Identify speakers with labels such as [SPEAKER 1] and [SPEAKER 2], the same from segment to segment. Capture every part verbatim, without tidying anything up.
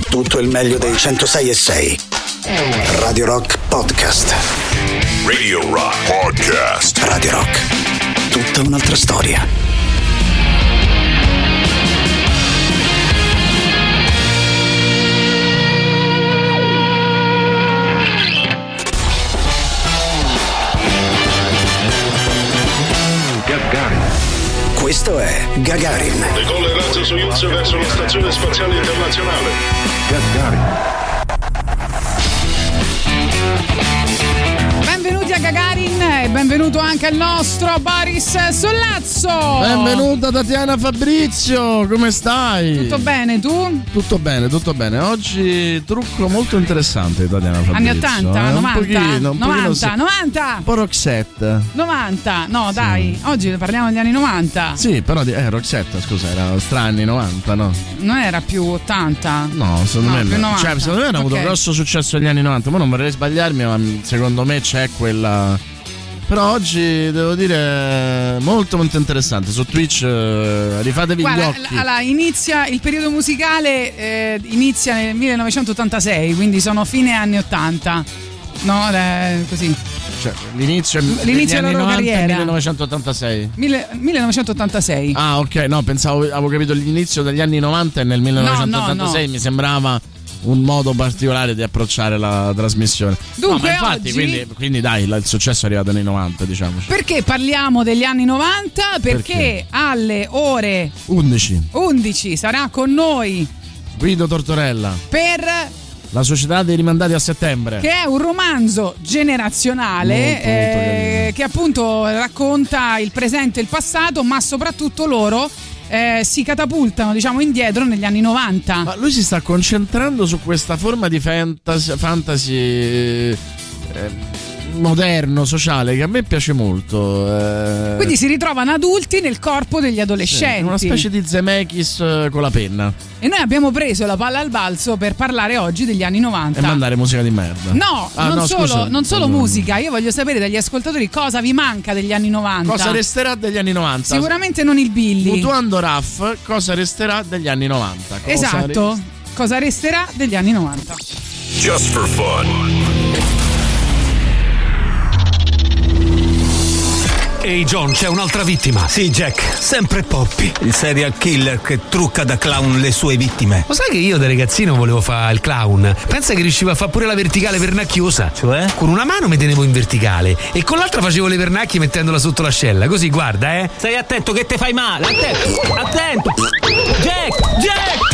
[SPEAKER 1] tutto il meglio dei centosei e sei. Radio Rock Podcast.
[SPEAKER 2] Radio Rock Podcast.
[SPEAKER 1] Radio Rock. Tutta un'altra storia.
[SPEAKER 3] Gagarin.
[SPEAKER 1] Questo è Gagarin.
[SPEAKER 4] Decolla il razzo Soyuz verso la stazione spaziale internazionale.
[SPEAKER 3] Gagarin.
[SPEAKER 5] Benvenuti a Gagarin e benvenuto anche al nostro Boris Sollazzo.
[SPEAKER 6] Benvenuta Tatiana Fabrizio, come stai?
[SPEAKER 5] Tutto bene, tu?
[SPEAKER 6] Tutto bene, tutto bene. Oggi trucco molto interessante Tatiana Fabrizio.
[SPEAKER 5] Anni ottanta,
[SPEAKER 6] eh?
[SPEAKER 5] novanta,
[SPEAKER 6] un pochino, un
[SPEAKER 5] novanta,
[SPEAKER 6] pochino sì.
[SPEAKER 5] novanta.
[SPEAKER 6] Un po' Roxette.
[SPEAKER 5] novanta, no dai, sì. Oggi parliamo degli anni novanta.
[SPEAKER 6] Sì, però di, eh, Roxette, scusa, era stra anni novanta, no?
[SPEAKER 5] Non era più ottanta?
[SPEAKER 6] No, secondo
[SPEAKER 5] no,
[SPEAKER 6] me
[SPEAKER 5] più
[SPEAKER 6] no.
[SPEAKER 5] novanta.
[SPEAKER 6] Cioè, secondo me hanno
[SPEAKER 5] okay.
[SPEAKER 6] avuto grosso successo negli anni novanta, ma non vorrei sbagliarmi, ma secondo me c'è quella... Però oggi devo dire molto molto interessante. Su Twitch eh, rifatevi
[SPEAKER 5] Guarda,
[SPEAKER 6] gli occhi.
[SPEAKER 5] Allora, inizia il periodo musicale, eh, inizia nel millenovecentottantasei, quindi sono fine anni ottanta. No, eh, così.
[SPEAKER 6] Cioè, l'inizio,
[SPEAKER 5] l'inizio della loro carriera.
[SPEAKER 6] millenovecentottantasei.
[SPEAKER 5] Mille, millenovecentottantasei.
[SPEAKER 6] Ah, ok, no, pensavo, avevo capito l'inizio degli anni novanta e nel millenovecentottantasei no, no, no. Mi sembrava un modo particolare di approcciare la trasmissione.
[SPEAKER 5] Dunque,
[SPEAKER 6] no, ma infatti,
[SPEAKER 5] oggi,
[SPEAKER 6] quindi, quindi dai, il successo è arrivato nei novanta, diciamo.
[SPEAKER 5] Perché parliamo degli anni novanta? Perché, perché alle ore
[SPEAKER 6] undici
[SPEAKER 5] undici sarà con noi
[SPEAKER 6] Guido Tortorella
[SPEAKER 5] per
[SPEAKER 6] La società dei rimandati a settembre,
[SPEAKER 5] che è un romanzo generazionale
[SPEAKER 6] molto, molto
[SPEAKER 5] eh, che appunto racconta il presente e il passato, ma soprattutto loro Eh, si catapultano, diciamo, indietro negli anni novanta.
[SPEAKER 6] Ma lui si sta concentrando su questa forma di fantasy, fantasy eh, moderno, sociale, che a me piace molto. Eh.
[SPEAKER 5] Quindi si ritrovano adulti nel corpo degli adolescenti.
[SPEAKER 6] Sì, una specie di Zemeckis con la penna.
[SPEAKER 5] E noi abbiamo preso la palla al balzo per parlare oggi degli anni novanta.
[SPEAKER 6] E mandare musica di merda.
[SPEAKER 5] No,
[SPEAKER 6] ah,
[SPEAKER 5] non,
[SPEAKER 6] no
[SPEAKER 5] solo,
[SPEAKER 6] scusa,
[SPEAKER 5] non solo
[SPEAKER 6] no,
[SPEAKER 5] musica. Io voglio sapere dagli ascoltatori cosa vi manca degli anni novanta.
[SPEAKER 6] Cosa resterà degli anni novanta?
[SPEAKER 5] Sicuramente non il Billy.
[SPEAKER 6] Mutuando Raff, cosa resterà degli anni novanta? Cosa
[SPEAKER 5] esatto.
[SPEAKER 6] re...
[SPEAKER 5] Cosa resterà degli anni novanta?
[SPEAKER 2] Just for fun.
[SPEAKER 7] Ehi hey John, c'è un'altra vittima.
[SPEAKER 8] Sì, Jack, sempre Poppy, il serial killer che trucca da clown le sue vittime.
[SPEAKER 7] Lo sai che io da ragazzino volevo fare il clown? Pensa che riuscivo a fare pure la verticale vernacchiosa.
[SPEAKER 8] Cioè?
[SPEAKER 7] Con una mano mi tenevo in verticale e con l'altra facevo le vernacchie mettendola sotto l'ascella. Così, guarda, eh.
[SPEAKER 8] Stai attento che te fai male. Attento, attento. Jack, Jack.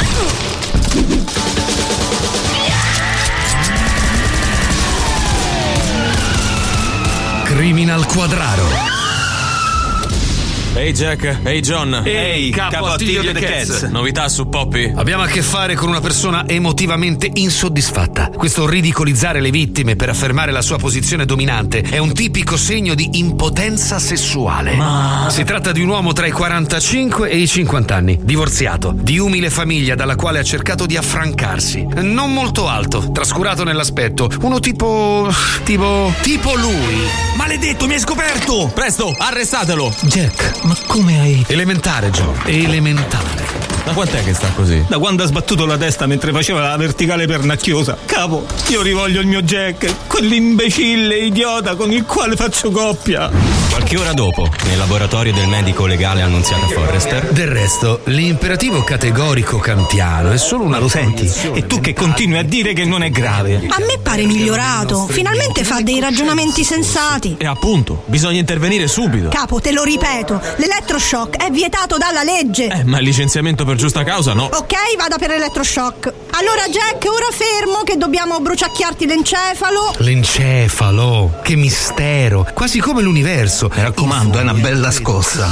[SPEAKER 7] Criminal Quadraro.
[SPEAKER 9] Ehi hey Jack, ehi hey John.
[SPEAKER 8] Ehi, hey, capo, capo Attilio The Cats.
[SPEAKER 9] Novità su Poppy?
[SPEAKER 7] Abbiamo a che fare con una persona emotivamente insoddisfatta. Questo ridicolizzare le vittime per affermare la sua posizione dominante è un tipico segno di impotenza sessuale.
[SPEAKER 8] Ma...
[SPEAKER 7] Si tratta di un uomo tra i quarantacinque e i cinquanta anni, divorziato, di umile famiglia dalla quale ha cercato di affrancarsi. Non molto alto, trascurato nell'aspetto. Uno tipo... tipo... tipo lui.
[SPEAKER 8] Maledetto, mi hai scoperto!
[SPEAKER 9] Presto, arrestatelo!
[SPEAKER 8] Jack, ma come hai...
[SPEAKER 7] Elementare, Joe, elementare.
[SPEAKER 9] Da quant'è che sta così?
[SPEAKER 8] Da quando ha sbattuto la testa mentre faceva la verticale pernacchiosa. Capo, io rivoglio il mio Jack, quell'imbecille idiota con il quale faccio coppia.
[SPEAKER 10] Qualche ora dopo, nei laboratori del medico legale Annunziata Forrester.
[SPEAKER 7] Del resto, l'imperativo categorico kantiano è solo una...
[SPEAKER 8] Lo senti? E tu che continui a dire che non è grave.
[SPEAKER 11] A me pare migliorato. Finalmente fa dei ragionamenti sensati.
[SPEAKER 9] E appunto, bisogna intervenire subito.
[SPEAKER 11] Capo, te lo ripeto, l'elettroshock è vietato dalla legge.
[SPEAKER 9] Eh, ma il licenziamento per giusta causa no.
[SPEAKER 11] Ok, vada per l'elettroshock. Allora Jack, ora fermo che dobbiamo bruciacchiarti l'encefalo.
[SPEAKER 7] L'encefalo? Che mistero, quasi come l'universo.
[SPEAKER 8] Mi raccomando, è una bella scossa.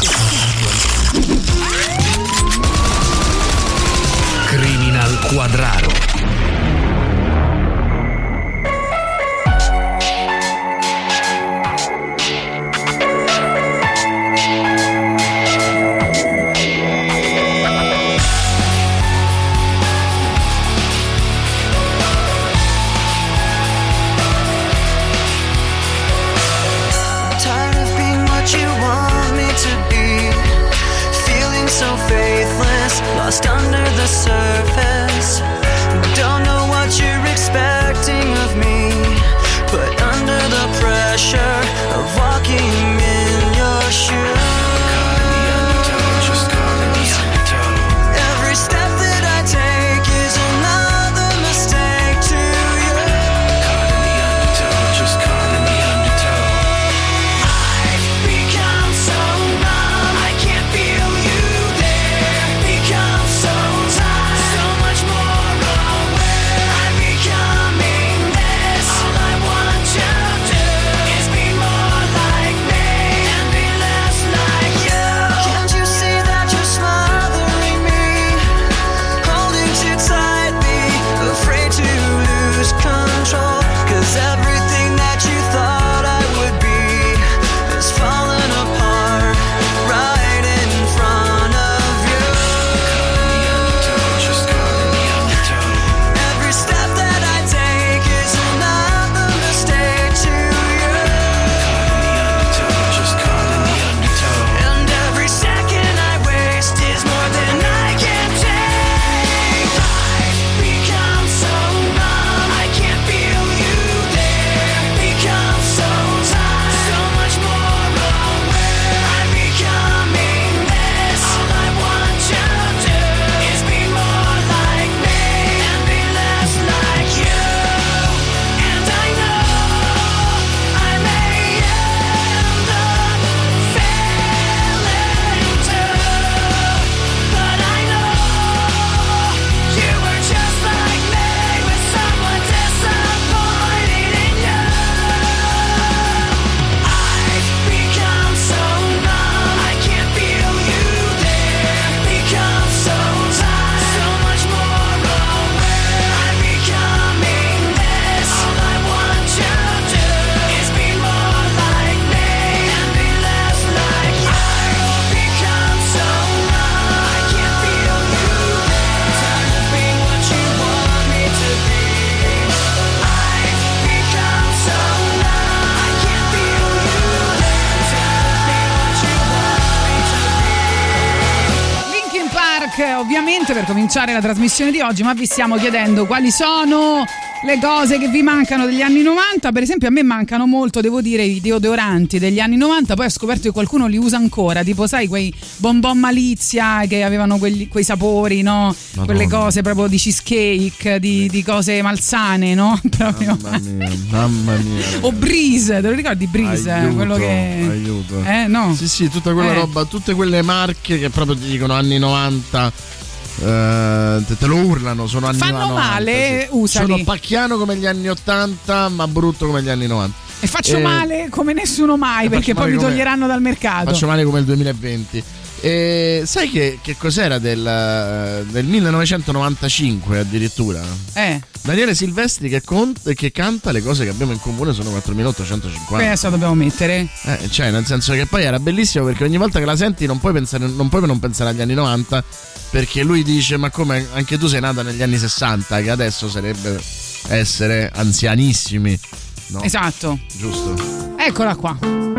[SPEAKER 7] Criminal Quadraro.
[SPEAKER 12] Lost under the surface. Don't
[SPEAKER 5] per cominciare la trasmissione di oggi, ma vi stiamo chiedendo quali sono le cose che vi mancano degli anni novanta. Per esempio a me mancano molto, devo dire, i deodoranti degli anni novanta. Poi ho scoperto che qualcuno li usa ancora, tipo sai quei bonbon Malizia che avevano quelli, quei sapori, no? Madonna. Quelle cose proprio di cheesecake, di, di cose malsane, no? Proprio.
[SPEAKER 6] Mamma mia, mamma mia.
[SPEAKER 5] O Breeze, te lo ricordi Breeze?
[SPEAKER 6] Aiuto,
[SPEAKER 5] quello che
[SPEAKER 6] aiuto.
[SPEAKER 5] Eh no.
[SPEAKER 6] Sì, sì, tutta quella
[SPEAKER 5] eh.
[SPEAKER 6] roba, tutte quelle marche che proprio ti dicono anni novanta. Uh, te, te lo urlano, sono anni
[SPEAKER 5] fanno
[SPEAKER 6] novanta,
[SPEAKER 5] male,
[SPEAKER 6] sì.
[SPEAKER 5] usali.
[SPEAKER 6] Sono pacchiano come gli anni ottanta, ma brutto come gli anni novanta.
[SPEAKER 5] E faccio
[SPEAKER 6] eh,
[SPEAKER 5] male come nessuno mai, perché poi mi
[SPEAKER 6] come,
[SPEAKER 5] toglieranno dal mercato.
[SPEAKER 6] Faccio male come il duemilaventi. E sai che, che cos'era del, del millenovecentonovantacinque addirittura?
[SPEAKER 5] Eh.
[SPEAKER 6] Daniele Silvestri che, cont- che canta Le cose che abbiamo in comune sono quattromilaottocentocinquanta.
[SPEAKER 5] Adesso dobbiamo mettere.
[SPEAKER 6] Eh, cioè, nel senso che poi era bellissimo perché ogni volta che la senti non puoi pensare, non puoi non pensare agli anni novanta, perché lui dice: ma come, anche tu sei nata negli anni sessanta, che adesso sarebbe essere anzianissimi, no?
[SPEAKER 5] Esatto.
[SPEAKER 6] Giusto.
[SPEAKER 5] Eccola qua.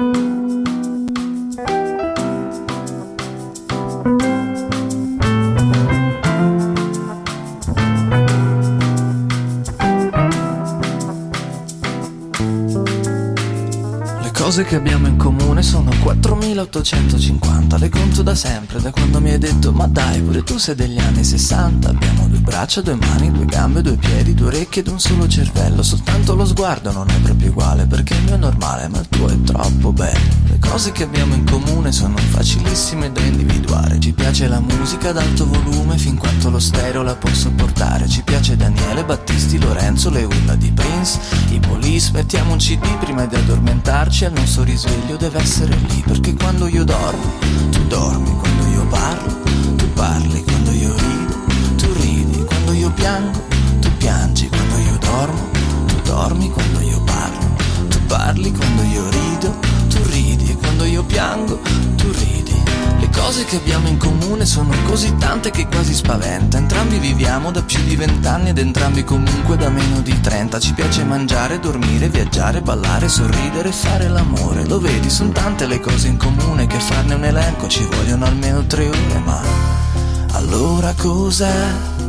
[SPEAKER 3] Le cose che abbiamo in comune sono quattromilaottocentocinquanta. Le conto da sempre, da quando mi hai detto ma dai, pure tu sei degli anni sessanta. Abbiamo due braccia, due mani, due gambe, due piedi, due orecchie ed un solo cervello. Soltanto lo sguardo non è proprio uguale, perché il mio è normale ma il tuo è troppo bello. Le cose che abbiamo in comune sono facilissime da individuare. Ci piace la musica ad alto volume fin quanto lo stereo la può sopportare. Ci piace Daniele, Battisti, Lorenzo, le urla di Prince, i Police. Mettiamo un C D prima di addormentarci, al nostro risveglio deve essere lì. Perché quando io dormo, tu dormi. Quando io parlo, tu parli. Quando io rido, tu ridi. Quando io piango, tu piangi. Quando io dormo, tu dormi. Quando io parlo, tu parli. Quando io rido, tu ridi. E quando io piango, tu ridi. Le cose che abbiamo in comune sono così tante che quasi spaventa. Entrambi viviamo da più di vent'anni ed entrambi comunque da meno di trenta. Ci piace mangiare, dormire, viaggiare, ballare, sorridere e fare l'amore. Lo vedi, sono tante le cose in comune che farne un elenco ci vogliono almeno tre ore. Ma allora cos'è?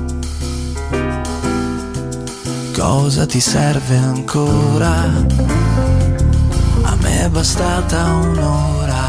[SPEAKER 3] Cosa ti serve ancora? A me è bastata un'ora.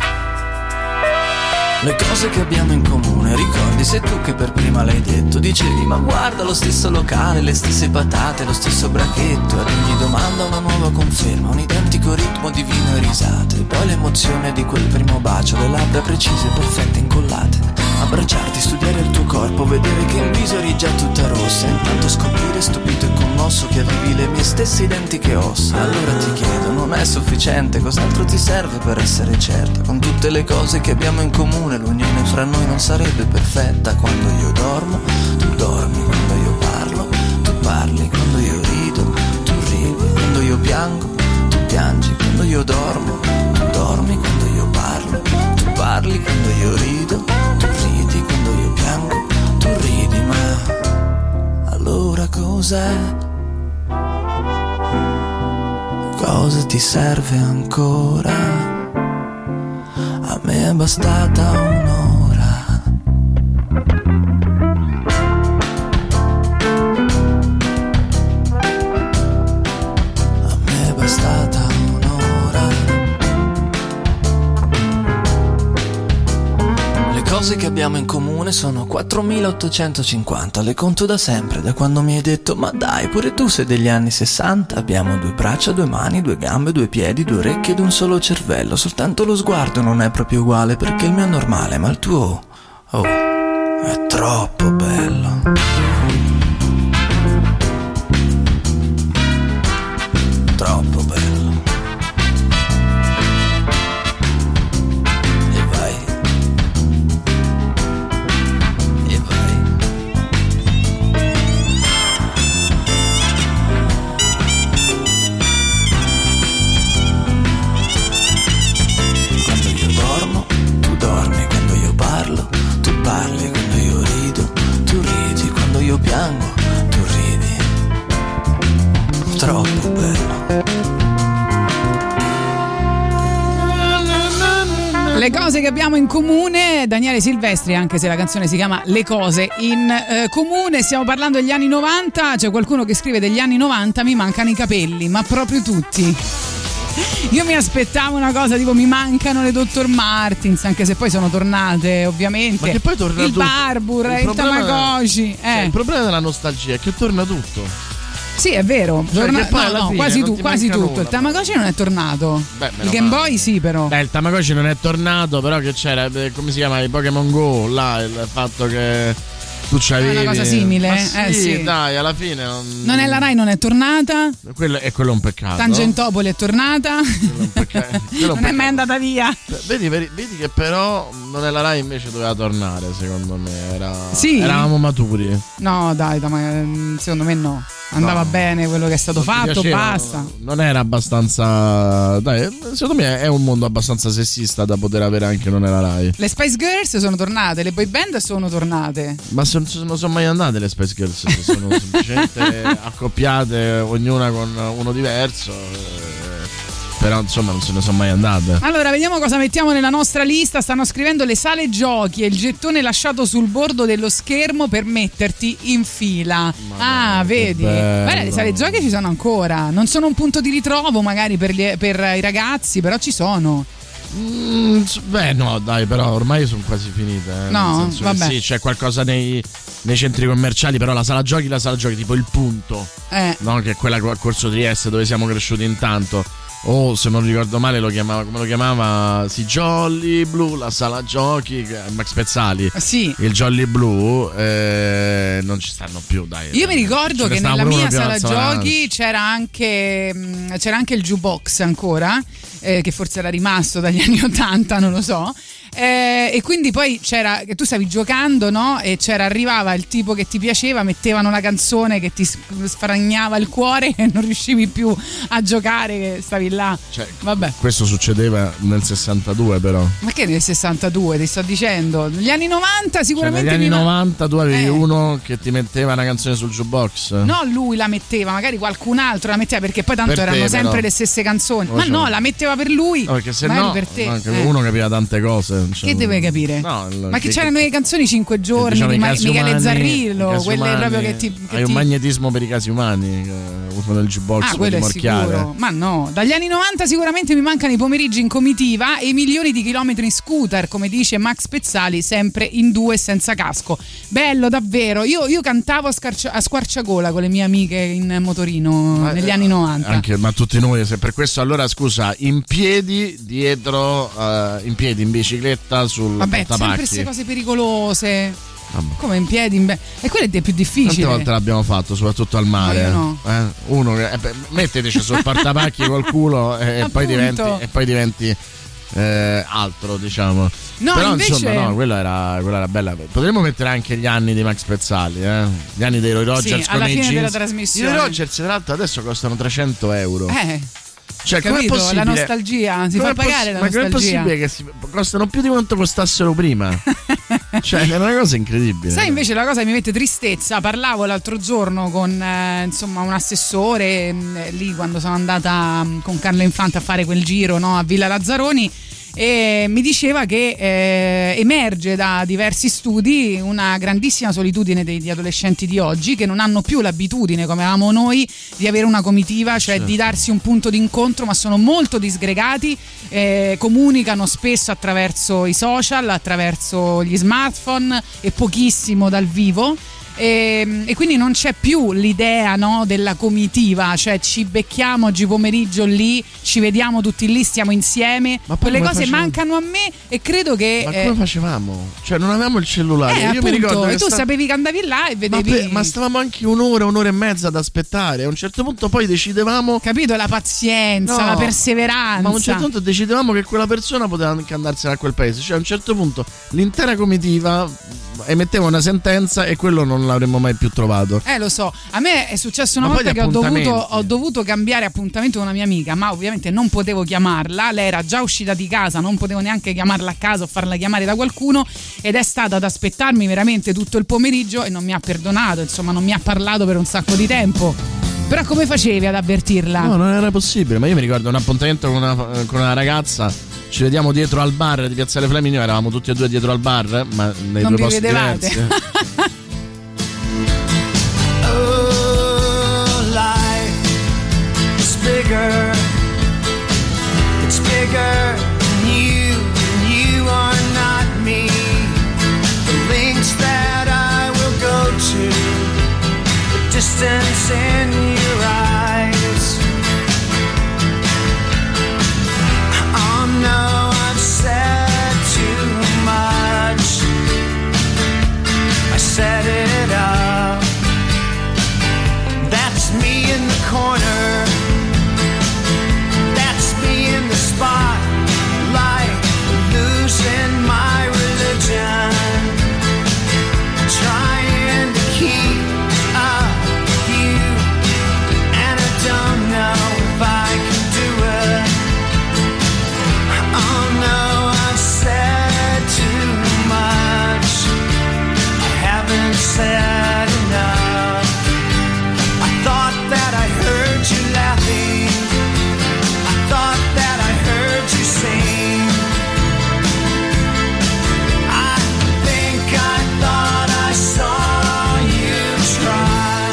[SPEAKER 3] Le cose che abbiamo in comune, ricordi, sei tu che per prima l'hai detto. Dicevi ma guarda lo stesso locale, le stesse patate, lo stesso bracchetto. Ad ogni domanda una nuova conferma, un identico ritmo di vino e risate. Poi l'emozione di quel primo bacio, le labbra precise, perfette, incollate. Abbracciarti, studiare il tuo corpo, vedere che in viso eri già tutta rossa. Intanto scoprire stupito e commosso che avevi le mie stesse identiche ossa. Allora ti chiedo, non è sufficiente, cos'altro ti serve per essere certa? Con tutte le cose che abbiamo in comune, l'unione fra noi non sarebbe perfetta. Quando io dormo, tu dormi. Quando io parlo, tu parli. Quando io rido, tu ridi. Quando io piango, tu piangi. Quando io dormo, tu dormi. Quando io parlo, tu parli. Quando io rido, tu ridi. Quando io piango, tu ridi. Ma allora cos'è? Cosa ti serve ancora? A me è bastata un'ora. A me è bastata un'ora. Le cose che abbiamo in comune sono quattromilaottocentocinquanta. Le conto da sempre, da quando mi hai detto ma dai, pure tu sei degli anni sessanta. Abbiamo due braccia, due mani, due gambe, due piedi, due orecchie ed un solo cervello. Soltanto lo sguardo non è proprio uguale, perché il mio è normale ma il tuo, oh, è troppo bello. Troppo bello. E vai. E vai. Quando io dormo, tu dormi. Quando io parlo, tu parli. Quando io rido, tu ridi. Quando io piango, tu ridi. Troppo bello.
[SPEAKER 5] Le cose che abbiamo in comune, Daniele Silvestri, anche se la canzone si chiama Le cose in eh, comune, stiamo parlando degli anni novanta, c'è qualcuno che scrive degli anni novanta mi mancano i capelli, ma proprio tutti. Io mi aspettavo una cosa tipo mi mancano le Doctor Martens, anche se poi sono tornate ovviamente.
[SPEAKER 6] Ma che poi torna
[SPEAKER 5] il
[SPEAKER 6] tutto.
[SPEAKER 5] Barbour, il, il Tamagotchi.
[SPEAKER 6] Cioè,
[SPEAKER 5] eh.
[SPEAKER 6] il problema della nostalgia è che torna tutto.
[SPEAKER 5] Sì, è vero.
[SPEAKER 6] Cioè,
[SPEAKER 5] Torna...
[SPEAKER 6] che poi
[SPEAKER 5] no,
[SPEAKER 6] alla
[SPEAKER 5] no,
[SPEAKER 6] fine
[SPEAKER 5] quasi,
[SPEAKER 6] non
[SPEAKER 5] tu,
[SPEAKER 6] ti
[SPEAKER 5] quasi
[SPEAKER 6] manca
[SPEAKER 5] tutto.
[SPEAKER 6] nulla,
[SPEAKER 5] Il Tamagotchi non è tornato.
[SPEAKER 6] Beh,
[SPEAKER 5] il Game
[SPEAKER 6] male.
[SPEAKER 5] Boy sì, però.
[SPEAKER 6] Beh, il Tamagotchi non è tornato, però che c'era, come si chiama, i Pokémon Go, là, il fatto che tu c'avevi.
[SPEAKER 5] È una cosa simile,
[SPEAKER 6] Ma
[SPEAKER 5] eh,
[SPEAKER 6] sì,
[SPEAKER 5] sì.
[SPEAKER 6] dai, alla fine non...
[SPEAKER 5] non è la Rai, non è tornata.
[SPEAKER 6] Quello è quello è un peccato.
[SPEAKER 5] Tangentopoli è tornata.
[SPEAKER 6] Quello è un peccato. Quello è un
[SPEAKER 5] non è
[SPEAKER 6] peccato.
[SPEAKER 5] mai andata via.
[SPEAKER 6] Vedi, vedi, vedi che però non è la Rai, invece doveva tornare, secondo me. Era...
[SPEAKER 5] Sì.
[SPEAKER 6] Eravamo maturi.
[SPEAKER 5] No, dai, ma secondo me no. Andava
[SPEAKER 6] no.
[SPEAKER 5] bene quello che è stato
[SPEAKER 6] Non ti
[SPEAKER 5] fatto,
[SPEAKER 6] piaceva,
[SPEAKER 5] basta.
[SPEAKER 6] Non era abbastanza. Dai, secondo me è un mondo abbastanza sessista da poter avere anche non è la Rai.
[SPEAKER 5] Le Spice Girls sono tornate, le boy band sono tornate.
[SPEAKER 6] Ma se, se non sono mai andate le Spice Girls, si sono semplicemente accoppiate, ognuna con uno diverso. Eh, però insomma non se ne sono mai andate.
[SPEAKER 5] Allora vediamo cosa mettiamo nella nostra lista. Stanno scrivendo le sale giochi e il gettone lasciato sul bordo dello schermo per metterti in fila. Madonna, ah, vedi? Guarda, le sale giochi ci sono ancora. Non sono un punto di ritrovo magari per, gli, per i ragazzi, però ci sono.
[SPEAKER 6] Mm, beh no dai, però ormai sono quasi finite, eh,
[SPEAKER 5] no,
[SPEAKER 6] nel senso
[SPEAKER 5] vabbè.
[SPEAKER 6] Che sì, c'è qualcosa nei, nei centri commerciali, però la sala giochi, la sala giochi tipo il Punto,
[SPEAKER 5] eh.
[SPEAKER 6] no? Che è quella a Corso Trieste dove siamo cresciuti intanto. O se non ricordo male lo chiamava, come lo chiamava? Sì, Jolly Blue, la sala giochi, Max Pezzali.
[SPEAKER 5] Sì.
[SPEAKER 6] Il Jolly Blue eh, non ci stanno più, dai.
[SPEAKER 5] Io mi ricordo che nella mia sala giochi c'era anche c'era anche il jukebox ancora, eh, che forse era rimasto dagli anni ottanta, non lo so. Eh, e quindi poi c'era che tu stavi giocando, no? E c'era arrivava il tipo che ti piaceva, mettevano una canzone che ti sfragnava il cuore e non riuscivi più a giocare, che stavi là.
[SPEAKER 6] Cioè,
[SPEAKER 5] vabbè.
[SPEAKER 6] Questo succedeva nel sessantadue, però.
[SPEAKER 5] Ma che nel sessantadue, ti sto dicendo? Negli anni novanta sicuramente.
[SPEAKER 6] Cioè, negli anni
[SPEAKER 5] ma...
[SPEAKER 6] novanta tu avevi
[SPEAKER 5] eh.
[SPEAKER 6] uno che ti metteva una canzone sul jukebox.
[SPEAKER 5] No, lui la metteva, magari qualcun altro la metteva, perché poi tanto
[SPEAKER 6] per
[SPEAKER 5] erano
[SPEAKER 6] te,
[SPEAKER 5] sempre
[SPEAKER 6] però.
[SPEAKER 5] le stesse canzoni.
[SPEAKER 6] Lo
[SPEAKER 5] Ma
[SPEAKER 6] so.
[SPEAKER 5] no, la metteva per lui.
[SPEAKER 6] No, perché se no,
[SPEAKER 5] per te.
[SPEAKER 6] no,
[SPEAKER 5] eh.
[SPEAKER 6] uno capiva tante cose. Cioè,
[SPEAKER 5] che deve capire?
[SPEAKER 6] No, il,
[SPEAKER 5] ma che,
[SPEAKER 6] che
[SPEAKER 5] c'erano le canzoni cinque giorni
[SPEAKER 6] diciamo,
[SPEAKER 5] di Ma- Michele
[SPEAKER 6] umani,
[SPEAKER 5] Zarrillo, quelle
[SPEAKER 6] umani,
[SPEAKER 5] proprio che ti. Che
[SPEAKER 6] hai
[SPEAKER 5] ti...
[SPEAKER 6] un magnetismo per i casi umani, eh, usano il jukebox
[SPEAKER 5] ah,
[SPEAKER 6] per
[SPEAKER 5] quello è
[SPEAKER 6] rimorchiare.
[SPEAKER 5] sicuro. Ma no, dagli anni novanta sicuramente mi mancano i pomeriggi in comitiva e i milioni di chilometri in scooter, come dice Max Pezzali, sempre in due senza casco. Bello davvero. Io, io cantavo a, scarcia, a squarciagola con le mie amiche in motorino ma, negli anni novanta.
[SPEAKER 6] Anche, ma tutti noi, se per questo allora scusa, in piedi dietro, uh, in piedi in bicicletta sul
[SPEAKER 5] Vabbè,
[SPEAKER 6] portapacchi.
[SPEAKER 5] sempre queste cose pericolose.
[SPEAKER 6] Vabbè.
[SPEAKER 5] Come in piedi in be- e quello è più difficile.
[SPEAKER 6] Quante volte l'abbiamo fatto, soprattutto al mare?
[SPEAKER 5] No, no.
[SPEAKER 6] Eh? Uno che eh, beh, metteteci sul portapacchi col culo e, poi diventi, e poi diventi eh, altro, diciamo.
[SPEAKER 5] No,
[SPEAKER 6] però
[SPEAKER 5] invece...
[SPEAKER 6] insomma, no, quella era, quella era bella. Potremmo mettere anche gli anni di Max Pezzali, eh? Gli anni dei Roy Rogers,
[SPEAKER 5] sì,
[SPEAKER 6] con
[SPEAKER 5] alla
[SPEAKER 6] i
[SPEAKER 5] fine
[SPEAKER 6] jeans.
[SPEAKER 5] della trasmissione.
[SPEAKER 6] I Roy Rogers, tra l'altro, adesso costano trecento euro.
[SPEAKER 5] Eh.
[SPEAKER 6] Cioè, com'è
[SPEAKER 5] Capito?
[SPEAKER 6] possibile?
[SPEAKER 5] La nostalgia si fa pagare
[SPEAKER 6] possi-
[SPEAKER 5] la
[SPEAKER 6] ma
[SPEAKER 5] nostalgia.
[SPEAKER 6] Ma com'è possibile che si, costano più di quanto costassero prima? Cioè, è una cosa incredibile.
[SPEAKER 5] Sai, invece la cosa che mi mette tristezza, parlavo l'altro giorno con eh, insomma un assessore mh, lì quando sono andata mh, con Carlo Infante a fare quel giro, no, a Villa Lazzaroni, e mi diceva che eh, emerge da diversi studi una grandissima solitudine degli adolescenti di oggi, che non hanno più l'abitudine, come avevamo noi, di avere una comitiva, cioè certo. di darsi un punto d'incontro, ma sono molto disgregati, eh, comunicano spesso attraverso i social, attraverso gli smartphone e pochissimo dal vivo. E, e quindi non c'è più l'idea, no, della comitiva, cioè ci becchiamo oggi pomeriggio lì, ci vediamo tutti lì, stiamo insieme. Ma quelle cose facevamo? Mancano a me e credo che
[SPEAKER 6] ma
[SPEAKER 5] eh,
[SPEAKER 6] come facevamo? Cioè non avevamo il cellulare,
[SPEAKER 5] eh,
[SPEAKER 6] io
[SPEAKER 5] appunto,
[SPEAKER 6] mi ricordo
[SPEAKER 5] e tu
[SPEAKER 6] sta...
[SPEAKER 5] sapevi che andavi là e vedevi
[SPEAKER 6] ma, per, ma stavamo anche un'ora, un'ora e mezza ad aspettare, a un certo punto poi decidevamo,
[SPEAKER 5] capito, la pazienza, no, la perseveranza,
[SPEAKER 6] ma a un certo punto decidevamo che quella persona poteva anche andarsene a quel paese, cioè a un certo punto l'intera comitiva emetteva una sentenza e quello non l'avremmo mai più trovato.
[SPEAKER 5] Eh, lo so, a me è successo una
[SPEAKER 6] ma
[SPEAKER 5] volta che ho dovuto, ho dovuto cambiare appuntamento con una mia amica, ma ovviamente non potevo chiamarla, lei era già uscita di casa, non potevo neanche chiamarla a casa o farla chiamare da qualcuno, ed è stata ad aspettarmi veramente tutto il pomeriggio e non mi ha perdonato, insomma non mi ha parlato per un sacco di tempo. Però come facevi ad avvertirla?
[SPEAKER 6] No, non era possibile, ma io mi ricordo un appuntamento con una, con una ragazza ci vediamo dietro al bar di Piazzale Flaminio, eravamo tutti e due dietro al bar, ma nei
[SPEAKER 5] non
[SPEAKER 6] due
[SPEAKER 5] vi
[SPEAKER 6] posti
[SPEAKER 5] vedevate.
[SPEAKER 6] diversi.
[SPEAKER 3] Oh, life is bigger, it's bigger than you, and you are not me. The links that I will go to, the distance in your eyes. Oh no, I've said too much, I set it up. That's me in the corner, that's me in the spotlight, losing my religion, trying to keep up with you, and I don't know if I can do it. Oh no, I've said too much, I haven't said enough. I thought that I heard you laughing, I thought that I heard you sing. I think I thought I saw you try.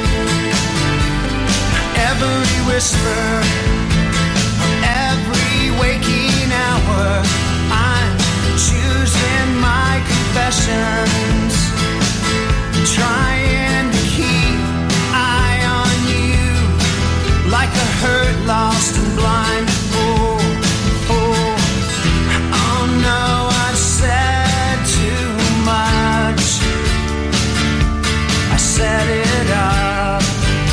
[SPEAKER 3] Every whisper, every waking hour, I'm choosing my confessions, trying to keep eye on you, like a hurt, lost and blind fool. fool. Oh no, I've said too much, I set it up.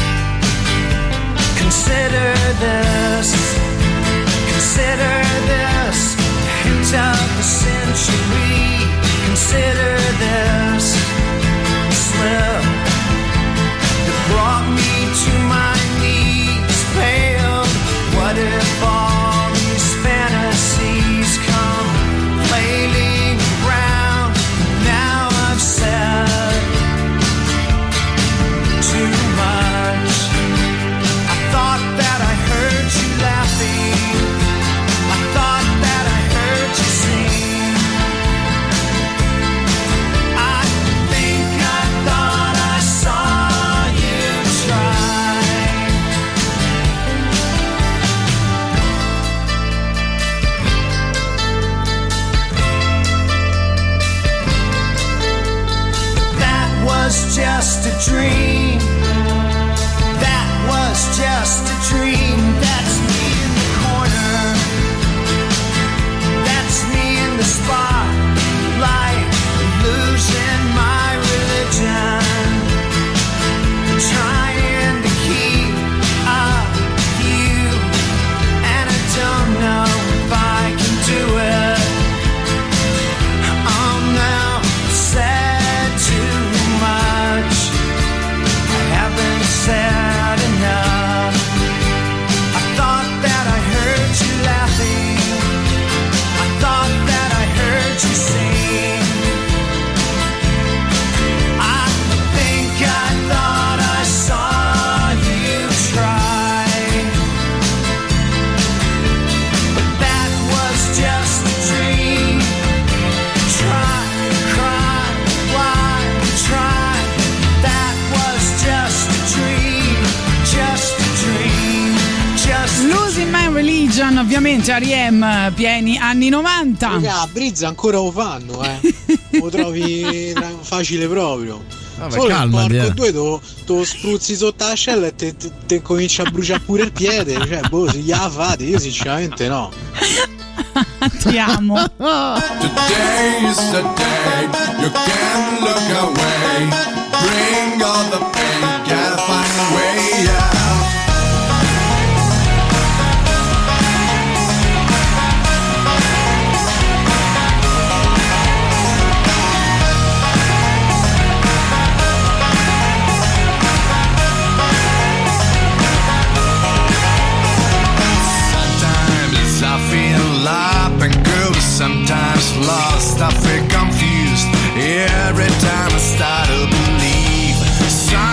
[SPEAKER 3] Consider this, consider this, hint of the century. Consider this slip that brought me to my knees, paled. What if all these fantasies come flailing around? Now I've said too much. I thought that I heard you laughing, I thought that I heard you sing. I think I thought I saw you try. That was just a dream, that was just a dream. That's me in the corner, that's me in the spotlight, losing my religion, trying to keep up with you, and I don't know if I can do it. Oh no, I've said too much, I haven't said enough. I thought that I heard you laughing, I thought that I heard you sing. I think I thought I saw you try, but that was just a dream. Try, cry, why try? That was just a dream, just a dream, just a
[SPEAKER 5] Losing My Religion, ovviamente R E M, pieni anni novanta.
[SPEAKER 12] Raga, Brizza ancora lo fanno, eh. Lo trovi tra- facile proprio.
[SPEAKER 6] Vabbè,
[SPEAKER 12] Solo
[SPEAKER 6] calma,
[SPEAKER 12] il porco
[SPEAKER 6] via.
[SPEAKER 12] due te lo spruzzi sotto l'ascella e te, te, te comincia a bruciare pure il piede. Cioè, boh, se gliela fate, io sinceramente no.
[SPEAKER 5] Ti amo.
[SPEAKER 13] Today is the day you can't look away. Bring all the pain, gotta find a way out. Sometimes I feel alive and good, sometimes lost. I feel confused every time I start to believe. Some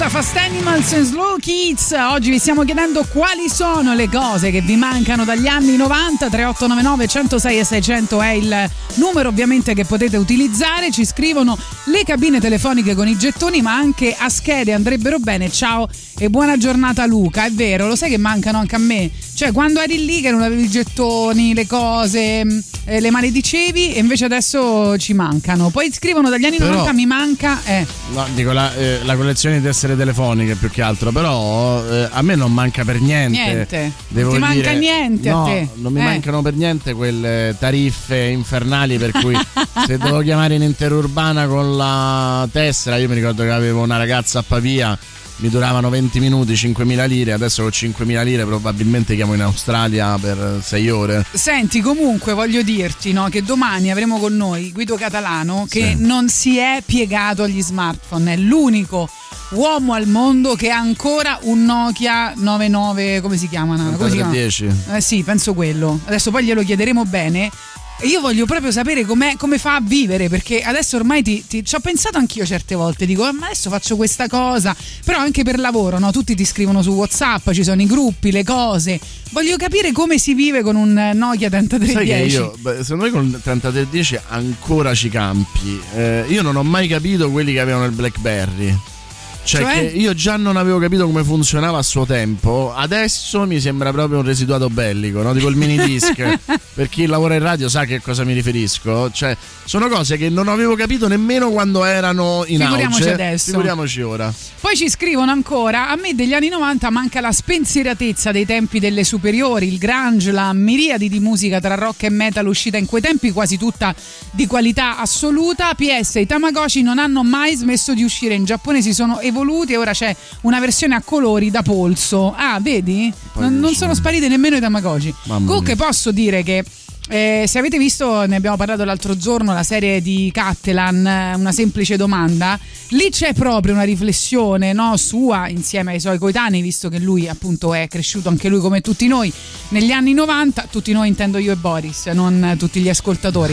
[SPEAKER 5] Fast Animals and Slow Kids. Oggi vi stiamo chiedendo quali sono le cose che vi mancano dagli anni novanta. Tre otto nove nove uno zero sei sei zero zero è il numero ovviamente che potete utilizzare. Ci scrivono le cabine telefoniche con i gettoni, ma anche a schede andrebbero bene. Ciao e buona giornata Luca. È vero, lo sai che mancano anche a me. Cioè quando eri lì che non avevi i gettoni, le cose, eh, le maledicevi, e invece adesso ci mancano. Poi scrivono dagli anni
[SPEAKER 6] Però,
[SPEAKER 5] novanta mi manca eh.
[SPEAKER 6] No, dico la, eh, la collezione di tessere telefoniche più che altro. Però eh, a me non manca per niente.
[SPEAKER 5] Niente.
[SPEAKER 6] Devo
[SPEAKER 5] non ti
[SPEAKER 6] dire,
[SPEAKER 5] manca niente
[SPEAKER 6] no,
[SPEAKER 5] a te.
[SPEAKER 6] non mi
[SPEAKER 5] eh.
[SPEAKER 6] mancano per niente quelle tariffe infernali per cui se devo chiamare in interurbana con la tessera, io mi ricordo che avevo una ragazza a Pavia, mi duravano venti minuti, cinquemila lire. Adesso con cinquemila lire probabilmente chiamo in Australia per sei ore.
[SPEAKER 5] Senti, comunque voglio dirti, no, che domani avremo con noi Guido Catalano, che sì. non si è piegato agli smartphone. È l'unico uomo al mondo che ha ancora un Nokia novantanove, come si chiamano? Come si chiama?
[SPEAKER 6] dieci.
[SPEAKER 5] Eh sì, penso quello. Adesso poi glielo chiederemo bene. E io voglio proprio sapere com'è, come fa a vivere, perché adesso ormai ti, ti, ci ho pensato anch'io certe volte, dico ma adesso faccio questa cosa, però anche per lavoro, no? Tutti ti scrivono su WhatsApp, ci sono i gruppi, le cose, voglio capire come si vive con un Nokia trentatré dieci.
[SPEAKER 6] Sai che io, beh, secondo me con il trentatré dieci ancora ci campi. eh, io non ho mai capito quelli che avevano il BlackBerry. Cioè,
[SPEAKER 5] cioè?
[SPEAKER 6] Che io già non avevo capito come funzionava a suo tempo. Adesso mi sembra proprio un residuato bellico, no? Tipo il mini disc. Per chi lavora in radio sa che cosa mi riferisco. Cioè, sono cose che non avevo capito nemmeno quando erano in
[SPEAKER 5] Figuriamoci
[SPEAKER 6] auge.
[SPEAKER 5] adesso.
[SPEAKER 6] Figuriamoci ora.
[SPEAKER 5] Poi ci scrivono ancora: a me degli anni novanta manca la spensieratezza dei tempi delle superiori, il grunge, la miriade di musica tra rock e metal uscita in quei tempi, quasi tutta di qualità assoluta. P S i Tamagotchi non hanno mai smesso di uscire, in Giappone si sono evoluti e ora c'è una versione a colori da polso. Ah, vedi? Non, non sono sparite nemmeno i Tamagotchi. Comunque posso dire che Eh, se avete visto, ne abbiamo parlato l'altro giorno, la serie di Cattelan, Una semplice domanda, lì c'è proprio una riflessione, no, sua insieme ai suoi coetanei, visto che lui appunto è cresciuto anche lui come tutti noi negli anni novanta, tutti noi intendo io e Boris, non tutti gli ascoltatori.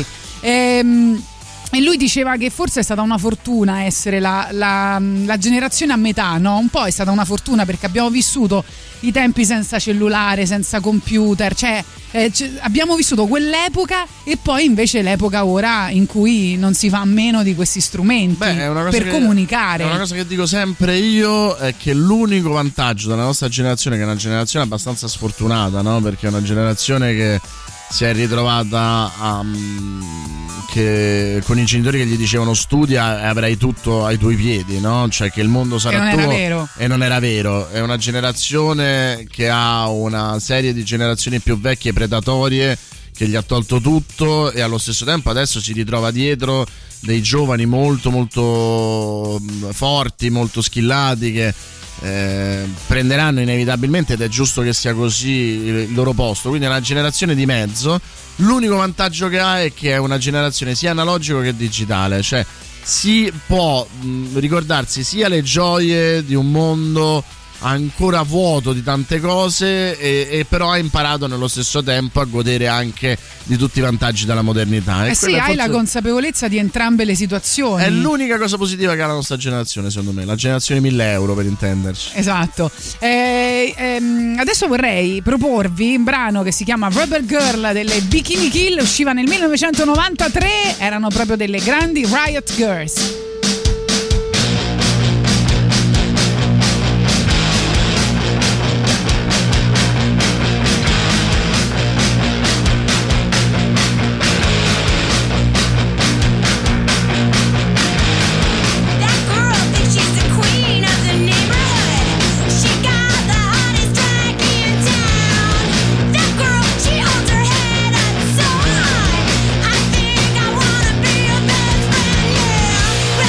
[SPEAKER 5] Ehm E lui diceva che forse è stata una fortuna essere la, la, la generazione a metà, no? Un po' è stata una fortuna perché abbiamo vissuto i tempi senza cellulare, senza computer, cioè eh, c- abbiamo vissuto quell'epoca e poi invece l'epoca ora in cui non si fa a meno di questi strumenti.
[SPEAKER 6] Beh, è una cosa
[SPEAKER 5] per
[SPEAKER 6] che,
[SPEAKER 5] comunicare.
[SPEAKER 6] È una cosa che dico sempre io, è che l'unico vantaggio della nostra generazione, che è una generazione abbastanza sfortunata, no? Perché è una generazione che si è ritrovata a, che, con i genitori che gli dicevano studia e avrai tutto ai tuoi piedi, no? Cioè che il mondo sarà
[SPEAKER 5] e non
[SPEAKER 6] tuo
[SPEAKER 5] era vero.
[SPEAKER 6] E non era vero. È una generazione che ha una serie di generazioni più vecchie predatorie che gli ha tolto tutto, e allo stesso tempo adesso si ritrova dietro dei giovani molto molto forti, molto skillati, che Eh, prenderanno inevitabilmente, ed è giusto che sia così, il loro posto. Quindi è una generazione di mezzo. L'unico vantaggio che ha è che è una generazione sia analogico che digitale, cioè si può mh, ricordarsi sia le gioie di un mondo ancora vuoto di tante cose e, e però ha imparato nello stesso tempo a godere anche di tutti i vantaggi della modernità. E
[SPEAKER 5] eh sì, hai la consapevolezza di entrambe le situazioni.
[SPEAKER 6] È l'unica cosa positiva che ha la nostra generazione, secondo me, la generazione mille euro, per intenderci.
[SPEAKER 5] Esatto. Eh, ehm, adesso vorrei proporvi un brano che si chiama Rubber Girl delle Bikini Kill, usciva nel millenovecentonovantatré, erano proprio delle grandi Riot Girls.
[SPEAKER 14] Well,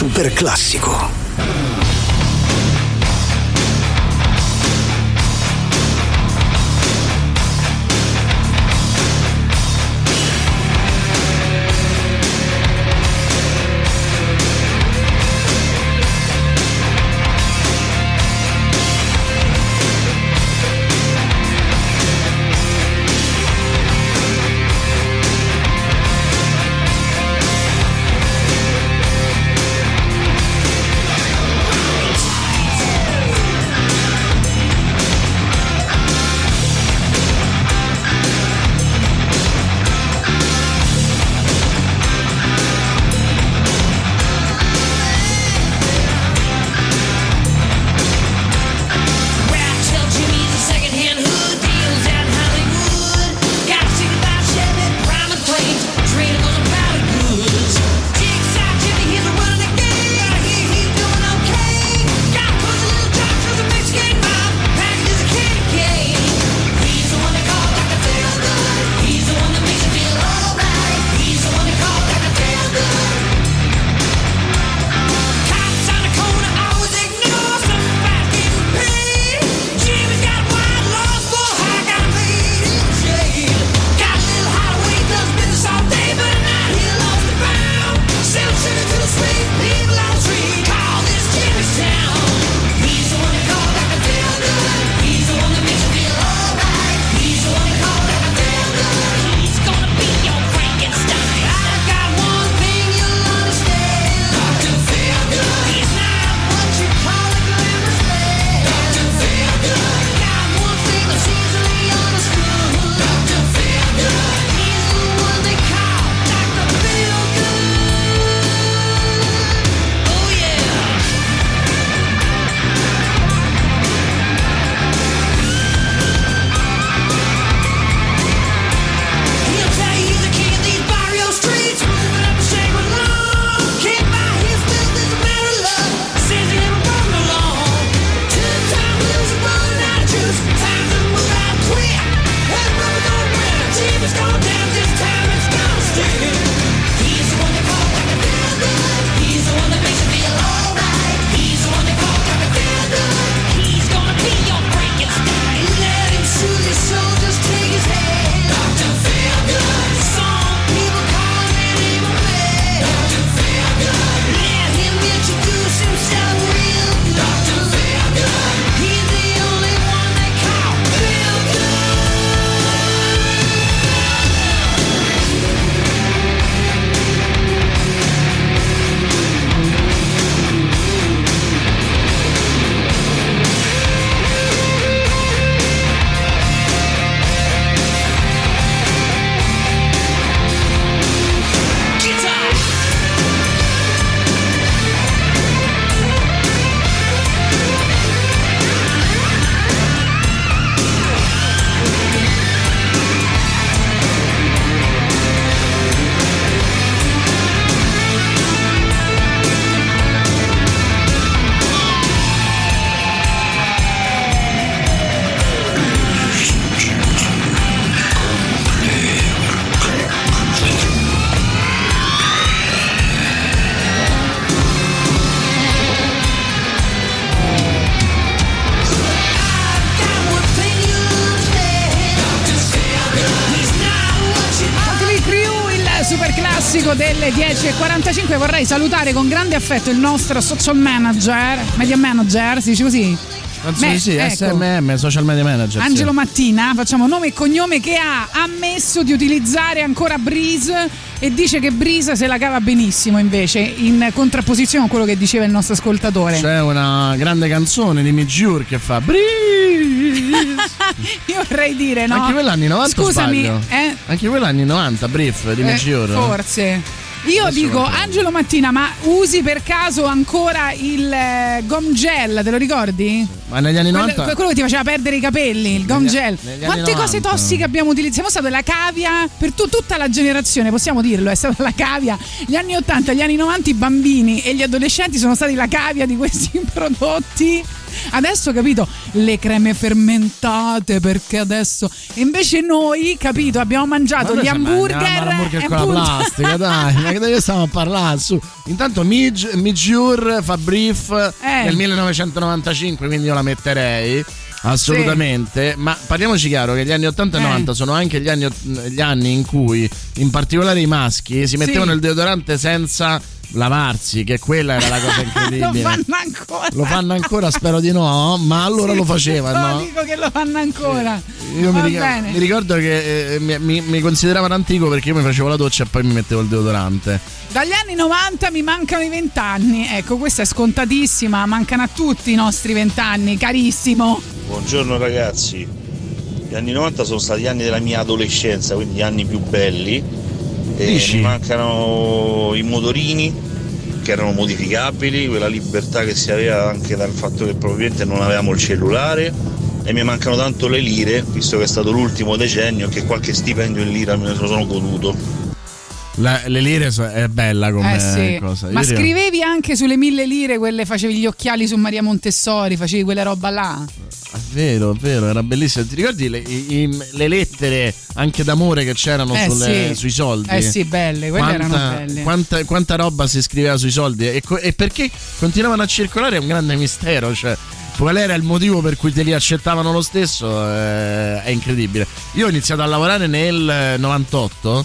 [SPEAKER 1] super classico.
[SPEAKER 5] Delle dieci e quarantacinque vorrei salutare con grande affetto il nostro social manager, media manager, si dice così?
[SPEAKER 6] Penso di sì, ecco. S M M, social media manager.
[SPEAKER 5] Angelo
[SPEAKER 6] sì.
[SPEAKER 5] Mattina, facciamo nome e cognome, che ha ammesso di utilizzare ancora Breeze e dice che Breeze se la cava benissimo, invece, in contrapposizione a quello che diceva il nostro ascoltatore.
[SPEAKER 6] C'è una grande canzone di Mijur che fa Breeze.
[SPEAKER 5] Io vorrei dire, no?
[SPEAKER 6] Anche quella anni novanta.
[SPEAKER 5] Scusami, eh?
[SPEAKER 6] Anche quella anni novanta, Brief di Mijur.
[SPEAKER 5] Eh, forse. Io
[SPEAKER 6] Adesso
[SPEAKER 5] dico, Angelo Mattina, ma usi per caso ancora il eh, gom gel, te lo ricordi?
[SPEAKER 6] Ma negli anni novanta?
[SPEAKER 5] Quello, quello che ti faceva perdere i capelli, il gom
[SPEAKER 6] negli,
[SPEAKER 5] gel.
[SPEAKER 6] negli
[SPEAKER 5] Quante cose tossiche abbiamo utilizzato? Siamo stati la cavia per tu, tutta la generazione, possiamo dirlo, è stata la cavia. Gli anni ottanta, gli anni novanta, i bambini e gli adolescenti sono stati la cavia di questi prodotti. Adesso, capito, le creme fermentate, perché adesso invece noi, capito, abbiamo mangiato
[SPEAKER 6] Ma
[SPEAKER 5] gli
[SPEAKER 6] noi
[SPEAKER 5] hamburger,
[SPEAKER 6] mangiamo l'hamburger
[SPEAKER 5] e
[SPEAKER 6] con la
[SPEAKER 5] punto.
[SPEAKER 6] plastica, dai, ma che ne stiamo a parlare? Su. Intanto Midge, Midjour fa Brief
[SPEAKER 5] Eh.
[SPEAKER 6] nel millenovecentonovantacinque, quindi io la metterei assolutamente, sì. Ma parliamoci chiaro che gli anni ottanta e
[SPEAKER 5] Eh.
[SPEAKER 6] novanta sono anche gli anni, gli anni in cui in particolare i maschi si mettevano
[SPEAKER 5] Sì.
[SPEAKER 6] il deodorante senza lavarsi, che quella era la cosa incredibile.
[SPEAKER 5] Lo fanno ancora.
[SPEAKER 6] Lo fanno ancora, spero di no, ma allora
[SPEAKER 5] Sì,
[SPEAKER 6] lo facevano.
[SPEAKER 5] no, dico che lo fanno ancora.
[SPEAKER 6] Io mi
[SPEAKER 5] Va
[SPEAKER 6] ricordo,
[SPEAKER 5] bene.
[SPEAKER 6] mi ricordo che eh, mi, mi, mi consideravano antico perché io mi facevo la doccia e poi mi mettevo il deodorante.
[SPEAKER 5] Dagli anni novanta mi mancano i vent'anni. Ecco, questa è scontatissima. Mancano a tutti i nostri vent'anni, carissimo.
[SPEAKER 14] Buongiorno ragazzi. Gli anni novanta sono stati gli anni della mia adolescenza, quindi gli anni più belli. E
[SPEAKER 6] Dici?
[SPEAKER 14] mi mancano i motorini che erano modificabili, quella libertà che si aveva anche dal fatto che probabilmente non avevamo il cellulare, e mi mancano tanto le lire, visto che è stato l'ultimo decennio che qualche stipendio in lira me ne sono goduto.
[SPEAKER 6] La, le lire so, è bella come
[SPEAKER 5] Eh sì.
[SPEAKER 6] cosa.
[SPEAKER 5] Ma
[SPEAKER 6] Io dico-
[SPEAKER 5] scrivevi anche sulle mille lire, quelle, facevi gli occhiali su Maria Montessori, facevi quella roba là.
[SPEAKER 6] È vero, è vero, era bellissimo. Ti ricordi le, i- le lettere anche d'amore che c'erano
[SPEAKER 5] Eh
[SPEAKER 6] sulle-
[SPEAKER 5] sì.
[SPEAKER 6] sui soldi?
[SPEAKER 5] Eh sì, belle, quelle
[SPEAKER 6] quanta,
[SPEAKER 5] erano belle.
[SPEAKER 6] Quanta, quanta roba si scriveva sui soldi e, co- e perché continuavano a circolare è un grande mistero, cioè qual era il motivo per cui te li accettavano lo stesso, eh, è incredibile. Io ho iniziato a lavorare nel novantotto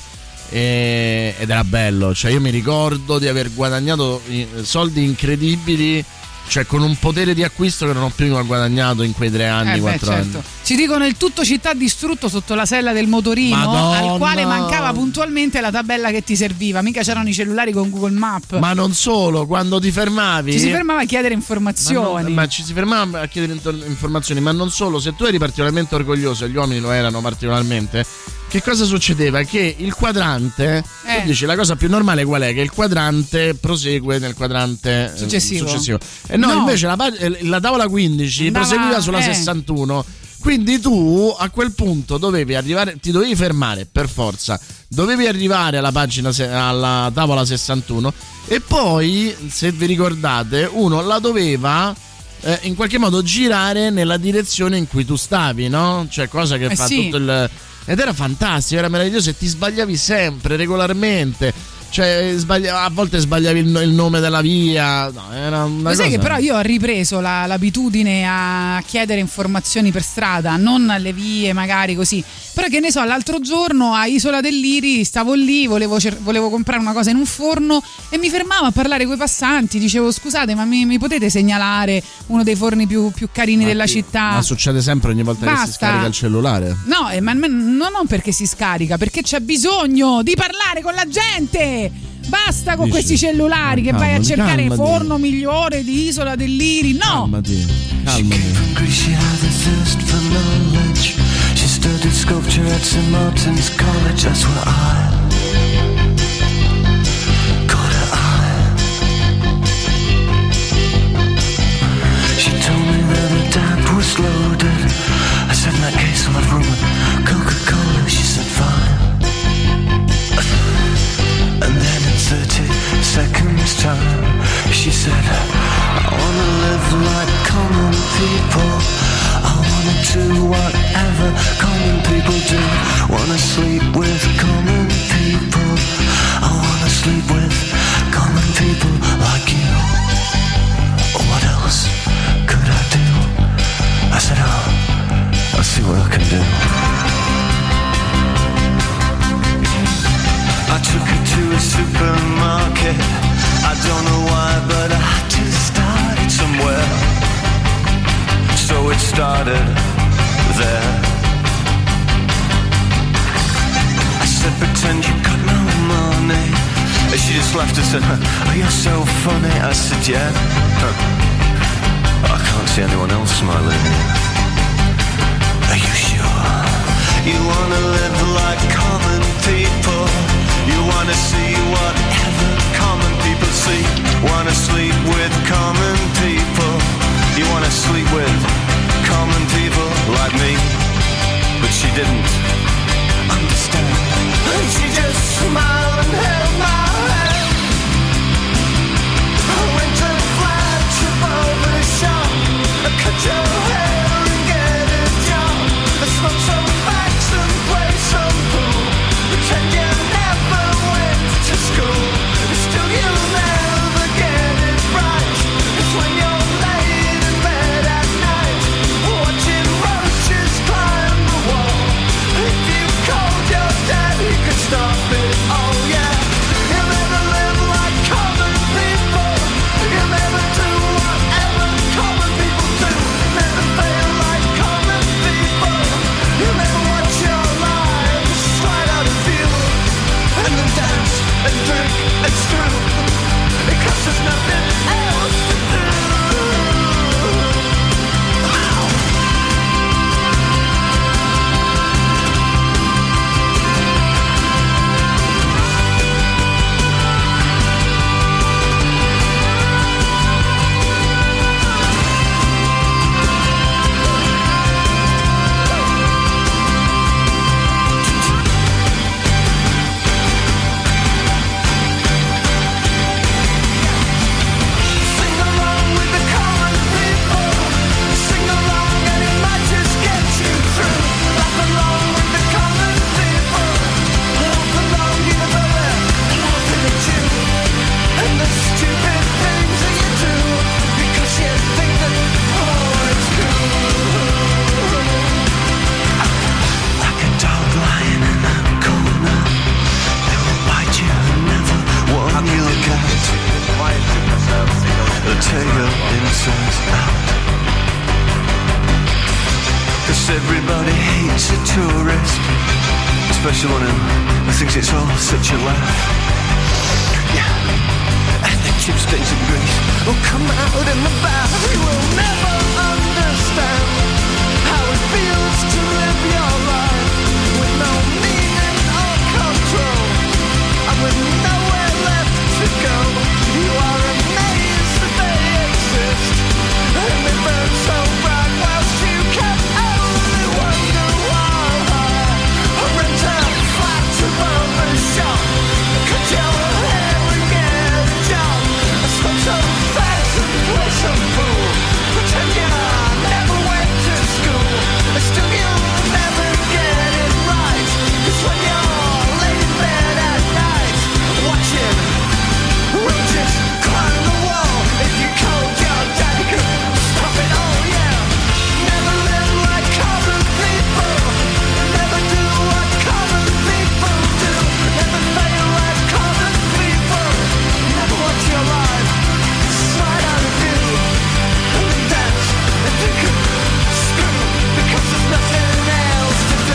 [SPEAKER 6] e- ed era bello, cioè io mi ricordo di aver guadagnato eh, soldi incredibili, cioè con un potere di acquisto che non ho prima guadagnato in quei tre anni,
[SPEAKER 5] Eh beh,
[SPEAKER 6] quattro
[SPEAKER 5] certo.
[SPEAKER 6] anni.
[SPEAKER 5] Ci dicono il tutto città distrutto sotto la sella del motorino,
[SPEAKER 6] Madonna.
[SPEAKER 5] al quale mancava puntualmente la tabella che ti serviva. Mica c'erano i cellulari con Google Maps.
[SPEAKER 6] Ma non solo, quando ti fermavi
[SPEAKER 5] Ci si fermava a chiedere
[SPEAKER 6] ma,
[SPEAKER 5] informazioni.
[SPEAKER 6] non- ma ci si fermava a chiedere intor- informazioni, ma non solo, se tu eri particolarmente orgoglioso e gli uomini lo erano particolarmente, che cosa succedeva? Che il quadrante,
[SPEAKER 5] Eh.
[SPEAKER 6] tu dici la cosa più normale qual è? Che il quadrante prosegue nel quadrante eh,
[SPEAKER 5] Successivo.
[SPEAKER 6] successivo. E no,
[SPEAKER 5] No.
[SPEAKER 6] invece la, pag- eh, la tavola quindici
[SPEAKER 5] Andava-
[SPEAKER 6] proseguiva sulla
[SPEAKER 5] eh.
[SPEAKER 6] sessantuno. Quindi tu a quel punto dovevi arrivare, ti dovevi fermare per forza, dovevi arrivare alla pagina, se- alla tavola sessantuno e poi, se vi ricordate, uno la doveva eh, in qualche modo girare nella direzione in cui tu stavi, no? Cioè cosa che
[SPEAKER 5] Eh
[SPEAKER 6] fa
[SPEAKER 5] sì.
[SPEAKER 6] tutto il... Ed era fantastico, era meraviglioso e ti sbagliavi sempre, regolarmente. Cioè sbaglia- a volte sbagliavi il, il nome della via. No, era una
[SPEAKER 5] Lo sai
[SPEAKER 6] cosa-
[SPEAKER 5] che però io ho ripreso la- l'abitudine a chiedere informazioni per strada, non alle vie magari così. Però che ne so, l'altro giorno a Isola del Liri stavo lì, volevo, cer- volevo comprare una cosa in un forno e mi fermavo a parlare coi passanti, dicevo scusate ma mi, mi potete segnalare uno dei forni più, più carini
[SPEAKER 6] Ma
[SPEAKER 5] della
[SPEAKER 6] sì,
[SPEAKER 5] città?
[SPEAKER 6] Ma succede sempre ogni volta che si
[SPEAKER 5] Basta.
[SPEAKER 6] scarica il cellulare.
[SPEAKER 5] No, eh, ma ma- no, non perché si scarica, perché c'è bisogno di parlare con la gente. Basta con
[SPEAKER 6] Dici?
[SPEAKER 5] questi cellulari che vai a
[SPEAKER 6] Calmati,
[SPEAKER 5] cercare il
[SPEAKER 6] calmati.
[SPEAKER 5] forno migliore di Isola del Liri. No!
[SPEAKER 6] Calmati, calmati.
[SPEAKER 3] She had a thirst for knowledge. She studied sculpture at Saint Martin's College. That's where I caught her eye. She told me that her dad was loaded. I said in that case I'll have rum and Coca-Cola. She said fine. And then in thirty seconds time she said I wanna live like common people. I wanna do whatever common people do. Wanna sleep with common people. I wanna sleep with common people like you. What else could I do? I said oh, I'll see what I can do. I took her to a supermarket. I don't know why, but I had to start it somewhere. So it started there. I said, pretend you got no money. And she just laughed and said, oh, you're so funny. I said, yeah. I can't see anyone else smiling. Are you sure? You wanna live like common people. You wanna see whatever common people see. Wanna sleep with common people. You wanna sleep with common people like me. But she didn't understand. And she just smiled and held my hand. I went to the flagship of the shop. tear your insides out. 'Cause everybody hates a tourist, especially one who thinks it's all such a laugh. Yeah, and the chip stains of Greece will come out in the bath. You will never understand how it feels to live your life with no meaning or control, and with nowhere left to go. You are amazed that they exist, and they burn so bright whilst you can only wonder why. I rent a flat above the shop, cut your hair and get a job. I smoke some fags and play some pool, pretend you never went to school, and still you'll never get it right. 'Cause when you're laid in bed at night, watching roaches climb the wall, if you called your daddy could stop it all, yeah. Never live like common people, never do what common people do, never fail like common people, never watch your life slide out of view, and then dance and think and scream, because there's nothing else to do.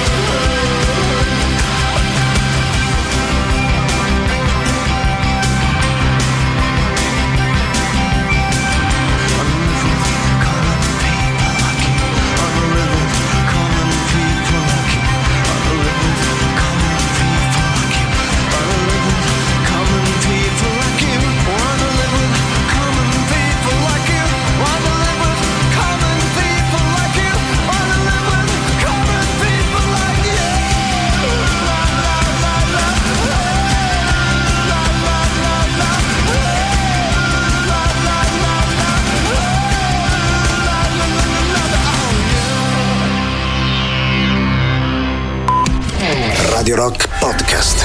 [SPEAKER 1] Radio Rock Podcast.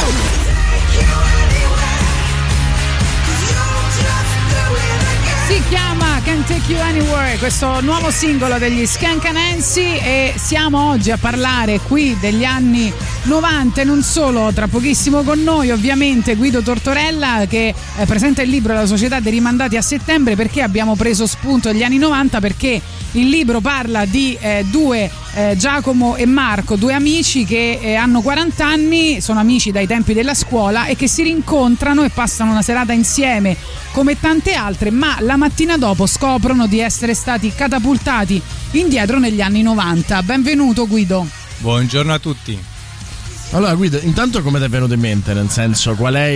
[SPEAKER 5] Si chiama Can't Take You Anywhere, questo nuovo singolo degli Skunk Anansi, e siamo oggi a parlare qui degli anni novanta e non solo. Tra pochissimo con noi ovviamente Guido Tortorella, che eh, presenta il libro La Società dei Rimandati a Settembre. Perché abbiamo preso spunto dagli anni novanta? Perché il libro parla di eh, due eh, Giacomo e Marco, due amici che eh, hanno quaranta anni, sono amici dai tempi della scuola e che si rincontrano e passano una serata insieme come tante altre, ma la mattina dopo scoprono di essere stati catapultati indietro negli anni novanta. Benvenuto Guido.
[SPEAKER 15] Buongiorno a tutti.
[SPEAKER 6] Allora Guido, intanto come ti è venuto in mente, nel senso, qual è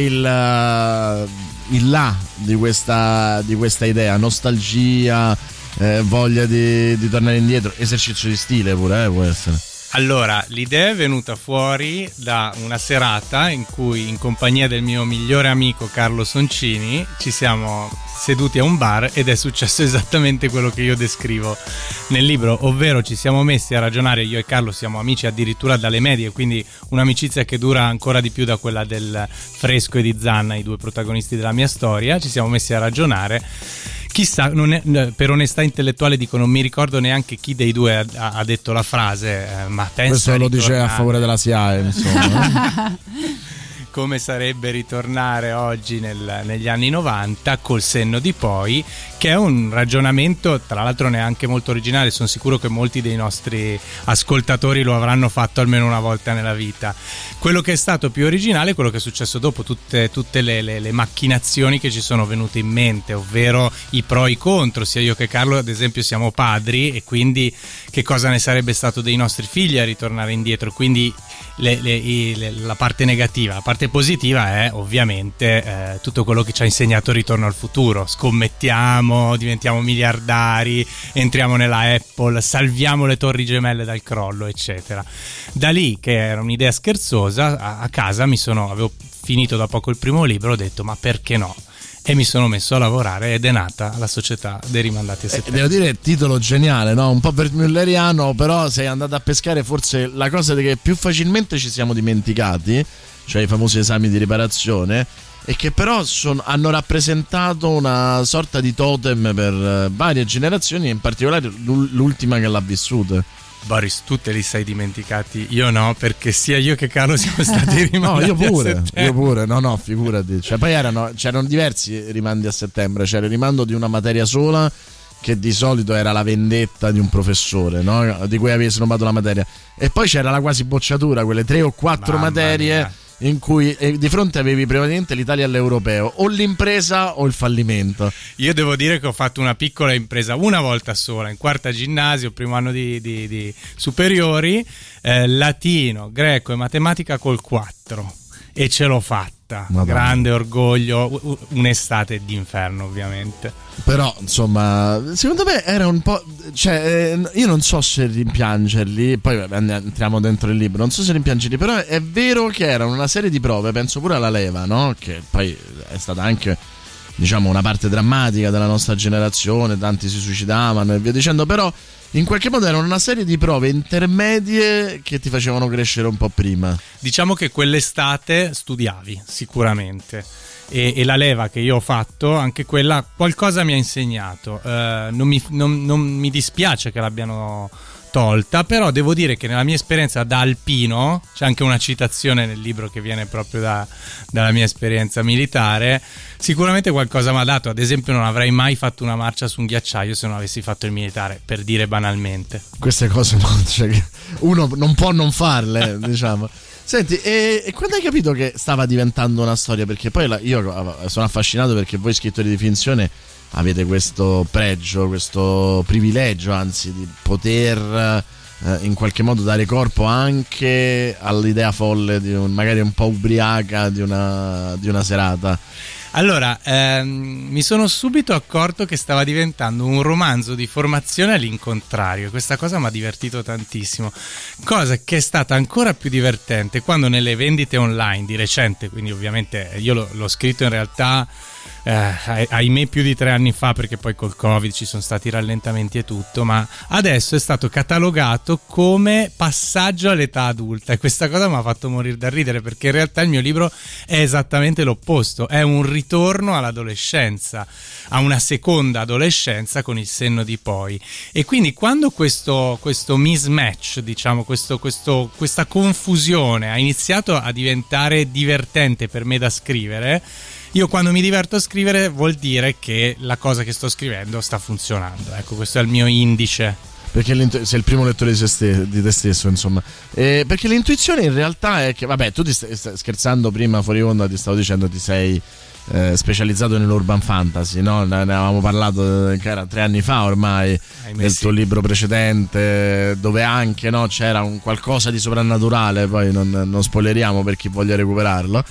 [SPEAKER 6] il, il là di questa, di questa idea? Nostalgia, eh, voglia di, di tornare indietro, esercizio di stile pure, eh, può essere.
[SPEAKER 15] Allora, l'idea è venuta fuori da una serata in cui, in compagnia del mio migliore amico Carlo Soncini, ci siamo seduti a un bar ed è successo esattamente quello che io descrivo nel libro, ovvero ci siamo messi a ragionare. Io e Carlo siamo amici addirittura dalle medie, quindi un'amicizia che dura ancora di più da quella del Fresco e di Zanna, i due protagonisti della mia storia. Ci siamo messi a ragionare. Chissà, non è, per onestà intellettuale dico, non mi ricordo neanche chi dei due ha, ha detto la frase, eh, ma penso
[SPEAKER 6] questo lo dice a favore della S I A E, insomma.
[SPEAKER 15] Come sarebbe ritornare oggi nel, negli anni novanta col senno di poi, che è un ragionamento tra l'altro neanche molto originale. Sono sicuro che molti dei nostri ascoltatori lo avranno fatto almeno una volta nella vita. Quello che è stato più originale è quello che è successo dopo, tutte, tutte le, le, le macchinazioni che ci sono venute in mente, ovvero i pro e i contro. Sia io che Carlo ad esempio siamo padri, e quindi che cosa ne sarebbe stato dei nostri figli a ritornare indietro, quindi le, le, le, la parte negativa. La parte positiva è ovviamente eh, tutto quello che ci ha insegnato Ritorno al futuro. Scommettiamo, diventiamo miliardari, entriamo nella Apple, salviamo le torri gemelle dal crollo, eccetera. Da lì, che era un'idea scherzosa, a, a casa mi sono avevo finito da poco il primo libro, ho detto ma perché no? E mi sono messo a lavorare ed è nata la Società dei Rimandati a Settembre.
[SPEAKER 6] Eh, devo dire, titolo geniale, no? Un po' vermulleriano, però sei andato a pescare forse la cosa che più facilmente ci siamo dimenticati, cioè i famosi esami di riparazione, e che però son, hanno rappresentato una sorta di totem per varie generazioni, in particolare l'ultima che l'ha vissuta.
[SPEAKER 15] Boris, tu te li sei dimenticati, io no, perché sia io che Carlo siamo stati rimandati.
[SPEAKER 6] No, io pure,
[SPEAKER 15] a settembre.
[SPEAKER 6] io pure, no, no, figurati. Cioè, poi erano, c'erano diversi rimandi a settembre. C'era il rimando di una materia sola, che di solito era la vendetta di un professore, no? Di cui avevi snobato la materia. E poi c'era la quasi bocciatura, quelle tre o quattro
[SPEAKER 15] Mamma
[SPEAKER 6] materie
[SPEAKER 15] mia.
[SPEAKER 6] in cui eh, di fronte avevi prevalentemente l'Italia all'europeo, o l'impresa o il fallimento.
[SPEAKER 15] Io devo dire che ho fatto una piccola impresa una volta sola, in quarta ginnasio, primo anno di, di, di superiori, eh, latino, greco e matematica col quattro, e ce l'ho fatta. Madonna. Grande orgoglio, un'estate d'inferno ovviamente.
[SPEAKER 6] Però insomma, secondo me era un po', cioè eh, io non so se rimpiangerli, poi entriamo dentro il libro, non so se rimpiangerli, però è vero che erano una serie di prove, penso pure alla leva, no? Che poi è stata anche, diciamo, una parte drammatica della nostra generazione, tanti si suicidavano e via dicendo, però in qualche modo erano una serie di prove intermedie che ti facevano crescere un po' prima.
[SPEAKER 15] Diciamo che quell'estate studiavi sicuramente, e, e la leva che io ho fatto, anche quella qualcosa mi ha insegnato. Uh, non, mi, non, non mi dispiace che l'abbiano tolta, però devo dire che nella mia esperienza da alpino, c'è anche una citazione nel libro che viene proprio da, dalla mia esperienza militare, sicuramente qualcosa mi ha dato. Ad esempio non avrei mai fatto una marcia su un ghiacciaio se non avessi fatto il militare, per dire banalmente.
[SPEAKER 6] Queste cose no, cioè che uno non può non farle, diciamo. Senti, e, e quando hai capito che stava diventando una storia? Perché poi la, io sono affascinato perché voi scrittori di finzione avete questo pregio, questo privilegio anzi di poter eh, in qualche modo dare corpo anche all'idea folle di un, magari un po' ubriaca di una, di una serata.
[SPEAKER 15] Allora, ehm, mi sono subito accorto che stava diventando un romanzo di formazione all'incontrario. Questa cosa mi ha divertito tantissimo, cosa che è stata ancora più divertente quando nelle vendite online di recente, quindi ovviamente io l'ho, l'ho scritto in realtà eh, ahimè più di tre anni fa, perché poi col Covid ci sono stati rallentamenti e tutto, ma adesso è stato catalogato come passaggio all'età adulta, e questa cosa mi ha fatto morire da ridere, perché in realtà il mio libro è esattamente l'opposto, è un ritorno all'adolescenza, a una seconda adolescenza con il senno di poi. E quindi quando questo, questo mismatch, diciamo, questo, questo, questa confusione ha iniziato a diventare divertente per me da scrivere, io quando mi diverto a scrivere vuol dire che la cosa che sto scrivendo sta funzionando. Ecco, questo è il mio indice.
[SPEAKER 6] Perché sei il primo lettore di, se ste- di te stesso, insomma. Eh, perché l'intuizione in realtà è che, vabbè, tu ti stai, stai scherzando prima fuori onda, ti stavo dicendo ti sei eh, specializzato nell'urban fantasy, no? Ne avevamo parlato, che era tre anni fa ormai,
[SPEAKER 15] Ahimè,
[SPEAKER 6] nel
[SPEAKER 15] sì.
[SPEAKER 6] tuo libro precedente, dove anche, no, c'era un qualcosa di soprannaturale, poi non, non spoileriamo per chi voglia recuperarlo.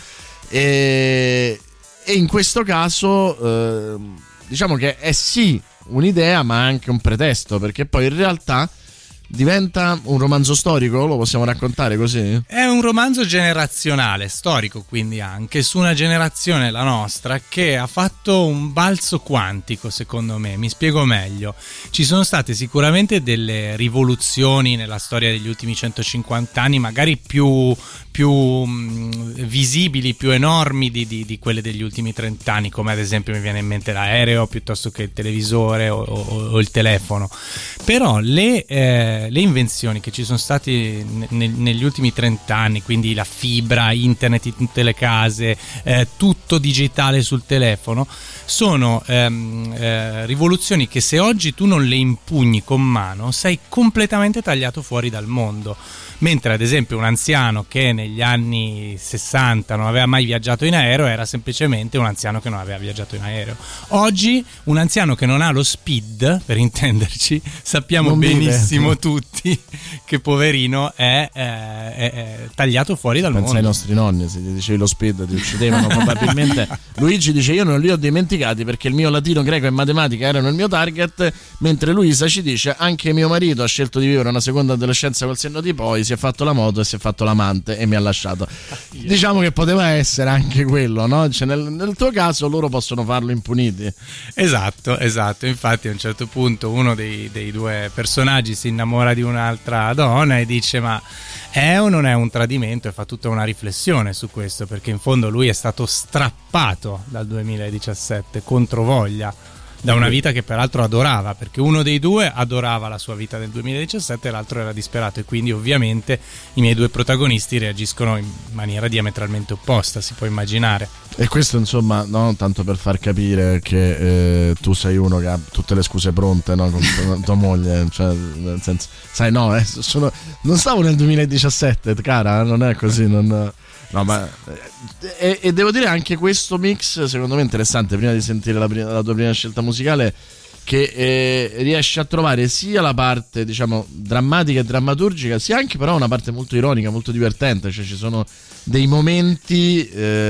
[SPEAKER 6] E, e in questo caso eh, diciamo che è sì un'idea ma anche un pretesto, perché poi in realtà diventa un romanzo storico, lo possiamo raccontare così?
[SPEAKER 15] È un romanzo generazionale, storico quindi anche, su una generazione, la nostra, che ha fatto un balzo quantico, secondo me. Mi spiego meglio. Ci sono state sicuramente delle rivoluzioni nella storia degli ultimi centocinquanta anni, magari più, più mh, visibili, più enormi di, di, di quelle degli ultimi trenta anni, come ad esempio mi viene in mente l'aereo piuttosto che il televisore o, o, o il telefono. Però le... Eh, le invenzioni che ci sono state ne- negli ultimi trenta anni, quindi la fibra, internet in tutte le case, eh, tutto digitale sul telefono, sono ehm, eh, rivoluzioni che se oggi tu non le impugni con mano sei completamente tagliato fuori dal mondo. Mentre ad esempio un anziano che negli anni sessanta non aveva mai viaggiato in aereo era semplicemente un anziano che non aveva viaggiato in aereo. Oggi un anziano che non ha lo speed, per intenderci, sappiamo
[SPEAKER 6] non
[SPEAKER 15] benissimo
[SPEAKER 6] vive.
[SPEAKER 15] tutti che poverino è, è, è, è tagliato fuori dal
[SPEAKER 6] Pensa
[SPEAKER 15] mondo.
[SPEAKER 6] ai nostri nonni, se gli dicevi lo speed ti uccidevano probabilmente. Luigi dice io non li ho dimenticati perché il mio latino, greco e matematica erano il mio target, mentre Luisa ci dice anche mio marito ha scelto di vivere una seconda adolescenza col senno di poi, si è fatto la moto e si è fatto l'amante e mi ha lasciato. Diciamo che poteva essere anche quello, no? Cioè nel, nel tuo caso loro possono farlo impuniti.
[SPEAKER 15] Esatto, esatto. Infatti a un certo punto uno dei, dei due personaggi si innamora di un'altra donna e dice ma è o non è un tradimento, e fa tutta una riflessione su questo, perché in fondo lui è stato strappato dal duemiladiciassette contro voglia da una vita che peraltro adorava, perché uno dei due adorava la sua vita del duemiladiciassette e l'altro era disperato, e quindi ovviamente i miei due protagonisti reagiscono in maniera diametralmente opposta, si può immaginare.
[SPEAKER 6] E questo insomma, no, tanto per far capire che eh, tu sei uno che ha tutte le scuse pronte, no, con tua, tua moglie, cioè nel senso, sai, no, eh, sono, non stavo nel duemiladiciassette, cara, non è così, non... No, ma e, e devo dire anche questo mix secondo me è interessante, prima di sentire la, prima, la tua prima scelta musicale, che eh, riesce a trovare sia la parte, diciamo, drammatica e drammaturgica, sia anche però una parte molto ironica, molto divertente, cioè ci sono dei momenti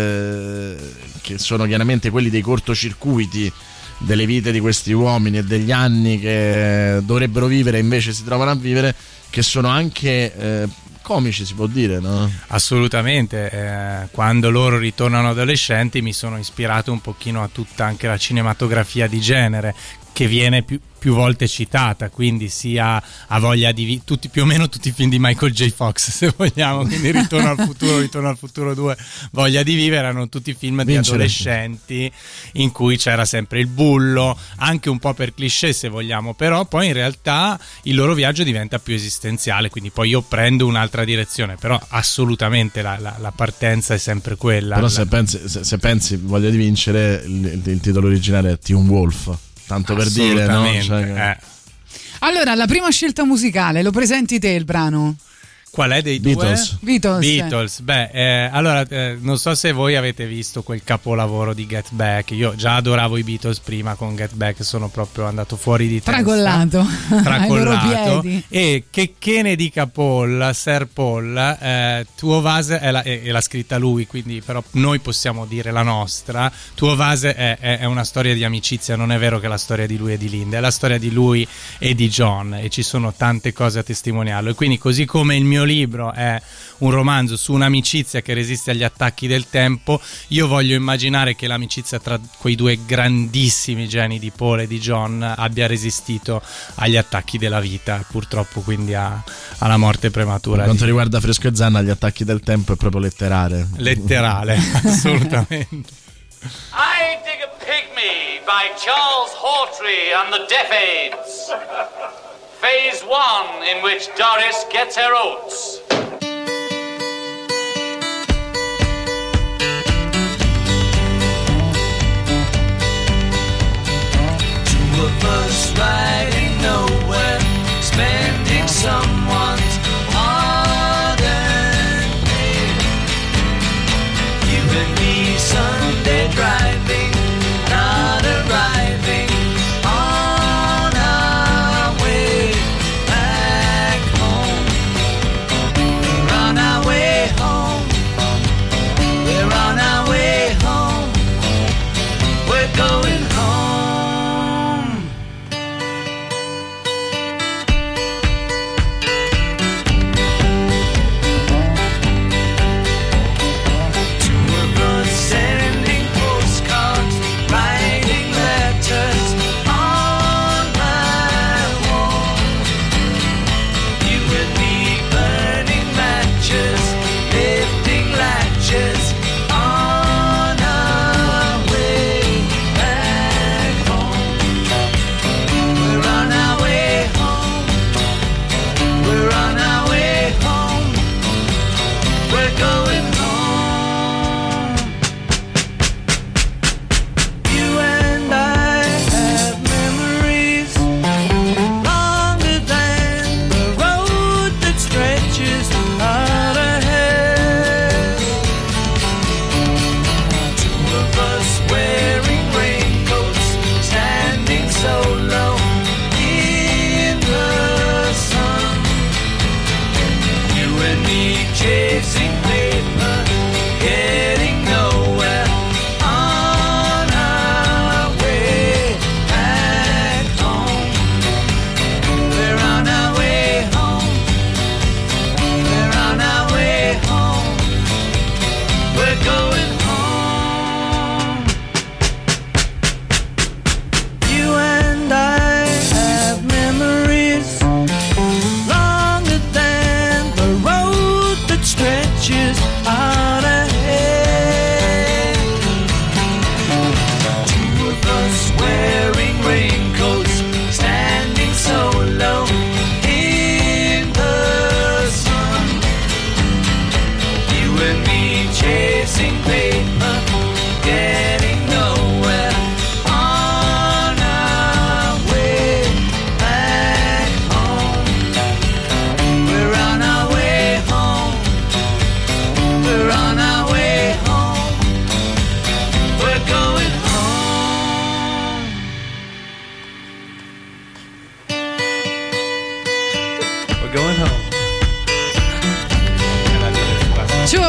[SPEAKER 6] eh, che sono chiaramente quelli dei cortocircuiti delle vite di questi uomini e degli anni che dovrebbero vivere e invece si trovano a vivere, che sono anche eh, comici, si può dire, no?
[SPEAKER 15] Assolutamente, eh, quando loro ritornano adolescenti mi sono ispirato un pochino a tutta anche la cinematografia di genere che viene più, più volte citata, quindi sia a voglia di vi- tutti, più o meno tutti i film di Michael J. Fox, se vogliamo, quindi Ritorno al futuro, Ritorno al futuro due, Voglia di vivere, erano tutti film di
[SPEAKER 6] Vincere.
[SPEAKER 15] adolescenti in cui c'era sempre il bullo, anche un po' per cliché se vogliamo, però poi in realtà il loro viaggio diventa più esistenziale, quindi poi io prendo un'altra direzione, però assolutamente la, la, la partenza è sempre quella.
[SPEAKER 6] Però
[SPEAKER 15] la...
[SPEAKER 6] se pensi, se, se pensi Voglia di vincere, il, il titolo originale è Teen Wolf, tanto per dire, no? Cioè,
[SPEAKER 15] eh.
[SPEAKER 5] Allora, la prima scelta musicale, lo presenti te il brano?
[SPEAKER 15] Qual è dei
[SPEAKER 6] Beatles.
[SPEAKER 15] due?
[SPEAKER 5] Beatles.
[SPEAKER 15] Beatles. Beh, eh, allora eh, non so se voi avete visto quel capolavoro di Get Back. Io già adoravo i Beatles prima, con Get Back sono proprio andato fuori di testa.
[SPEAKER 5] Tracollato.
[SPEAKER 15] Tracollato.
[SPEAKER 5] Ai loro piedi.
[SPEAKER 15] E che, che ne dica Paul, Sir Paul, eh, Tuo Vase è, la, è, è l'ha scritta lui, quindi però noi possiamo dire la nostra. Tuo Vase è, è, è una storia di amicizia, non è vero che è la storia di lui e di Linda, è la storia di lui e di John, e ci sono tante cose a testimoniarlo. E quindi, così come il mio libro è un romanzo su un'amicizia che resiste agli attacchi del tempo, io voglio immaginare che l'amicizia tra quei due grandissimi geni di Paul e di John abbia resistito agli attacchi della vita, purtroppo quindi a, alla morte prematura.
[SPEAKER 6] Per quanto
[SPEAKER 15] di...
[SPEAKER 6] riguarda Fresco e Zanna, gli attacchi del tempo è proprio letterale.
[SPEAKER 15] Letterale, assolutamente.
[SPEAKER 16] I Dig a Pygmy by Charles Hawtrey and the Deaf Aids. Phase one, in which Doris gets her oats.
[SPEAKER 3] Two of us riding nowhere, spending someone's hard-earned day. You and me Sunday driving, not arriving on our way back home.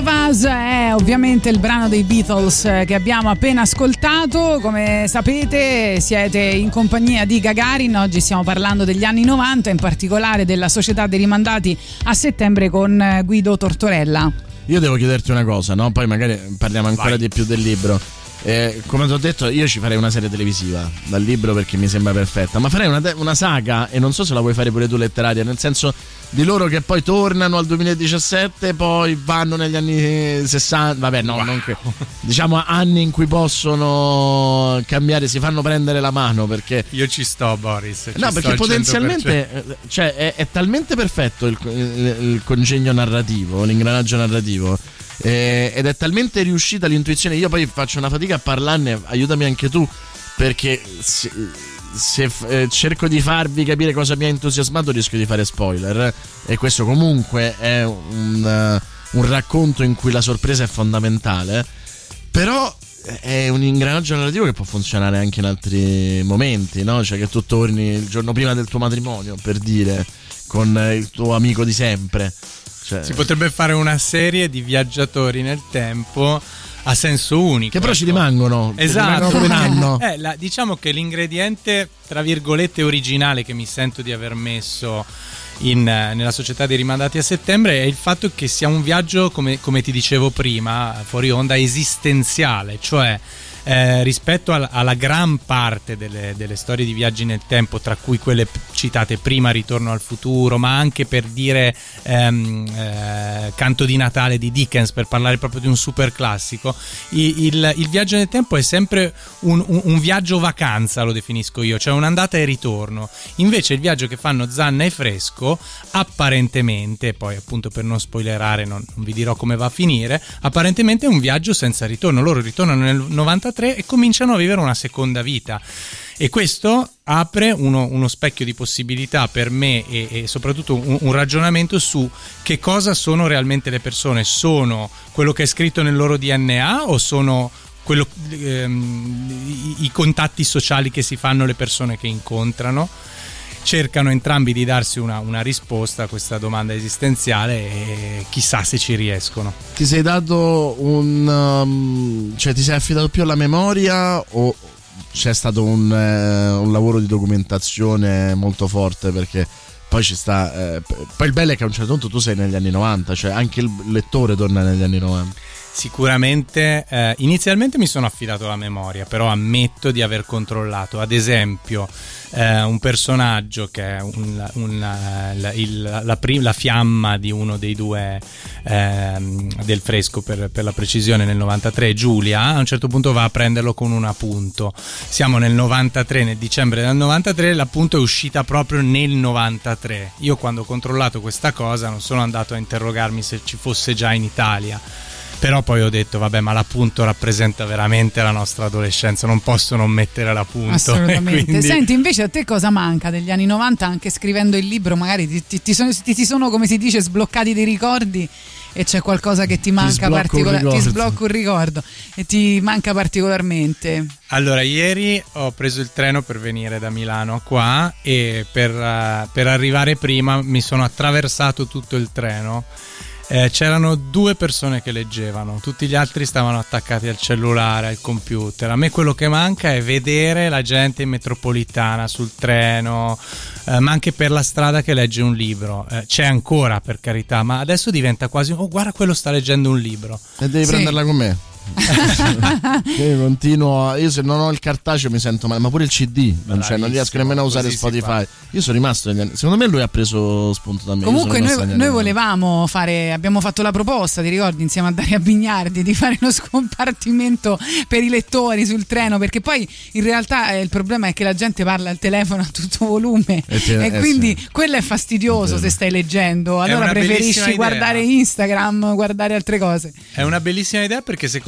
[SPEAKER 5] of Us è ovviamente il brano dei Beatles che abbiamo appena ascoltato. Come sapete siete in compagnia di Gagarin, oggi stiamo parlando degli anni novanta, in particolare della Società dei Rimandati a Settembre con Guido Tortorella.
[SPEAKER 6] Io devo chiederti una cosa, no? Poi magari parliamo ancora
[SPEAKER 15] Vai.
[SPEAKER 6] di più del libro. Eh, come ti ho detto, io ci farei una serie televisiva dal libro perché mi sembra perfetta, ma farei una, te- una saga, e non so se la vuoi fare pure tu letteraria, nel senso di loro che poi tornano al duemiladiciassette, poi vanno negli anni sessanta, vabbè no, wow. non che, diciamo anni in cui possono cambiare, si fanno prendere la mano, perché
[SPEAKER 15] io ci sto, Boris, ci
[SPEAKER 6] no,
[SPEAKER 15] sto
[SPEAKER 6] perché potenzialmente cioè, è, è talmente perfetto il, il, il congegno narrativo, l'ingranaggio narrativo, Eh, ed è talmente riuscita l'intuizione. Io poi faccio una fatica a parlarne, aiutami anche tu, perché se, se eh, cerco di farvi capire cosa mi ha entusiasmato rischio di fare spoiler, e questo comunque è un, uh, un racconto in cui la sorpresa è fondamentale, però è un ingranaggio narrativo che può funzionare anche in altri momenti, no? Cioè che tu torni il giorno prima del tuo matrimonio, per dire, con il tuo amico di sempre. Cioè,
[SPEAKER 15] si potrebbe fare una serie di viaggiatori nel tempo a senso unico,
[SPEAKER 6] che però
[SPEAKER 15] ecco.
[SPEAKER 6] ci rimangono,
[SPEAKER 15] esatto,
[SPEAKER 6] ci rimangono un anno.
[SPEAKER 15] Eh, la, diciamo che l'ingrediente tra virgolette originale che mi sento di aver messo in, nella Società dei Rimandati a Settembre è il fatto che sia un viaggio, come, come ti dicevo prima fuori onda, esistenziale, cioè Eh, rispetto al, alla gran parte delle, delle storie di viaggi nel tempo, tra cui quelle citate prima, Ritorno al futuro, ma anche per dire ehm, eh, Canto di Natale di Dickens, per parlare proprio di un super classico, il, il, il viaggio nel tempo è sempre un, un, un viaggio vacanza, lo definisco io, cioè un'andata e ritorno. Invece il viaggio che fanno Zanna e Fresco, apparentemente, poi appunto per non spoilerare non, non vi dirò come va a finire, apparentemente è un viaggio senza ritorno. Loro ritornano nel novantatré e cominciano a vivere una seconda vita, e questo apre uno, uno specchio di possibilità per me, e, e soprattutto un, un ragionamento su che cosa sono realmente le persone. Sono quello che è scritto nel loro D N A o sono quello, ehm, i, i contatti sociali che si fanno, le persone che incontrano? Cercano entrambi di darsi una, una risposta a questa domanda esistenziale, e chissà se ci riescono.
[SPEAKER 6] Ti sei dato un um, cioè ti sei affidato più alla memoria o c'è stato un, eh, un lavoro di documentazione molto forte? Perché poi ci sta eh, poi il bello è che a un certo punto tu sei negli anni novanta, cioè anche il lettore torna negli anni novanta.
[SPEAKER 15] Sicuramente eh, inizialmente mi sono affidato alla memoria, però ammetto di aver controllato ad esempio eh, un personaggio che è un, un, la, il, la, prim- la fiamma di uno dei due eh, del Fresco, per, per la precisione, nel novantatré, Giulia. A un certo punto va a prenderlo con un appunto. Siamo nel novantatré, nel dicembre del novantatré, l'appunto è uscita proprio nel novantatré. Io quando ho controllato questa cosa non sono andato a interrogarmi se ci fosse già in Italia, però poi ho detto vabbè, ma l'appunto rappresenta veramente la nostra adolescenza, non posso non mettere l'appunto.
[SPEAKER 5] Assolutamente.
[SPEAKER 15] Quindi...
[SPEAKER 5] Senti, invece a te cosa manca degli anni novanta, anche scrivendo il libro? Magari ti, ti, ti, sono, ti, ti sono, come si dice, sbloccati dei ricordi, e c'è qualcosa che ti manca particolarmente, ti sblocca un ricordo e ti manca particolarmente.
[SPEAKER 15] Allora, ieri ho preso il treno per venire da Milano qua, e per, uh, per arrivare prima mi sono attraversato tutto il treno. Eh, c'erano due persone che leggevano, tutti gli altri stavano attaccati al cellulare, al computer. A me quello che manca è vedere la gente in metropolitana, sul treno, eh, ma anche per la strada, che legge un libro. Eh, c'è ancora, per carità, ma adesso diventa quasi, oh guarda, quello sta leggendo un libro.
[SPEAKER 6] E devi sì. prenderla con me. Io continuo, io se non ho il cartaceo mi sento male, ma pure il C D, non, cioè, non riesco nemmeno a usare Spotify. Io sono rimasto negli anni, secondo me lui ha preso spunto da me.
[SPEAKER 5] Comunque noi, noi volevamo fare, abbiamo fatto la proposta, ti ricordi, insieme a Daria Bignardi, di fare uno scompartimento per i lettori sul treno, perché poi in realtà eh, il problema è che la gente parla al telefono a tutto volume, e, te, e eh, quindi sì. quello è fastidioso. È se stai leggendo, allora preferisci guardare Instagram, guardare altre cose.
[SPEAKER 15] È una bellissima idea, perché secondo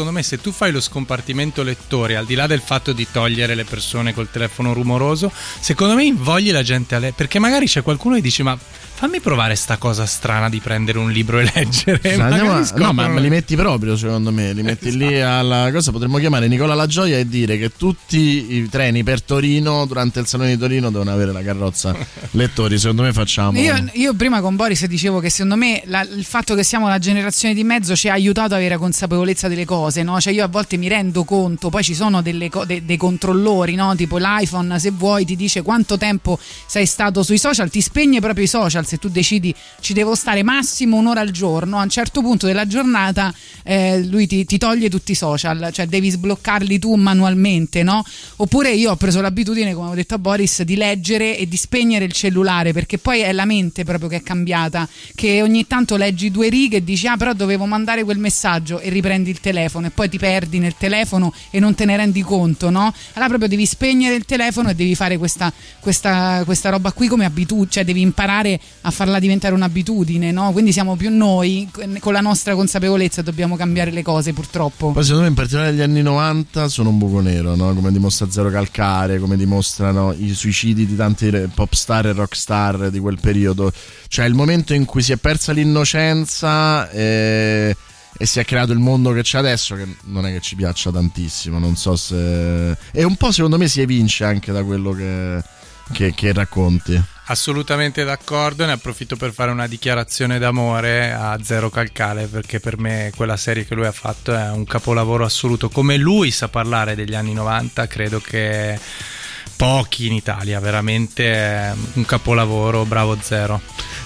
[SPEAKER 15] secondo me se tu fai lo scompartimento lettori, al di là del fatto di togliere le persone col telefono rumoroso, secondo me invogli la gente a leggere, perché magari c'è qualcuno che dice ma fammi provare sta cosa strana di prendere un libro e leggere.
[SPEAKER 6] Ma andiamo a, no, ma li metti proprio, secondo me, li metti esatto. lì alla cosa. Potremmo chiamare Nicola La Gioia e dire che tutti i treni per Torino durante il Salone di Torino devono avere la carrozza lettori. Secondo me facciamo.
[SPEAKER 5] Io, io prima con Boris dicevo che secondo me la, il fatto che siamo la generazione di mezzo ci ha aiutato ad avere consapevolezza delle cose, no? Cioè io a volte mi rendo conto, poi ci sono delle co- de- dei controllori, no? Tipo l'iPhone, se vuoi, ti dice quanto tempo sei stato sui social, ti spegne proprio i social. Se tu decidi ci devo stare massimo un'ora al giorno, a un certo punto della giornata eh, lui ti, ti toglie tutti i social, cioè devi sbloccarli tu manualmente, no? Oppure io ho preso l'abitudine, come ho detto a Boris, di leggere e di spegnere il cellulare, perché poi è la mente proprio che è cambiata, che ogni tanto leggi due righe e dici ah però dovevo mandare quel messaggio e riprendi il telefono e poi ti perdi nel telefono e non te ne rendi conto, no? Allora proprio devi spegnere il telefono e devi fare questa, questa, questa roba qui come abitudine, cioè devi imparare a farla diventare un'abitudine, no? Quindi siamo più noi, con la nostra consapevolezza dobbiamo cambiare le cose, purtroppo.
[SPEAKER 6] Poi secondo me in particolare gli anni novanta sono un buco nero, no? Come dimostra Zero Calcare, come dimostrano i suicidi di tanti pop star e rock star di quel periodo, cioè il momento in cui si è persa l'innocenza e, e si è creato il mondo che c'è adesso, che non è che ci piaccia tantissimo, non so se... e un po' secondo me si evince anche da quello che, che, che racconti.
[SPEAKER 15] Assolutamente d'accordo, ne approfitto per fare una dichiarazione d'amore a Zero Calcale, perché per me quella serie che lui ha fatto è un capolavoro assoluto. Come lui sa parlare degli anni novanta, credo che pochi in Italia, veramente un capolavoro, bravo Zero.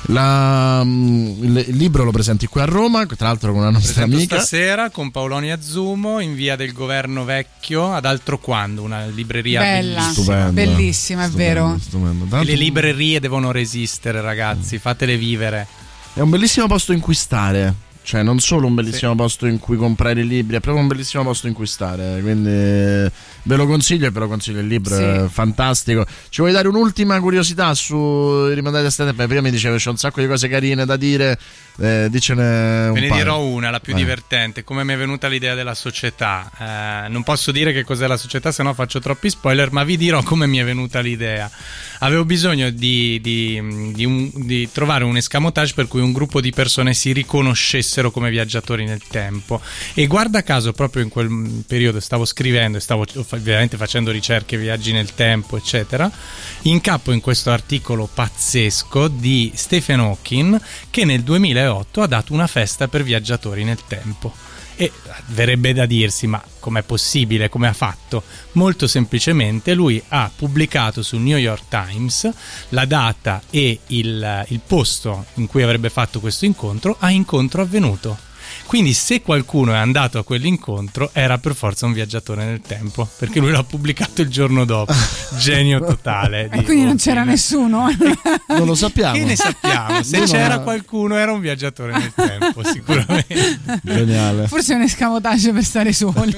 [SPEAKER 6] La, il, il libro lo presenti qui a Roma, tra l'altro con una nostra
[SPEAKER 15] Presento
[SPEAKER 6] amica
[SPEAKER 15] stasera con Paoloni Azzumo in via del Governo Vecchio ad Altroquando, una libreria
[SPEAKER 5] bella,
[SPEAKER 15] bellissima,
[SPEAKER 5] stupenda, bellissima, è
[SPEAKER 6] stupendo,
[SPEAKER 5] vero
[SPEAKER 6] stupendo.
[SPEAKER 15] E le librerie devono resistere, ragazzi, fatele vivere.
[SPEAKER 6] È un bellissimo posto in cui stare, cioè non solo un bellissimo sì. posto in cui comprare i libri, è proprio un bellissimo posto in cui stare, quindi ve lo consiglio e ve lo consiglio, il libro sì. è fantastico. Ci vuoi dare un'ultima curiosità su Rimandati a stand-up? Prima mi dicevi c'è un sacco di cose carine da dire, eh, dicene un
[SPEAKER 15] Ve ne
[SPEAKER 6] paio.
[SPEAKER 15] dirò una, la più
[SPEAKER 6] Vai.
[SPEAKER 15] divertente, come mi è venuta l'idea della società. Eh, non posso dire che cos'è la società, se no faccio troppi spoiler, ma vi dirò come mi è venuta l'idea. Avevo bisogno di, di, di, un, di trovare un escamotage per cui un gruppo di persone si riconoscessero come viaggiatori nel tempo, e guarda caso proprio in quel periodo stavo scrivendo e stavo veramente facendo ricerche, viaggi nel tempo eccetera, incappo in questo articolo pazzesco di Stephen Hawking che nel duemilaotto ha dato una festa per viaggiatori nel tempo. E verrebbe da dirsi ma com'è possibile, come ha fatto? Molto semplicemente lui ha pubblicato sul New York Times la data e il, il posto in cui avrebbe fatto questo incontro a incontro avvenuto. Quindi se qualcuno è andato a quell'incontro era per forza un viaggiatore nel tempo, perché lui l'ha pubblicato il giorno dopo. Genio totale.
[SPEAKER 5] E quindi non c'era nessuno.
[SPEAKER 6] Non lo sappiamo.
[SPEAKER 15] Che ne sappiamo? Se
[SPEAKER 6] no,
[SPEAKER 15] c'era
[SPEAKER 6] no.
[SPEAKER 15] qualcuno era un viaggiatore nel tempo, sicuramente.
[SPEAKER 6] Geniale.
[SPEAKER 5] Forse è un escamotage per stare soli.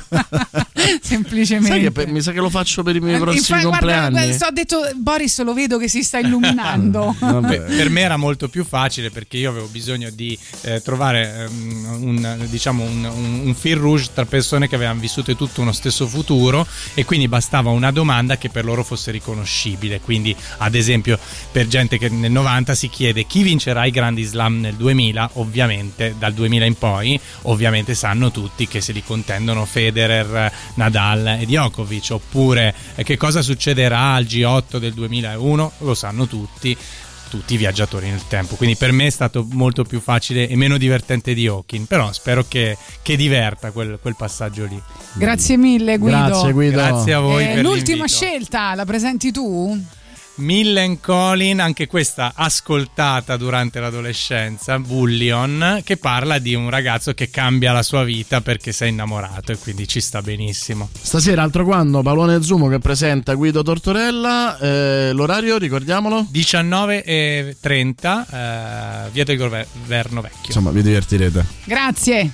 [SPEAKER 5] Semplicemente.
[SPEAKER 6] Sai che per, mi sa che lo faccio per i miei prossimi
[SPEAKER 5] Infatti,
[SPEAKER 6] compleanni.
[SPEAKER 5] Guarda, so, ho detto Boris, lo vedo che si sta illuminando.
[SPEAKER 15] Beh, per me era molto più facile perché io avevo bisogno di eh, trovare um, un, diciamo un, un, un fil rouge tra persone che avevano vissuto tutto uno stesso futuro, e quindi bastava una domanda che per loro fosse riconoscibile. Quindi ad esempio per gente che nel novanta si chiede chi vincerà i grandi slam nel duemila, ovviamente dal duemila in poi ovviamente sanno tutti che se li contendono Federer, Nadal e Djokovic. Oppure eh, che cosa succederà al G otto del duemilauno, lo sanno tutti, tutti i viaggiatori nel tempo. Quindi per me è stato molto più facile e meno divertente di Hawking, però spero che, che diverta quel, quel passaggio lì.
[SPEAKER 5] Grazie mille Guido.
[SPEAKER 6] Grazie Guido.
[SPEAKER 15] Grazie a voi.
[SPEAKER 5] Eh,
[SPEAKER 15] per
[SPEAKER 5] l'ultima
[SPEAKER 15] l'invito.
[SPEAKER 5] scelta la presenti tu?
[SPEAKER 15] Millencolin, anche questa ascoltata durante l'adolescenza, Bullion, che parla di un ragazzo che cambia la sua vita perché si è innamorato, e quindi ci sta benissimo.
[SPEAKER 6] Stasera altro quando Paoloni Azzumo che presenta Guido Tortorella, eh, l'orario ricordiamolo?
[SPEAKER 15] diciannove e trenta, eh, via del Governo Vecchio.
[SPEAKER 6] Insomma vi divertirete.
[SPEAKER 5] Grazie.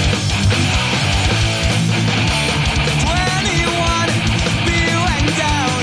[SPEAKER 13] twenty-one, be went down.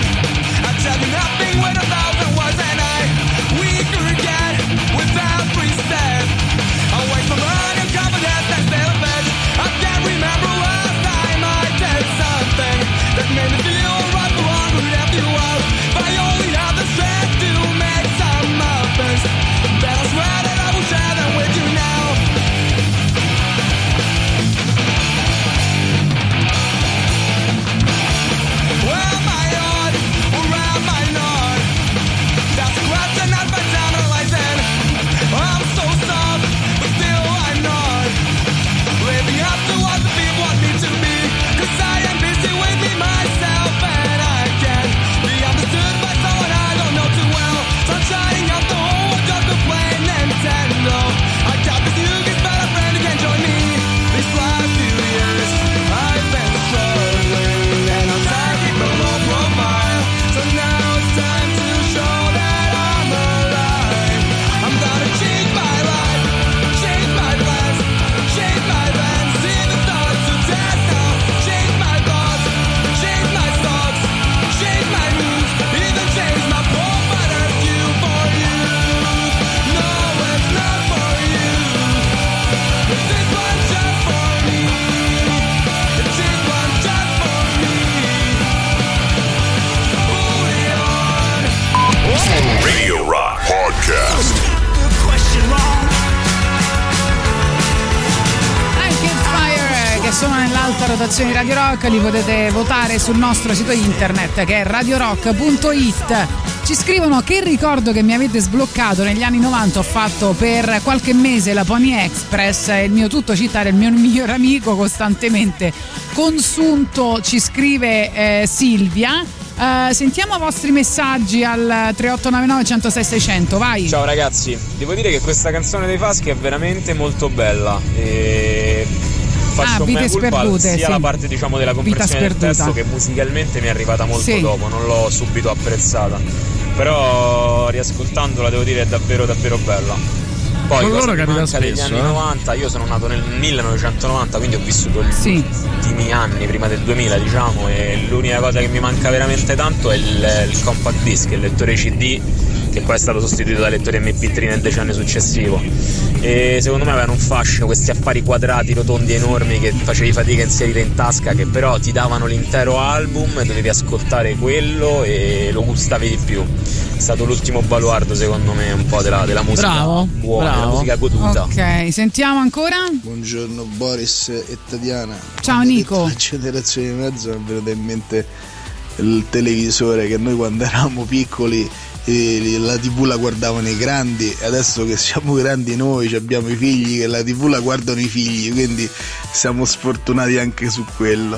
[SPEAKER 5] rotazione Radio Rock li potete votare sul nostro sito internet che è radio rock punto it. Ci scrivono: che ricordo che mi avete sbloccato negli anni novanta, ho fatto per qualche mese la Pony Express, il mio tutto città, il mio miglior amico costantemente consunto, ci scrive eh, Silvia. Uh, sentiamo i vostri messaggi al tre otto nove nove uno zero sei sei zero zero, vai.
[SPEAKER 17] Ciao ragazzi, devo dire che questa canzone dei Faschi è veramente molto bella e faccio
[SPEAKER 5] ah,
[SPEAKER 17] un mea culpa
[SPEAKER 5] sperdute,
[SPEAKER 17] sia
[SPEAKER 5] sì.
[SPEAKER 17] la parte diciamo della compressione del testo che musicalmente mi è arrivata molto
[SPEAKER 5] sì.
[SPEAKER 17] dopo, non l'ho subito apprezzata, però riascoltandola devo dire è davvero davvero bella. Poi
[SPEAKER 6] con
[SPEAKER 17] cosa
[SPEAKER 6] loro
[SPEAKER 17] mi
[SPEAKER 6] capita
[SPEAKER 17] manca degli
[SPEAKER 6] spesso,
[SPEAKER 17] anni
[SPEAKER 6] eh?
[SPEAKER 17] novanta, io sono nato nel millenovecentonovanta, quindi ho vissuto gli
[SPEAKER 5] sì.
[SPEAKER 17] ultimi anni prima del duemila diciamo, e l'unica cosa che mi manca veramente tanto è il, il compact disc, il lettore C D, che poi è stato sostituito dal lettore M P tre nel decennio successivo, e secondo me avevano un fascino questi affari quadrati rotondi enormi che facevi fatica a inserire in tasca, che però ti davano l'intero album e dovevi ascoltare quello e lo gustavi di più. È stato l'ultimo baluardo secondo me un po' della, della musica
[SPEAKER 5] bravo,
[SPEAKER 17] buona,
[SPEAKER 5] bravo.
[SPEAKER 17] della musica goduta.
[SPEAKER 5] Ok, sentiamo ancora.
[SPEAKER 18] Buongiorno Boris e Tatiana.
[SPEAKER 5] Ciao Nico.
[SPEAKER 18] La generazione di mezzo mi è venuto in mente il televisore, che noi quando eravamo piccoli e la tivù la guardavano i grandi, e adesso che siamo grandi noi abbiamo i figli che la tivù la guardano i figli, quindi siamo sfortunati anche su quello.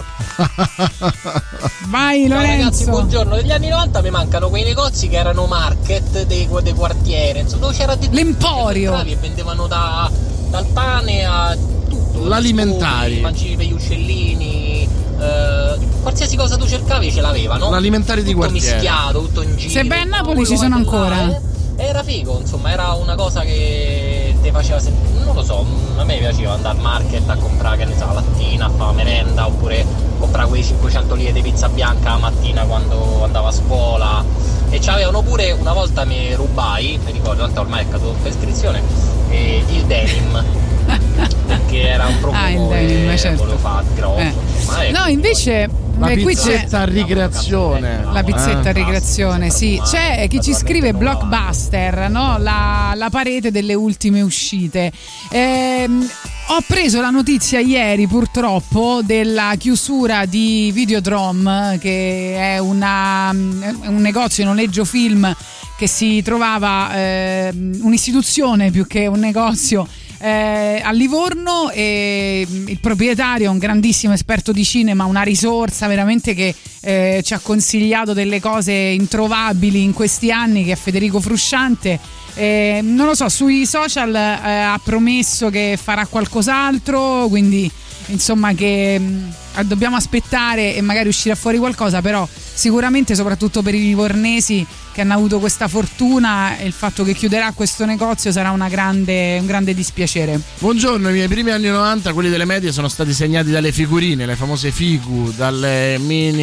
[SPEAKER 5] Vai Lorenzo.
[SPEAKER 19] Ciao ragazzi, buongiorno. Negli anni novanta mi mancano quei negozi che erano market dei, dei quartieri, insomma, dove c'era di
[SPEAKER 5] l'Emporio
[SPEAKER 19] e vendevano da, dal pane a tutto,
[SPEAKER 6] l'alimentari,
[SPEAKER 19] i mancini per gli uccellini, eh, qualsiasi cosa tu cercavi ce l'avevano,
[SPEAKER 6] l'alimentari di
[SPEAKER 19] tutto
[SPEAKER 6] quartiere
[SPEAKER 19] mischiato, tutto in giro.
[SPEAKER 5] Se beh a Napoli ci sono ancora
[SPEAKER 19] là, eh? Era figo, insomma, era una cosa che ti faceva sem- non lo so, a me piaceva andare al market a comprare, che ne so, la lattina, a fare merenda, oppure comprare quei cinquecento lire di pizza bianca la mattina quando andavo a scuola. E c'avevano pure, una volta mi rubai, mi ricordo, tanto ormai è caduto per iscrizione, eh, il denim perché era un profumo ah, il denim, che certo. volevo fare grosso, eh. insomma, ecco,
[SPEAKER 5] no invece
[SPEAKER 6] la
[SPEAKER 5] eh, qui
[SPEAKER 6] pizzetta a ricreazione,
[SPEAKER 5] la pizzetta
[SPEAKER 6] eh.
[SPEAKER 5] a ricreazione, sì. C'è chi ci scrive Blockbuster, no? la, la parete delle ultime uscite. Ehm, ho preso la notizia ieri purtroppo della chiusura di Videodrome, che è una, un negozio, noleggio film che si trovava, eh, un'istituzione più che un negozio, Eh, a Livorno, e il proprietario è un grandissimo esperto di cinema, una risorsa veramente che eh, ci ha consigliato delle cose introvabili in questi anni, che è Federico Frusciante. Eh, non lo so, sui social eh, ha promesso che farà qualcos'altro, quindi insomma che mh, dobbiamo aspettare e magari uscirà fuori qualcosa, però sicuramente soprattutto per i livornesi che hanno avuto questa fortuna, il fatto che chiuderà questo negozio sarà una grande, un grande dispiacere.
[SPEAKER 6] Buongiorno, i miei primi anni novanta, quelli delle medie, sono stati segnati dalle figurine, le famose figu, dalle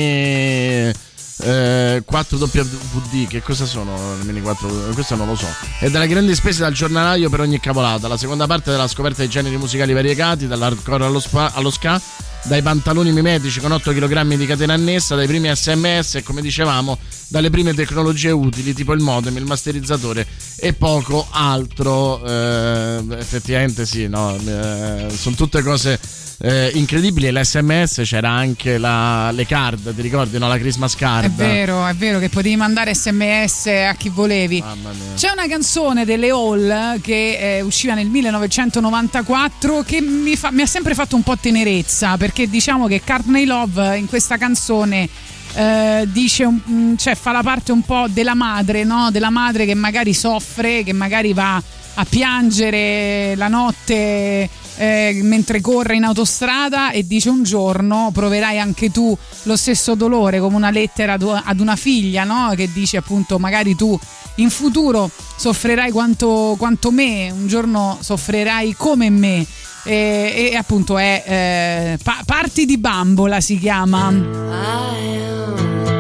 [SPEAKER 6] mini eh, quattro W D, che cosa sono le mini quattro? Questo non lo so. E dalle grandi spese dal giornalaio per ogni cavolata, la seconda parte della scoperta di generi musicali variegati, dall'hardcore allo, spa, allo ska, dai pantaloni mimetici con otto chilogrammi di catena annessa, dai primi S M S e, come dicevamo, dalle prime tecnologie utili tipo il modem, il masterizzatore e poco altro. Eh, effettivamente sì, no, eh, sono tutte cose eh, incredibili. E l'S M S c'era anche la, le card, ti ricordi, no? La Christmas card.
[SPEAKER 5] È vero, è vero che potevi mandare S M S a chi volevi.
[SPEAKER 6] Mamma mia.
[SPEAKER 5] C'è una canzone delle Hall che eh, usciva nel millenovecentonovantaquattro che mi, fa, mi ha sempre fatto un po' tenerezza, perché diciamo che Courtney Love in questa canzone eh, dice un, cioè fa la parte un po' della madre, no? Della madre che magari soffre, che magari va a piangere la notte eh, mentre corre in autostrada, e dice: un giorno proverai anche tu lo stesso dolore, come una lettera ad una figlia, no? Che dice appunto: magari tu in futuro soffrirai quanto, quanto me, un giorno soffrirai come me. E, e appunto è eh, pa- Parti di bambola si chiama.
[SPEAKER 20] I am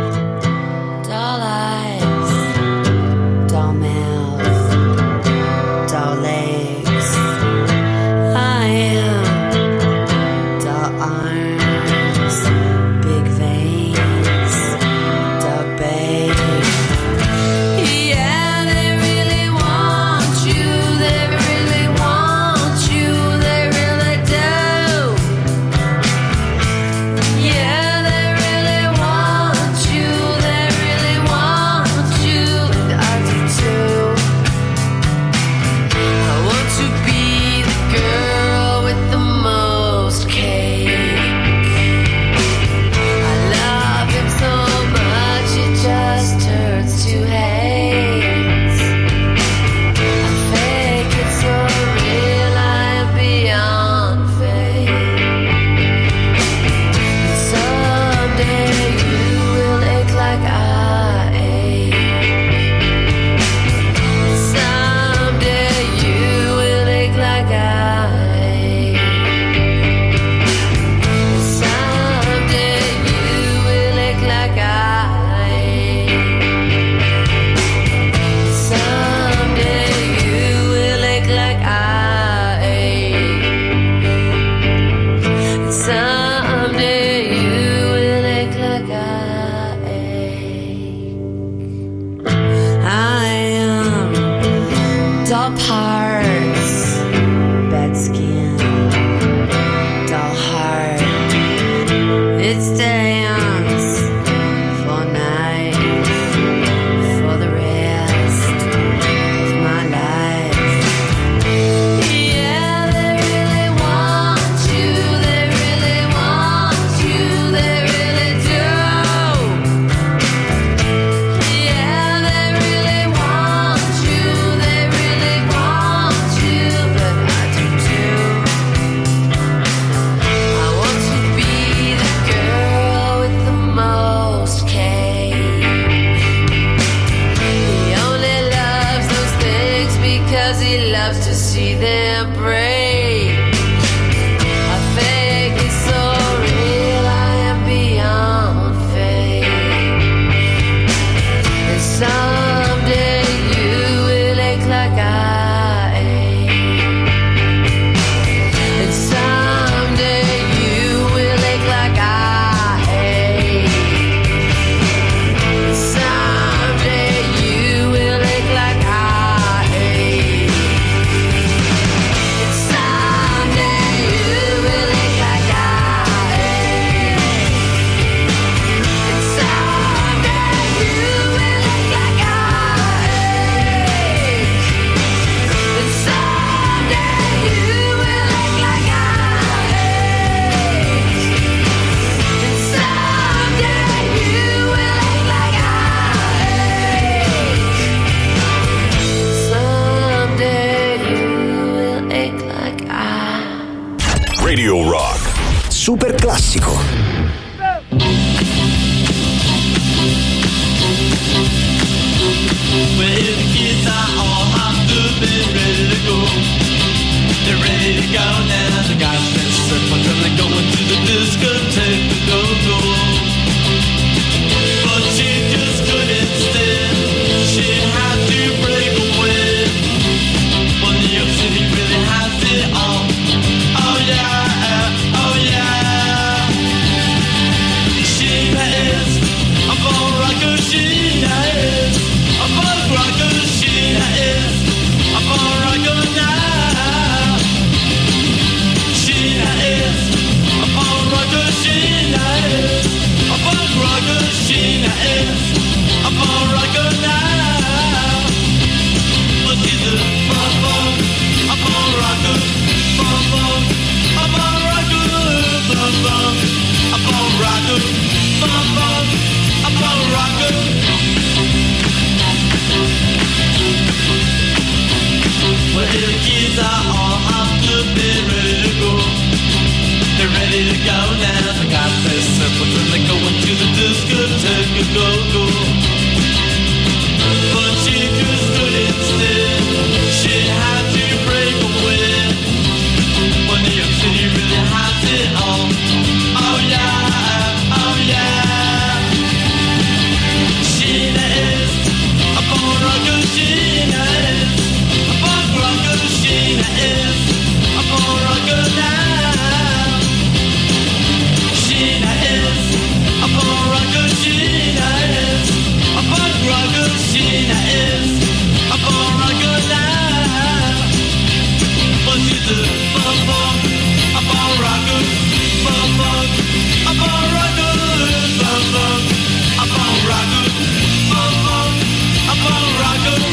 [SPEAKER 20] doll eyes, doll mouth, doll legs. I am doll arms, big veins, doll babe. Yeah, they really want you, they really want you, they really do. Dull parts, bad skin, dull heart. It's dance for night, for the rest of my life. Yeah, they really want you, they really want you, they really do. Yeah, they really want you, they really want you, but I do too. I want to be the girl with the most cake. He only loves those things because he loves to see them break. I think it's so real, I am beyond fake. And someday you will ache like I ache. And someday you will ache like I ache. And someday you will ache like I ache. And someday you will ache like I ache. And someday you will ache like I ache. And someday you will ache like I ache. And someday you will ache like I ache. Someday you will ache like I.
[SPEAKER 1] Radio Rock. Super classico.
[SPEAKER 21] Well, the kids are all hopped up and ready to go. They're ready to go now. The guys been surfing till they're going to the discotheque to go go. But she just couldn't stand. She had to break away. Well, New York City really has it all. Oh yeah, oh yeah. She is a bone rocker. She is a bone rocker. She is a bone rocker now. She is a bone rocker. She is a bone rocker. She is a bone rocker now. But she's a bone bone, a bone rocker, bone bone, a bone rocker, bone bone, a bone rocker, bone bone, a bone rocker. Well, the kids are all hopped up and ready to go. They're ready to go now. They got their circles and they're going to the discotheque to go go. But she just couldn't stand. She had to break away. Well, New York City really has it all. Oh yeah, oh yeah. She is a bone rocker. She is a bone rocker. She is a bone rocker now. She is a bone rocker. She is a bone rocker. She is a bone rocker now. But she's a bone bone, a bone rocker, bone bone, a bone rocker, bone bone, a bone rocker, bone bone, a bone rocker.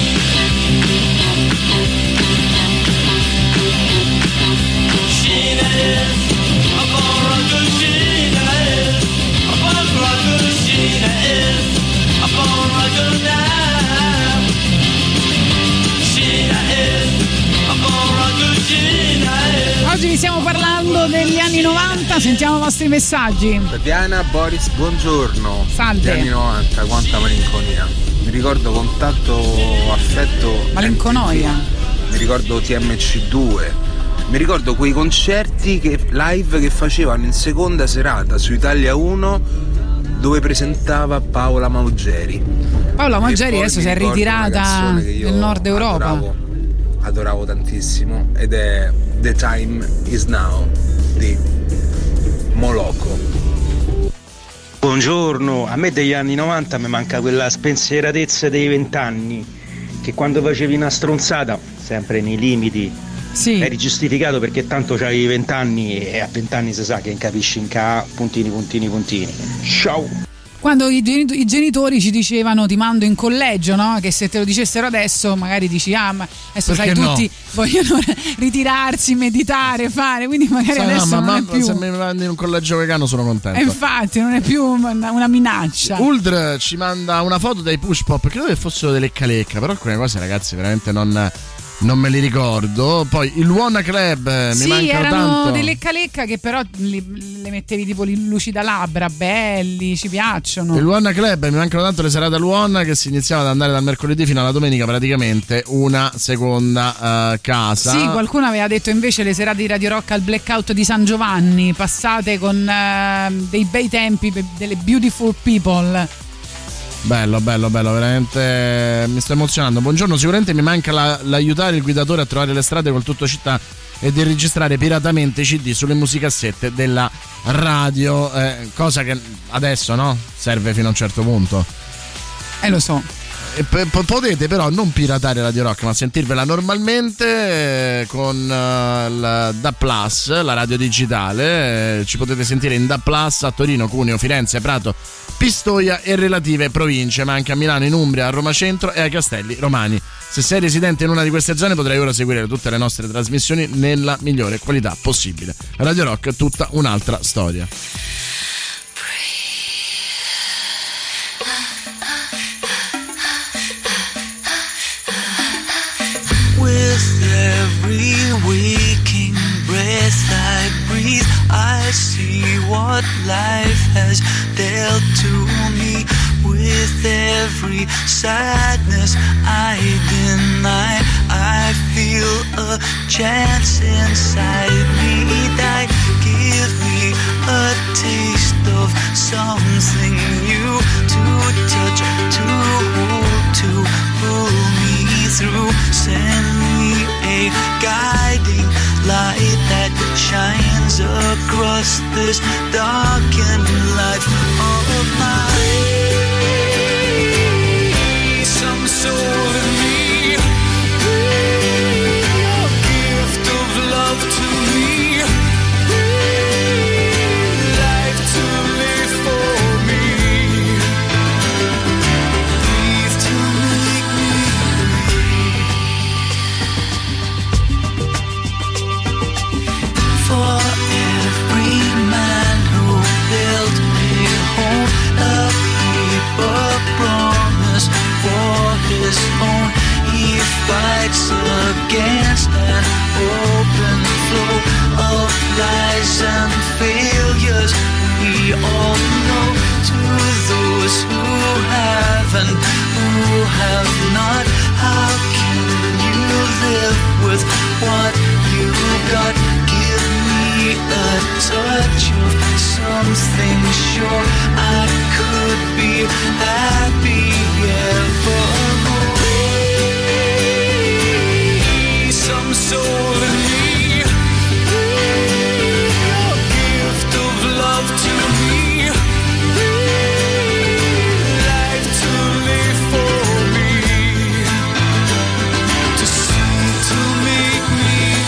[SPEAKER 21] She is a bone rocker. She is a bone rocker. She is a bone rocker now. She is a bone rocker. She is.
[SPEAKER 5] Oggi vi stiamo parlando degli anni novanta, sentiamo i vostri messaggi.
[SPEAKER 22] Tatiana, Boris, buongiorno.
[SPEAKER 5] Salve.
[SPEAKER 22] Gli anni novanta, quanta malinconia. Mi ricordo Contatto, Affetto,
[SPEAKER 5] Malinconoia.
[SPEAKER 22] M T V. Mi ricordo T M C due. Mi ricordo quei concerti che, live che facevano in seconda serata su Italia uno, dove presentava Paola Maugeri.
[SPEAKER 5] Paola Maugeri adesso si è ritirata nel nord Europa.
[SPEAKER 22] Adoravo, adoravo tantissimo, ed è The Time Is Now di Moloko.
[SPEAKER 23] Buongiorno, a me degli anni novanta mi manca quella spensieratezza dei vent'anni,
[SPEAKER 2] che quando facevi una stronzata, sempre nei limiti,
[SPEAKER 5] sì,
[SPEAKER 2] eri giustificato perché tanto c'avevi vent'anni e a vent'anni si sa che non capisci in ca puntini puntini puntini. Ciao.
[SPEAKER 5] Quando i genitori, i genitori ci dicevano ti mando in collegio, no? Che se te lo dicessero adesso magari dici ah ma adesso
[SPEAKER 6] Perché
[SPEAKER 5] sai
[SPEAKER 6] no?
[SPEAKER 5] tutti vogliono ritirarsi, meditare, fare, quindi magari
[SPEAKER 6] Sai,
[SPEAKER 5] adesso
[SPEAKER 6] no, ma,
[SPEAKER 5] non è
[SPEAKER 6] ma
[SPEAKER 5] più.
[SPEAKER 6] se mi mandi in un collegio vegano sono contento.
[SPEAKER 5] E infatti non è più una, una minaccia.
[SPEAKER 6] Uldr ci manda una foto dei Push Pop, credo che fossero delle lecca lecca, però alcune cose ragazzi veramente non, non me li ricordo. Poi il Wanna Club mi
[SPEAKER 5] sì,
[SPEAKER 6] mancano
[SPEAKER 5] erano
[SPEAKER 6] tanto.
[SPEAKER 5] dei lecca lecca che però li, le mettevi tipo li lucida labbra, belli, ci piacciono.
[SPEAKER 6] Il Wanna Club mi mancano tanto le serate al One, che si iniziava ad andare dal mercoledì fino alla domenica, praticamente una seconda uh, casa.
[SPEAKER 5] Sì, qualcuno aveva detto invece le serate di Radio Rock al Blackout di San Giovanni, passate con uh, dei bei tempi, delle beautiful people.
[SPEAKER 6] Bello, bello, bello, veramente mi sto emozionando. Buongiorno, sicuramente mi manca la, l'aiutare il guidatore a trovare le strade col tutto città e di registrare piratamente i C D sulle musicassette della radio, eh, cosa che adesso no, serve fino a un certo punto.
[SPEAKER 5] Eh lo so.
[SPEAKER 6] E p- p- potete però non piratare Radio Rock ma sentirvela normalmente eh, con uh, la D A B Plus, la radio digitale. Eh, ci potete sentire in D A B Plus a Torino, Cuneo, Firenze, Prato, Pistoia e relative province, ma anche a Milano, in Umbria, a Roma Centro e ai Castelli Romani. Se sei residente in una di queste zone potrai ora seguire tutte le nostre trasmissioni nella migliore qualità possibile. Radio Rock, tutta un'altra storia.
[SPEAKER 21] With every waking breath I breathe, I see what life has dealt to me. With every sadness I deny, I feel a chance inside me that give me a taste of something new to touch, to hold, to pull me through. Send me a guiding light that shines across this darkened life of mine. Some soul in me, a gift of love to me, life to live for me, breathe to make me for every man who built a home, a paper promise for his own. He fights against an open flow of lies and failures. We all know, to those who have and who have not, how can you live with what you got? Give me a touch of something sure I could be happy evermore. Some soul in me, a gift of love to me, life to live for me, to see, to make me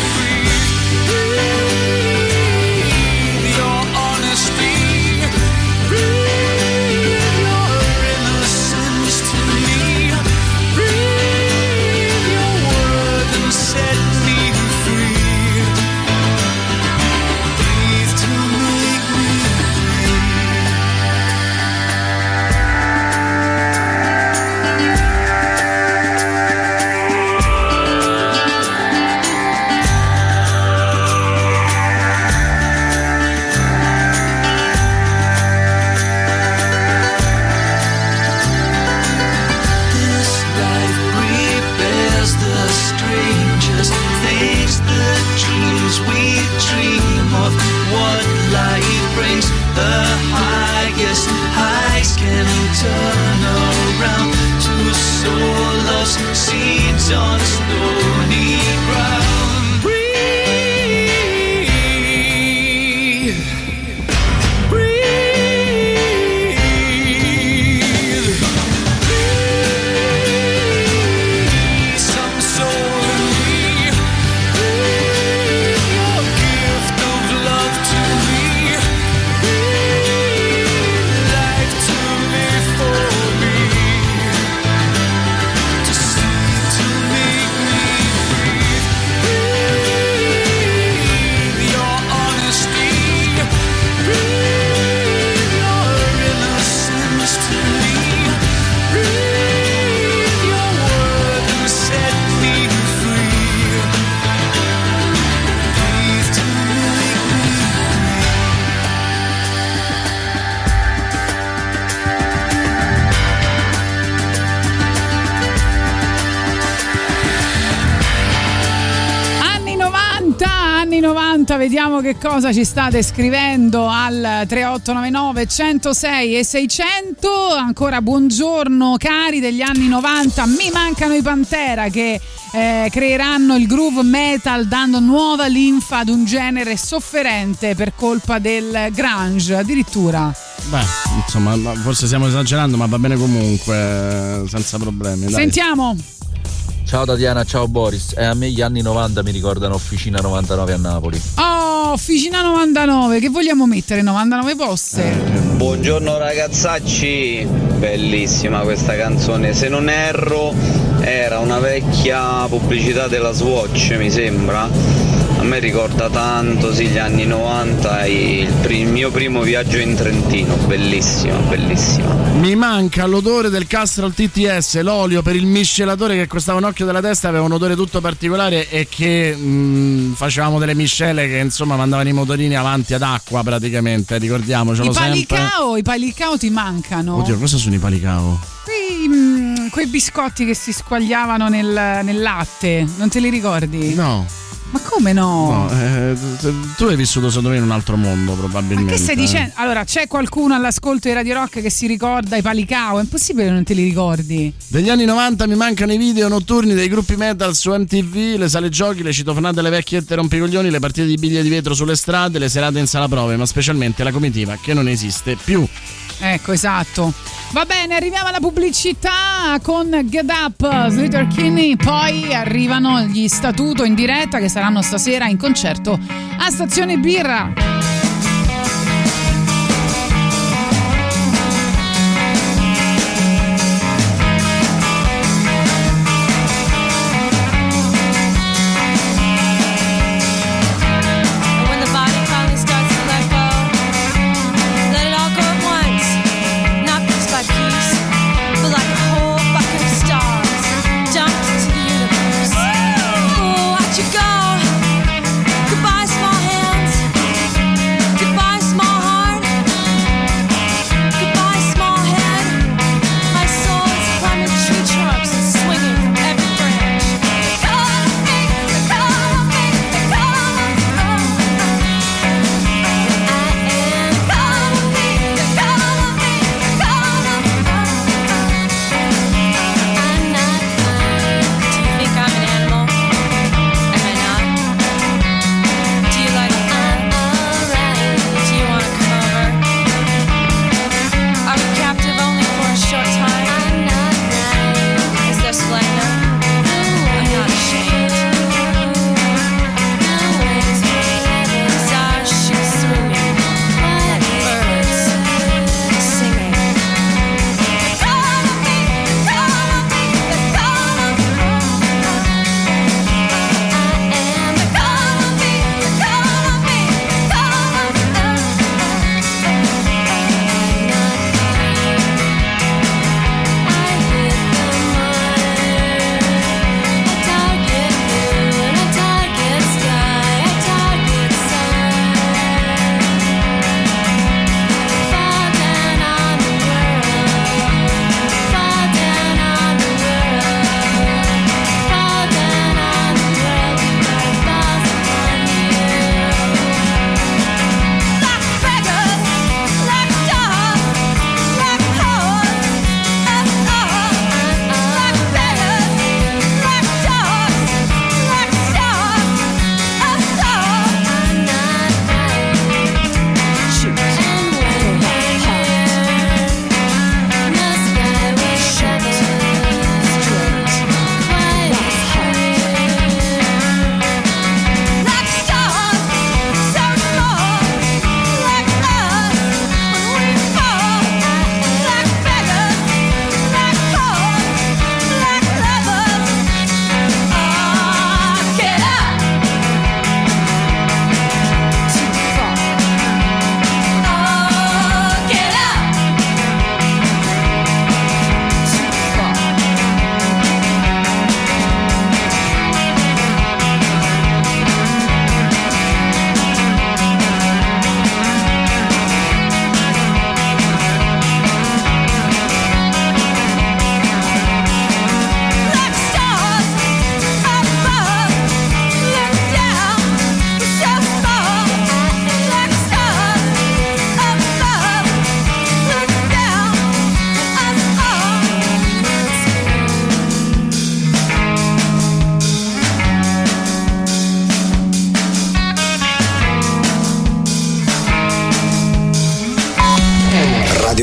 [SPEAKER 5] anni novanta, vediamo che cosa ci state scrivendo al tre otto nove nove centosei e seicento. Ancora buongiorno cari degli anni novanta, mi mancano i Pantera che eh, creeranno il groove metal dando nuova linfa ad un genere sofferente per colpa del grunge, addirittura.
[SPEAKER 6] Beh, insomma, forse stiamo esagerando, ma va bene comunque, senza problemi. Dai.
[SPEAKER 5] Sentiamo.
[SPEAKER 4] Ciao Tatiana, ciao Boris. E eh, a me gli anni novanta mi ricordano Officina novantanove a Napoli.
[SPEAKER 5] Oh, Officina novantanove, che vogliamo mettere? novantanove poste.
[SPEAKER 10] Buongiorno ragazzacci, bellissima questa canzone. Se non erro era una vecchia pubblicità della Swatch, mi sembra. A me ricorda tanto, sì, gli anni novanta e il, pr- il mio primo viaggio in Trentino, bellissima, bellissima.
[SPEAKER 6] Mi manca l'odore del Castrol T T S, l'olio per il miscelatore che costava un occhio della testa, aveva un odore tutto particolare e che mh, facevamo delle miscele che insomma mandavano i motorini avanti ad acqua praticamente, ricordiamocelo
[SPEAKER 5] I
[SPEAKER 6] sempre.
[SPEAKER 5] I palicao, i palicao ti mancano?
[SPEAKER 6] Oddio, cosa sono i palicao?
[SPEAKER 5] Quei, mh, quei biscotti che si squagliavano nel, nel latte, non te li ricordi?
[SPEAKER 6] No.
[SPEAKER 5] Ma come no?
[SPEAKER 6] No, eh, tu hai vissuto secondo me in un altro mondo probabilmente.
[SPEAKER 5] Ma che stai dicendo? Allora, c'è qualcuno all'ascolto di Radio Rock che si ricorda i palicao? È impossibile che non te li ricordi.
[SPEAKER 6] Degli anni novanta mi mancano i video notturni dei gruppi metal su M T V, le sale giochi, le citofonate alle vecchiette rompicoglioni, le partite di biglie di vetro sulle strade, le serate in sala prove, ma specialmente la comitiva che non esiste più.
[SPEAKER 5] Ecco, esatto. Va bene, arriviamo alla pubblicità con Get Up, Slater Kinney, poi arrivano gli Statuto in diretta che saranno stasera in concerto a Stazione Birra.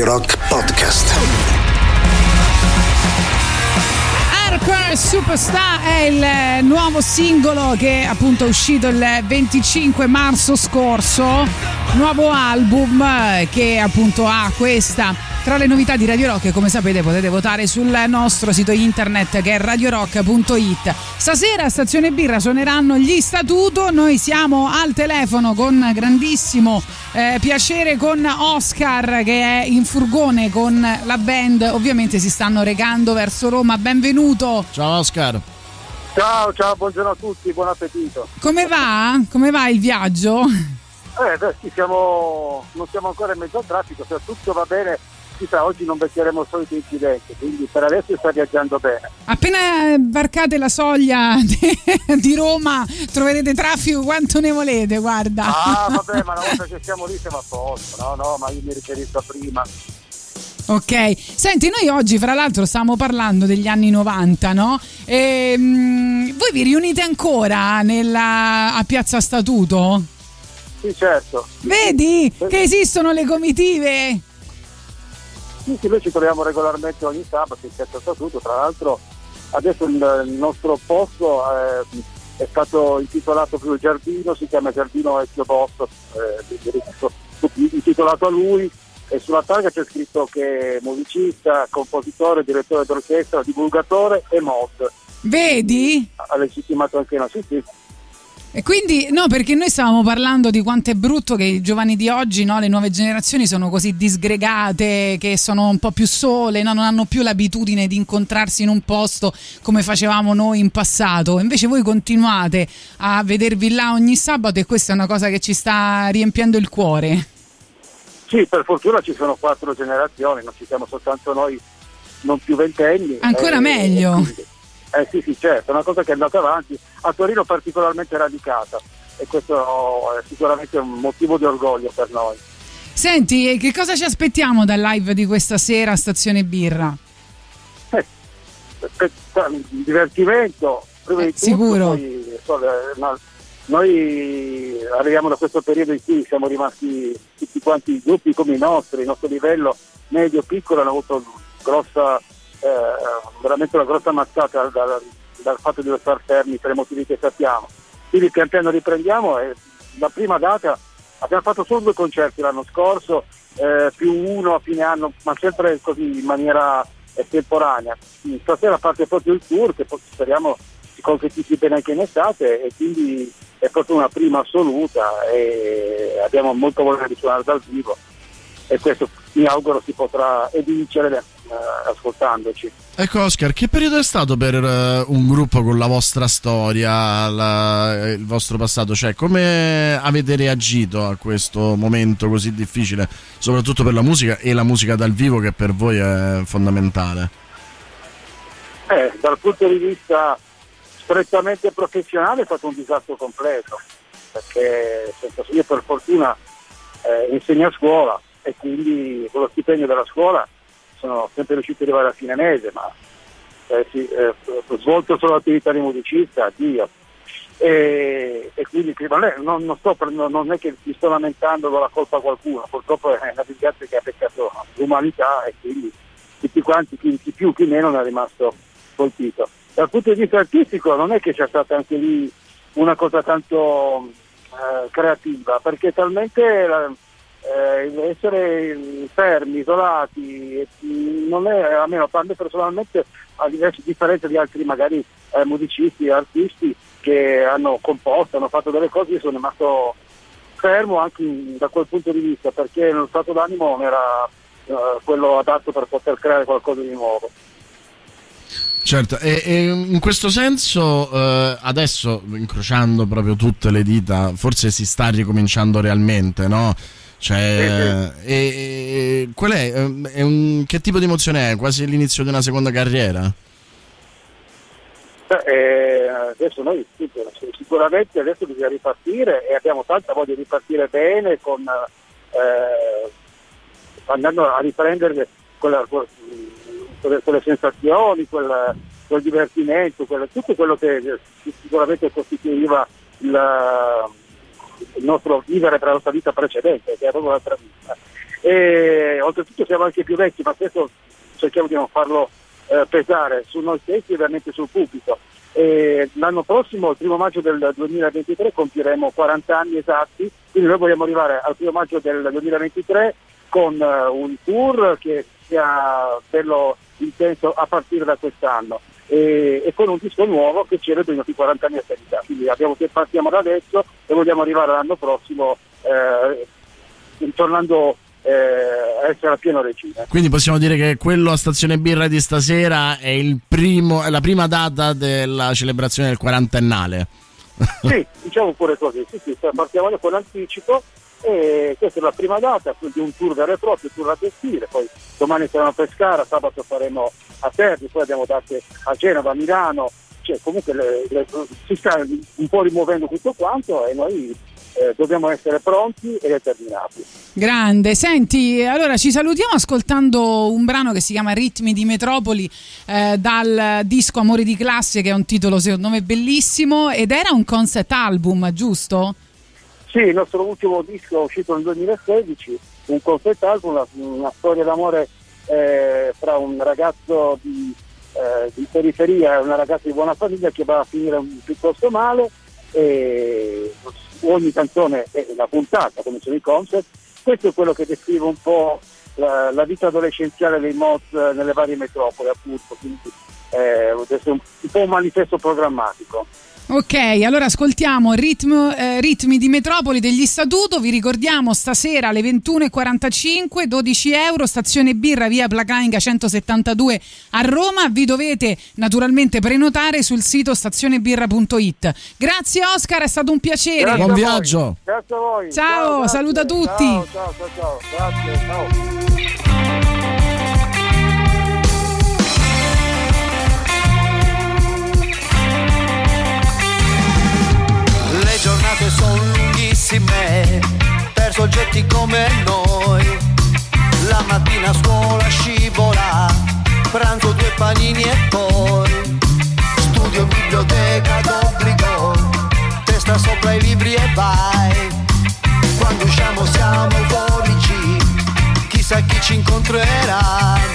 [SPEAKER 1] Radio Rock Podcast.
[SPEAKER 5] Hardcore Superstar è il nuovo singolo che appunto è uscito il venticinque marzo scorso, nuovo album che appunto ha questa tra le novità di Radio Rock, e come sapete potete votare sul nostro sito internet che è radio rock punto it. Stasera a Stazione Birra suoneranno gli Statuto, noi siamo al telefono con grandissimo eh, piacere con Oscar che è in furgone con la band, ovviamente si stanno recando verso Roma. Benvenuto.
[SPEAKER 6] Ciao Oscar.
[SPEAKER 9] Ciao, ciao, buongiorno a tutti, buon appetito.
[SPEAKER 5] Come va? Come va il viaggio?
[SPEAKER 9] Eh, beh, sì, siamo, non siamo ancora in mezzo al traffico, se tutto va bene, chissà, oggi non beccheremo il solito incidente, quindi per adesso sta viaggiando bene.
[SPEAKER 5] Appena varcate la soglia di Roma troverete traffico quanto ne volete, guarda.
[SPEAKER 9] Ah, vabbè, ma una volta che siamo lì siamo a posto, no, no, ma io mi riferisco a prima.
[SPEAKER 5] Ok, senti, noi oggi fra l'altro stiamo parlando degli anni novanta, no? E, mh, voi vi riunite ancora nella, a Piazza Statuto?
[SPEAKER 9] Sì, certo.
[SPEAKER 5] Vedi
[SPEAKER 9] sì.
[SPEAKER 5] Che esistono le comitive?
[SPEAKER 9] Sì, sì, noi ci troviamo regolarmente ogni sabato in Piazza Statuto, tra l'altro adesso il, il nostro posto eh, è stato intitolato più il giardino, si chiama Giardino Ezio Bosso, eh, intitolato a lui. E sulla targa c'è scritto che è musicista, compositore, direttore d'orchestra, divulgatore e mod.
[SPEAKER 5] Vedi?
[SPEAKER 9] Ha legittimato anche noi, sì, sì.
[SPEAKER 5] E quindi, no, perché noi stavamo parlando di quanto è brutto che i giovani di oggi, no, le nuove generazioni sono così disgregate, che sono un po' più sole, no, non hanno più l'abitudine di incontrarsi in un posto come facevamo noi in passato. Invece voi continuate a vedervi là ogni sabato e questa è una cosa che ci sta riempiendo il cuore.
[SPEAKER 9] Sì, per fortuna ci sono quattro generazioni, non ci siamo soltanto noi non più ventenni.
[SPEAKER 5] Ancora
[SPEAKER 9] eh,
[SPEAKER 5] meglio.
[SPEAKER 9] Eh sì, sì, certo, è una cosa che è andata avanti, a Torino particolarmente radicata, e questo è sicuramente un motivo di orgoglio per noi.
[SPEAKER 5] Senti, che cosa ci aspettiamo dal live di questa sera a Stazione Birra?
[SPEAKER 9] Eh, divertimento, prima
[SPEAKER 5] eh,
[SPEAKER 9] di tutto,
[SPEAKER 5] sicuro.
[SPEAKER 9] Poi, so, no, noi arriviamo da questo periodo in cui siamo rimasti tutti quanti i gruppi come i nostri, il nostro livello medio piccolo hanno avuto grossa, eh, veramente una grossa mazzata dal, dal, dal fatto di star fermi per i motivi che sappiamo. Quindi pian piano riprendiamo e la prima data abbiamo fatto solo due concerti l'anno scorso, eh, più uno a fine anno, ma sempre così in maniera estemporanea. Stasera parte proprio il tour che poi speriamo si concretizzi bene anche in estate, e quindi è proprio una prima assoluta e abbiamo molto voglia di suonare dal vivo, e questo mi auguro si potrà evincere eh, ascoltandoci.
[SPEAKER 6] Ecco Oscar, che periodo è stato per uh, un gruppo con la vostra storia, la, il vostro passato? Cioè, come avete reagito a questo momento così difficile, soprattutto per la musica e la musica dal vivo che per voi è fondamentale?
[SPEAKER 9] Eh, dal punto di vista strettamente professionale è stato un disastro completo, perché io per fortuna eh, insegno a scuola e quindi con lo stipendio della scuola sono sempre riuscito ad arrivare a fine mese, ma eh, sì, eh, ho svolto solo l'attività di musicista, addio. E, e quindi non, non, sto, non è che mi sto lamentando con la colpa a qualcuno, purtroppo è una disgrazia che ha peccato l'umanità, e quindi tutti quanti, chi, chi più chi meno, ne è rimasto colpito. Dal punto di vista artistico non è che c'è stata anche lì una cosa tanto eh, creativa, perché talmente eh, essere fermi, isolati, non è, almeno a me personalmente, a diversa differenza di altri magari eh, musicisti, artisti che hanno composto, hanno fatto delle cose, io sono rimasto fermo anche in, da quel punto di vista, perché lo stato d'animo non era eh, quello adatto per poter creare qualcosa di nuovo.
[SPEAKER 6] Certo, e, e in questo senso eh, adesso, incrociando proprio tutte le dita, forse si sta ricominciando realmente, no? Cioè, e, e, qual è? È un, che tipo di emozione è? Quasi l'inizio di una seconda carriera?
[SPEAKER 9] Eh, adesso noi sicuramente adesso bisogna ripartire, e abbiamo tanta voglia di ripartire bene, con eh, andando a riprendere quella, quelle, quelle sensazioni, quel, quel divertimento, quel, tutto quello che sicuramente costituiva il, il nostro vivere per la nostra vita precedente, che è proprio l'altra vita. E oltretutto siamo anche più vecchi, ma questo cerchiamo di non farlo eh, pesare su noi stessi e veramente sul pubblico. E l'anno prossimo, il primo maggio del duemilaventitré, compieremo quaranta anni esatti, quindi noi vogliamo arrivare al primo maggio del duemilaventitré con uh, un tour che sia bello intenso a partire da quest'anno e, e con un disco nuovo che celebra i nostri quaranta anni di attività, quindi abbiamo, partiamo da adesso e vogliamo arrivare l'anno prossimo eh, tornando eh, a essere a pieno regime.
[SPEAKER 6] Quindi possiamo dire che quello a Stazione Birra di stasera è il primo, è la prima data della celebrazione del quarantennale.
[SPEAKER 9] Sì, diciamo pure così, sì, sì, partiamo con anticipo e questa è la prima data di un tour vero e proprio, tour a Testile, poi domani saremo a Pescara, sabato faremo a Terni, poi abbiamo date a Genova, a Milano, cioè comunque le, le, si sta un po' rimuovendo tutto quanto e noi eh, dobbiamo essere pronti e determinati.
[SPEAKER 5] Grande, senti, allora ci salutiamo ascoltando un brano che si chiama Ritmi di Metropoli eh, dal disco Amore di classe, che è un titolo secondo me bellissimo ed era un concept album, giusto?
[SPEAKER 9] Sì, il nostro ultimo disco è uscito nel duemilasedici, un concept album, una, una storia d'amore eh, fra un ragazzo di, eh, di periferia e una ragazza di buona famiglia che va a finire piuttosto male e ogni canzone è una puntata, come sono i concept. Questo è quello che descrive un po' la, la vita adolescenziale dei Moz nelle varie metropoli, appunto, quindi eh, è un, un po' un manifesto programmatico.
[SPEAKER 5] Ok, allora ascoltiamo Ritmo, eh, Ritmi di Metropoli degli Statuto. Vi ricordiamo stasera alle ventuno e quarantacinque, dodici euro, Stazione Birra, via Placanica centosettantadue a Roma. Vi dovete naturalmente prenotare sul sito stazionebirra punto it. Grazie Oscar, è stato un piacere.
[SPEAKER 9] Grazie
[SPEAKER 6] Buon
[SPEAKER 9] a voi.
[SPEAKER 6] viaggio.
[SPEAKER 9] Grazie a voi.
[SPEAKER 5] Ciao,
[SPEAKER 9] Ciao,
[SPEAKER 5] saluta
[SPEAKER 9] grazie.
[SPEAKER 5] tutti.
[SPEAKER 9] Ciao, ciao, ciao, ciao. Grazie, ciao.
[SPEAKER 21] Le giornate sono lunghissime per soggetti come noi. La mattina a scuola scivola, pranzo due panini e poi studio in biblioteca d'obbligo, testa sopra i libri e vai. Quando usciamo siamo euforici, chissà chi ci incontrerà.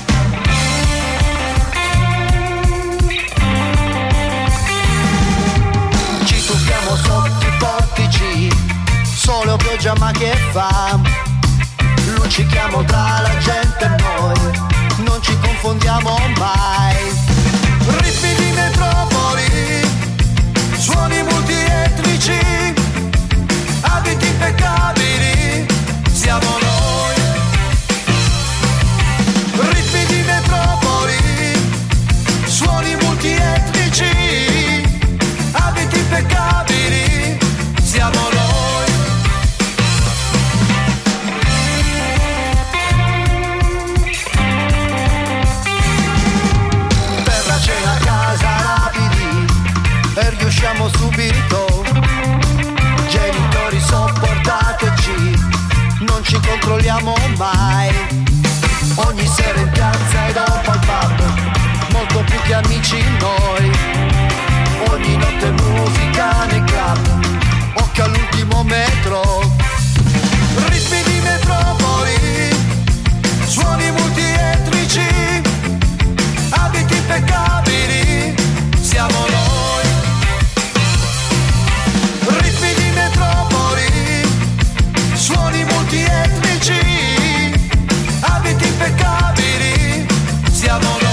[SPEAKER 21] Sotto i portici, sole o pioggia ma che fa? Luccichiamo tra la gente e noi, non ci confondiamo mai. Ritmi di metropoli, suoni multietnici, abiti impeccabili, siamo noi. Ritmi di metropoli, suoni multietnici, abiti impeccabili, siamo noi. Per la cena a casa rapidi e riusciamo subito. Genitori sopportateci, non ci controlliamo mai. Ogni sera in piazza e dopo al pub, molto più che amici noi. Ogni notte musica nei club, occhio all'ultimo metro. Ritmi di metropoli, suoni multietnici, abiti impeccabili, siamo noi. Ritmi di metropoli, suoni multietnici, abiti impeccabili, siamo noi.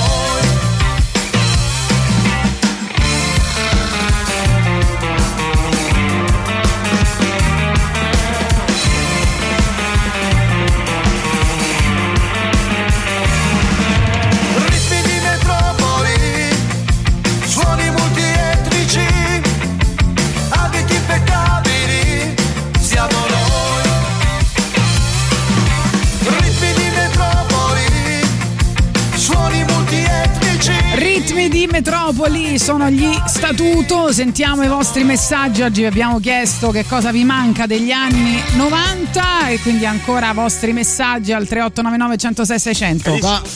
[SPEAKER 5] Ritmi di Metropoli sono gli Statuto. Sentiamo i vostri messaggi. Oggi vi abbiamo chiesto che cosa vi manca degli anni novanta e quindi ancora vostri messaggi al tre otto nove nove uno zero sei sei zero zero.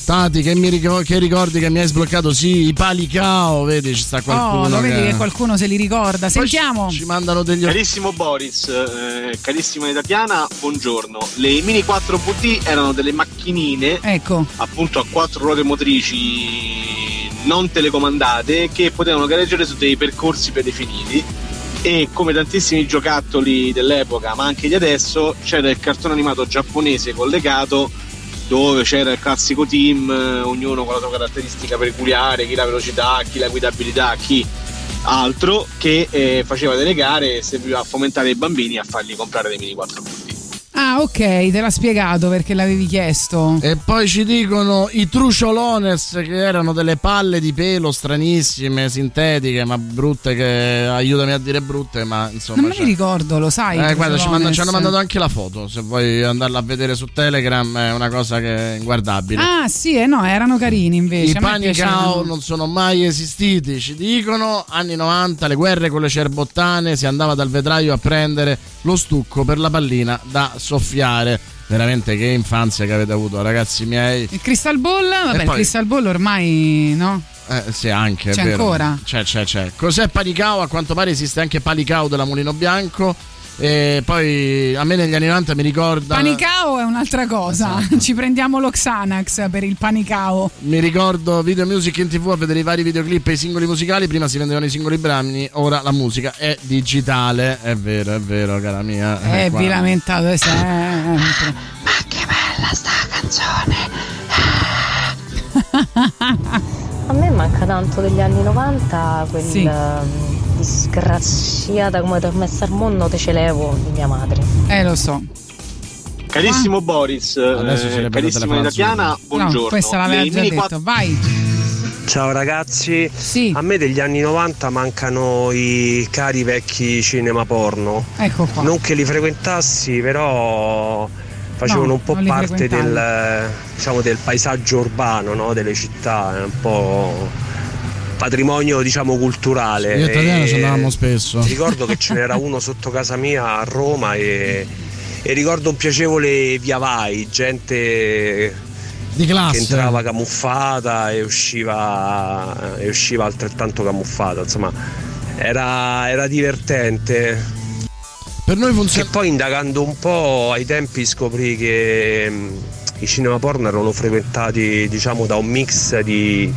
[SPEAKER 6] Tati, che, mi ricor- che ricordi che mi hai sbloccato? Sì, i Palicao, vedi, ci sta qualcuno.
[SPEAKER 5] Oh, lo vedi
[SPEAKER 6] che...
[SPEAKER 5] che qualcuno se li ricorda. Sentiamo.
[SPEAKER 6] Ci, ci mandano degli.
[SPEAKER 8] Carissimo Boris, eh, carissima Tatiana, buongiorno. Le Mini quattro V T erano delle macchinine,
[SPEAKER 5] ecco,
[SPEAKER 8] appunto a quattro ruote motrici non telecomandate, che potevano gareggiare su dei percorsi predefiniti. E come tantissimi giocattoli dell'epoca, ma anche di adesso, c'era il cartone animato giapponese collegato, dove c'era il classico team, ognuno con la sua caratteristica peculiare, chi la velocità, chi la guidabilità, chi altro, che eh, faceva delle gare e serviva a fomentare i bambini a fargli comprare dei Mini quattro V T.
[SPEAKER 5] Ah, ok, te l'ha spiegato perché l'avevi chiesto.
[SPEAKER 6] E poi ci dicono i truciolones, che erano delle palle di pelo stranissime, sintetiche, ma brutte, che aiutami a dire brutte, ma insomma.
[SPEAKER 5] Non me li ricordo, lo sai.
[SPEAKER 6] Eh, guarda, ci, manda, ci hanno mandato anche la foto. Se vuoi andarla a vedere su Telegram, è una cosa che è inguardabile.
[SPEAKER 5] Ah, sì, eh, no, erano carini invece.
[SPEAKER 6] I Panicao non sono mai esistiti, ci dicono. Anni novanta, le guerre con le cerbottane, si andava dal vetraio a prendere lo stucco per la pallina da soffiare. Veramente che infanzia che avete avuto, ragazzi miei.
[SPEAKER 5] Il Crystal Ball? Vabbè,
[SPEAKER 6] poi...
[SPEAKER 5] il Crystal Ball ormai no?
[SPEAKER 6] Eh sì, anche, è
[SPEAKER 5] c'è
[SPEAKER 6] vero.
[SPEAKER 5] Ancora?
[SPEAKER 6] C'è, c'è, c'è. Cos'è Panicao? A quanto pare esiste anche Palicao della Mulino Bianco. E poi a me negli anni novanta mi ricorda.
[SPEAKER 5] Panicao è un'altra cosa. Esatto. Ci prendiamo lo Xanax per il Panicao.
[SPEAKER 6] Mi ricordo Video Music in tivù a vedere i vari videoclip e i singoli musicali. Prima si vendevano i singoli brani, ora la musica è digitale. È vero, è vero, cara mia.
[SPEAKER 5] Eh, vi lamentate sempre.
[SPEAKER 21] Ma che bella sta canzone.
[SPEAKER 11] A me manca tanto degli anni novanta quel
[SPEAKER 5] Sì.
[SPEAKER 11] disgraziata come ti ho messa al mondo, te ce levo di mia madre.
[SPEAKER 5] Eh, lo so.
[SPEAKER 8] Carissimo Boris, eh, carissima Tatiana, buongiorno.
[SPEAKER 5] No, questa l'aveva
[SPEAKER 8] Le
[SPEAKER 5] già
[SPEAKER 8] Mini
[SPEAKER 5] detto, vai.
[SPEAKER 23] Ciao ragazzi, a me degli anni novanta mancano i cari vecchi cinema porno.
[SPEAKER 5] Ecco qua.
[SPEAKER 23] Non che li frequentassi, però facevano
[SPEAKER 5] No,
[SPEAKER 23] un po'
[SPEAKER 5] non li
[SPEAKER 23] parte
[SPEAKER 5] frequentavi.
[SPEAKER 23] del, diciamo, del paesaggio urbano, no? Delle città, è un po' patrimonio, diciamo, culturale.
[SPEAKER 6] Io e Tatiana
[SPEAKER 23] E
[SPEAKER 6] ci andavamo spesso.
[SPEAKER 23] Ricordo che ce n'era uno sotto casa mia a Roma e, e ricordo un piacevole via vai, gente
[SPEAKER 6] di classe
[SPEAKER 23] che entrava camuffata e usciva, e usciva altrettanto camuffata, insomma era, era divertente.
[SPEAKER 6] Per noi funziona.
[SPEAKER 23] E poi indagando un po' ai tempi scoprì che mh, i cinema porno erano frequentati, diciamo, da un mix di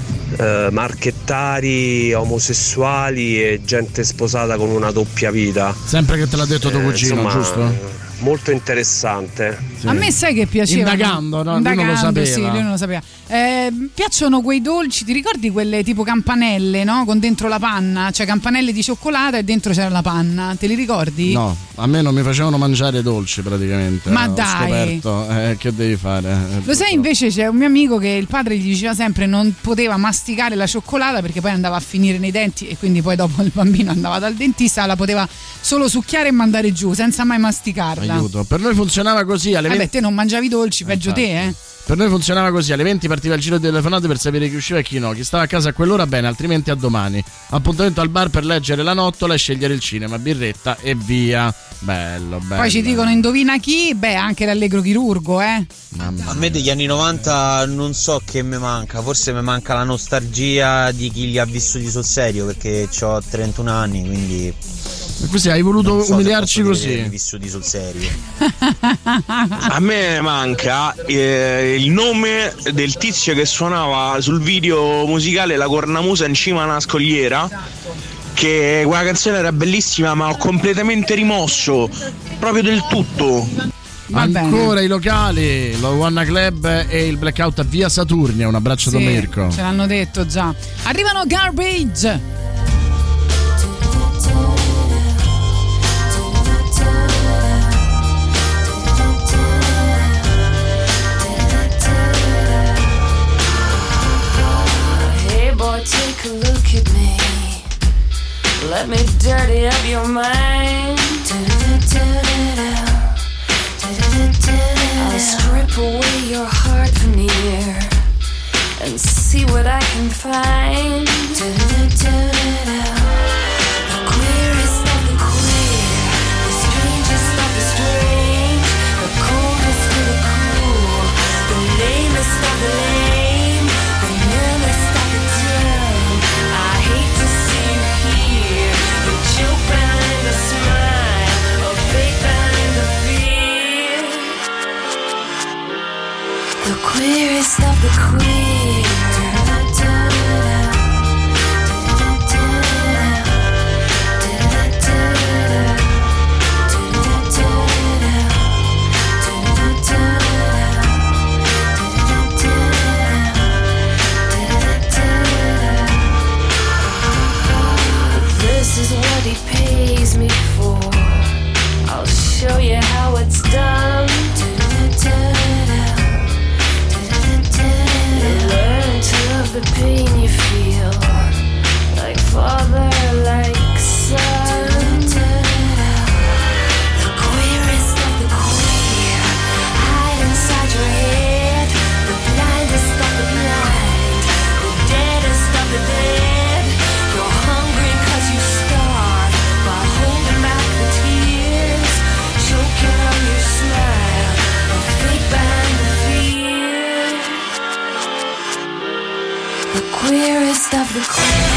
[SPEAKER 23] eh, marchettari, omosessuali e gente sposata con una doppia vita.
[SPEAKER 6] Sempre che te l'ha detto tuo
[SPEAKER 23] Eh,
[SPEAKER 6] cugino,
[SPEAKER 23] insomma,
[SPEAKER 6] giusto?
[SPEAKER 23] Molto interessante.
[SPEAKER 5] A me sai che piaceva?
[SPEAKER 6] Indagando, no? Lui non lo
[SPEAKER 5] Indagando,
[SPEAKER 6] sapeva.
[SPEAKER 5] sì, lui non lo sapeva. Eh, piacciono quei dolci, ti ricordi quelle tipo campanelle, no? Con dentro la panna, cioè campanelle di cioccolata e dentro c'era la panna, te li ricordi?
[SPEAKER 6] No, a me non mi facevano mangiare dolci praticamente.
[SPEAKER 5] Ma
[SPEAKER 6] ho
[SPEAKER 5] dai.
[SPEAKER 6] scoperto. Eh, che devi fare? Eh,
[SPEAKER 5] Lo sai, invece c'è un mio amico che il padre gli diceva sempre non poteva masticare la cioccolata perché poi andava a finire nei denti e quindi poi dopo il bambino andava dal dentista, la poteva solo succhiare e mandare giù senza mai masticarla.
[SPEAKER 6] Aiuto. Per noi funzionava così alle
[SPEAKER 5] Vabbè,
[SPEAKER 6] venti...
[SPEAKER 5] te non mangiavi dolci, peggio
[SPEAKER 6] infatti.
[SPEAKER 5] te, eh.
[SPEAKER 6] Per noi funzionava così, alle venti partiva il giro di telefonate per sapere chi usciva e chi no, chi stava a casa a quell'ora bene, altrimenti a domani. Appuntamento al bar per leggere la nottola e scegliere il cinema, birretta e via. Bello, bello.
[SPEAKER 5] Poi ci dicono indovina chi? Beh, anche l'allegro chirurgo, eh.
[SPEAKER 24] A me degli anni novanta non so che mi manca, forse mi manca la nostalgia di chi li ha vissuti sul serio, perché ho trentuno anni, quindi...
[SPEAKER 6] Così hai voluto
[SPEAKER 24] non so
[SPEAKER 6] umiliarci
[SPEAKER 24] se posso dire
[SPEAKER 6] così?
[SPEAKER 24] che vissuti sul serio.
[SPEAKER 25] A me manca eh, il nome del tizio che suonava sul video musicale La cornamusa in cima a una scogliera, che quella canzone era bellissima ma ho completamente rimosso proprio del tutto.
[SPEAKER 5] Va
[SPEAKER 6] Ancora
[SPEAKER 5] bene.
[SPEAKER 6] i locali, lo Wanna Club e il Blackout a Via Saturnia. Un abbraccio da
[SPEAKER 5] Sì,
[SPEAKER 6] Mirko.
[SPEAKER 5] ce l'hanno detto già. Arrivano Garbage.
[SPEAKER 20] Hey boy, take a look at me. Let me dirty up your mind. I'll strip away your heart veneer and see what I can find. The queerest of the queer, the strangest of the strange, the coldest of the cool, the lamest of the lame. Show you how it's done. You learn to love the pain you feel, like father, like son. The queerest of the queer hide inside your head. The blindest of the blind, the deadest of the dead. You're hungry 'cause you starve while holding back the tears, choking on your smile, a fake behind the fear. The queerest of the queer.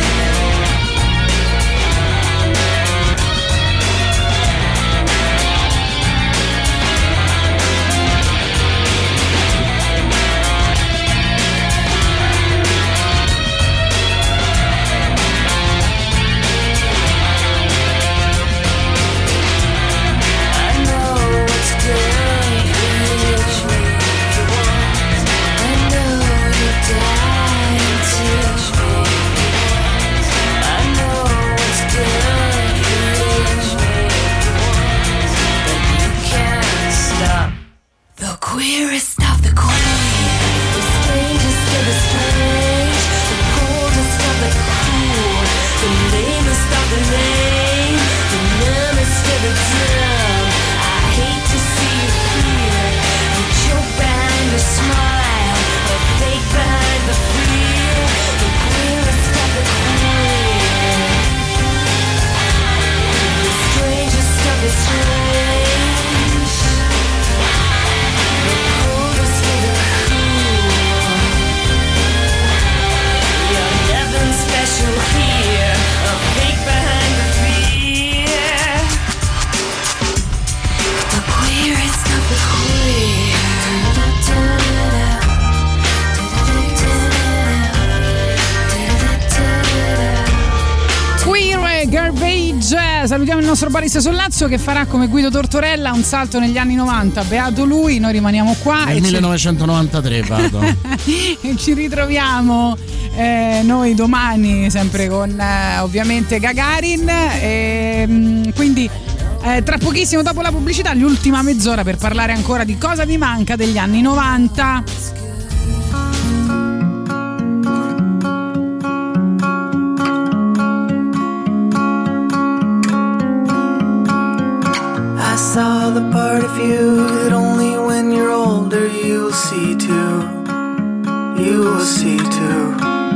[SPEAKER 20] Queerest of the queer, the strangest of the strange, the coldest of the cool, the lamest of the lame, the numbest of the dumb. I hate to see you fear, you choke behind the smile, the fake behind the fear. The queerest of the queer, the strangest of the strange. Special here, a fake behind the fear. The queerest of the queer.
[SPEAKER 5] Queer Garbage. Salutiamo il nostro Boris Sollazzo che farà come Guido Tortorella un salto negli anni novanta. Beato lui, noi rimaniamo qua.
[SPEAKER 6] Nel
[SPEAKER 5] e
[SPEAKER 6] millenovecentonovantatré
[SPEAKER 5] ci...
[SPEAKER 6] vado.
[SPEAKER 5] E ci ritroviamo eh, noi domani sempre con eh, ovviamente Gagarin. E, quindi eh, tra pochissimo dopo la pubblicità l'ultima mezz'ora per parlare ancora di cosa vi manca degli anni novanta.
[SPEAKER 3] I saw the part of you that only when you're older you'll see too. You will see too.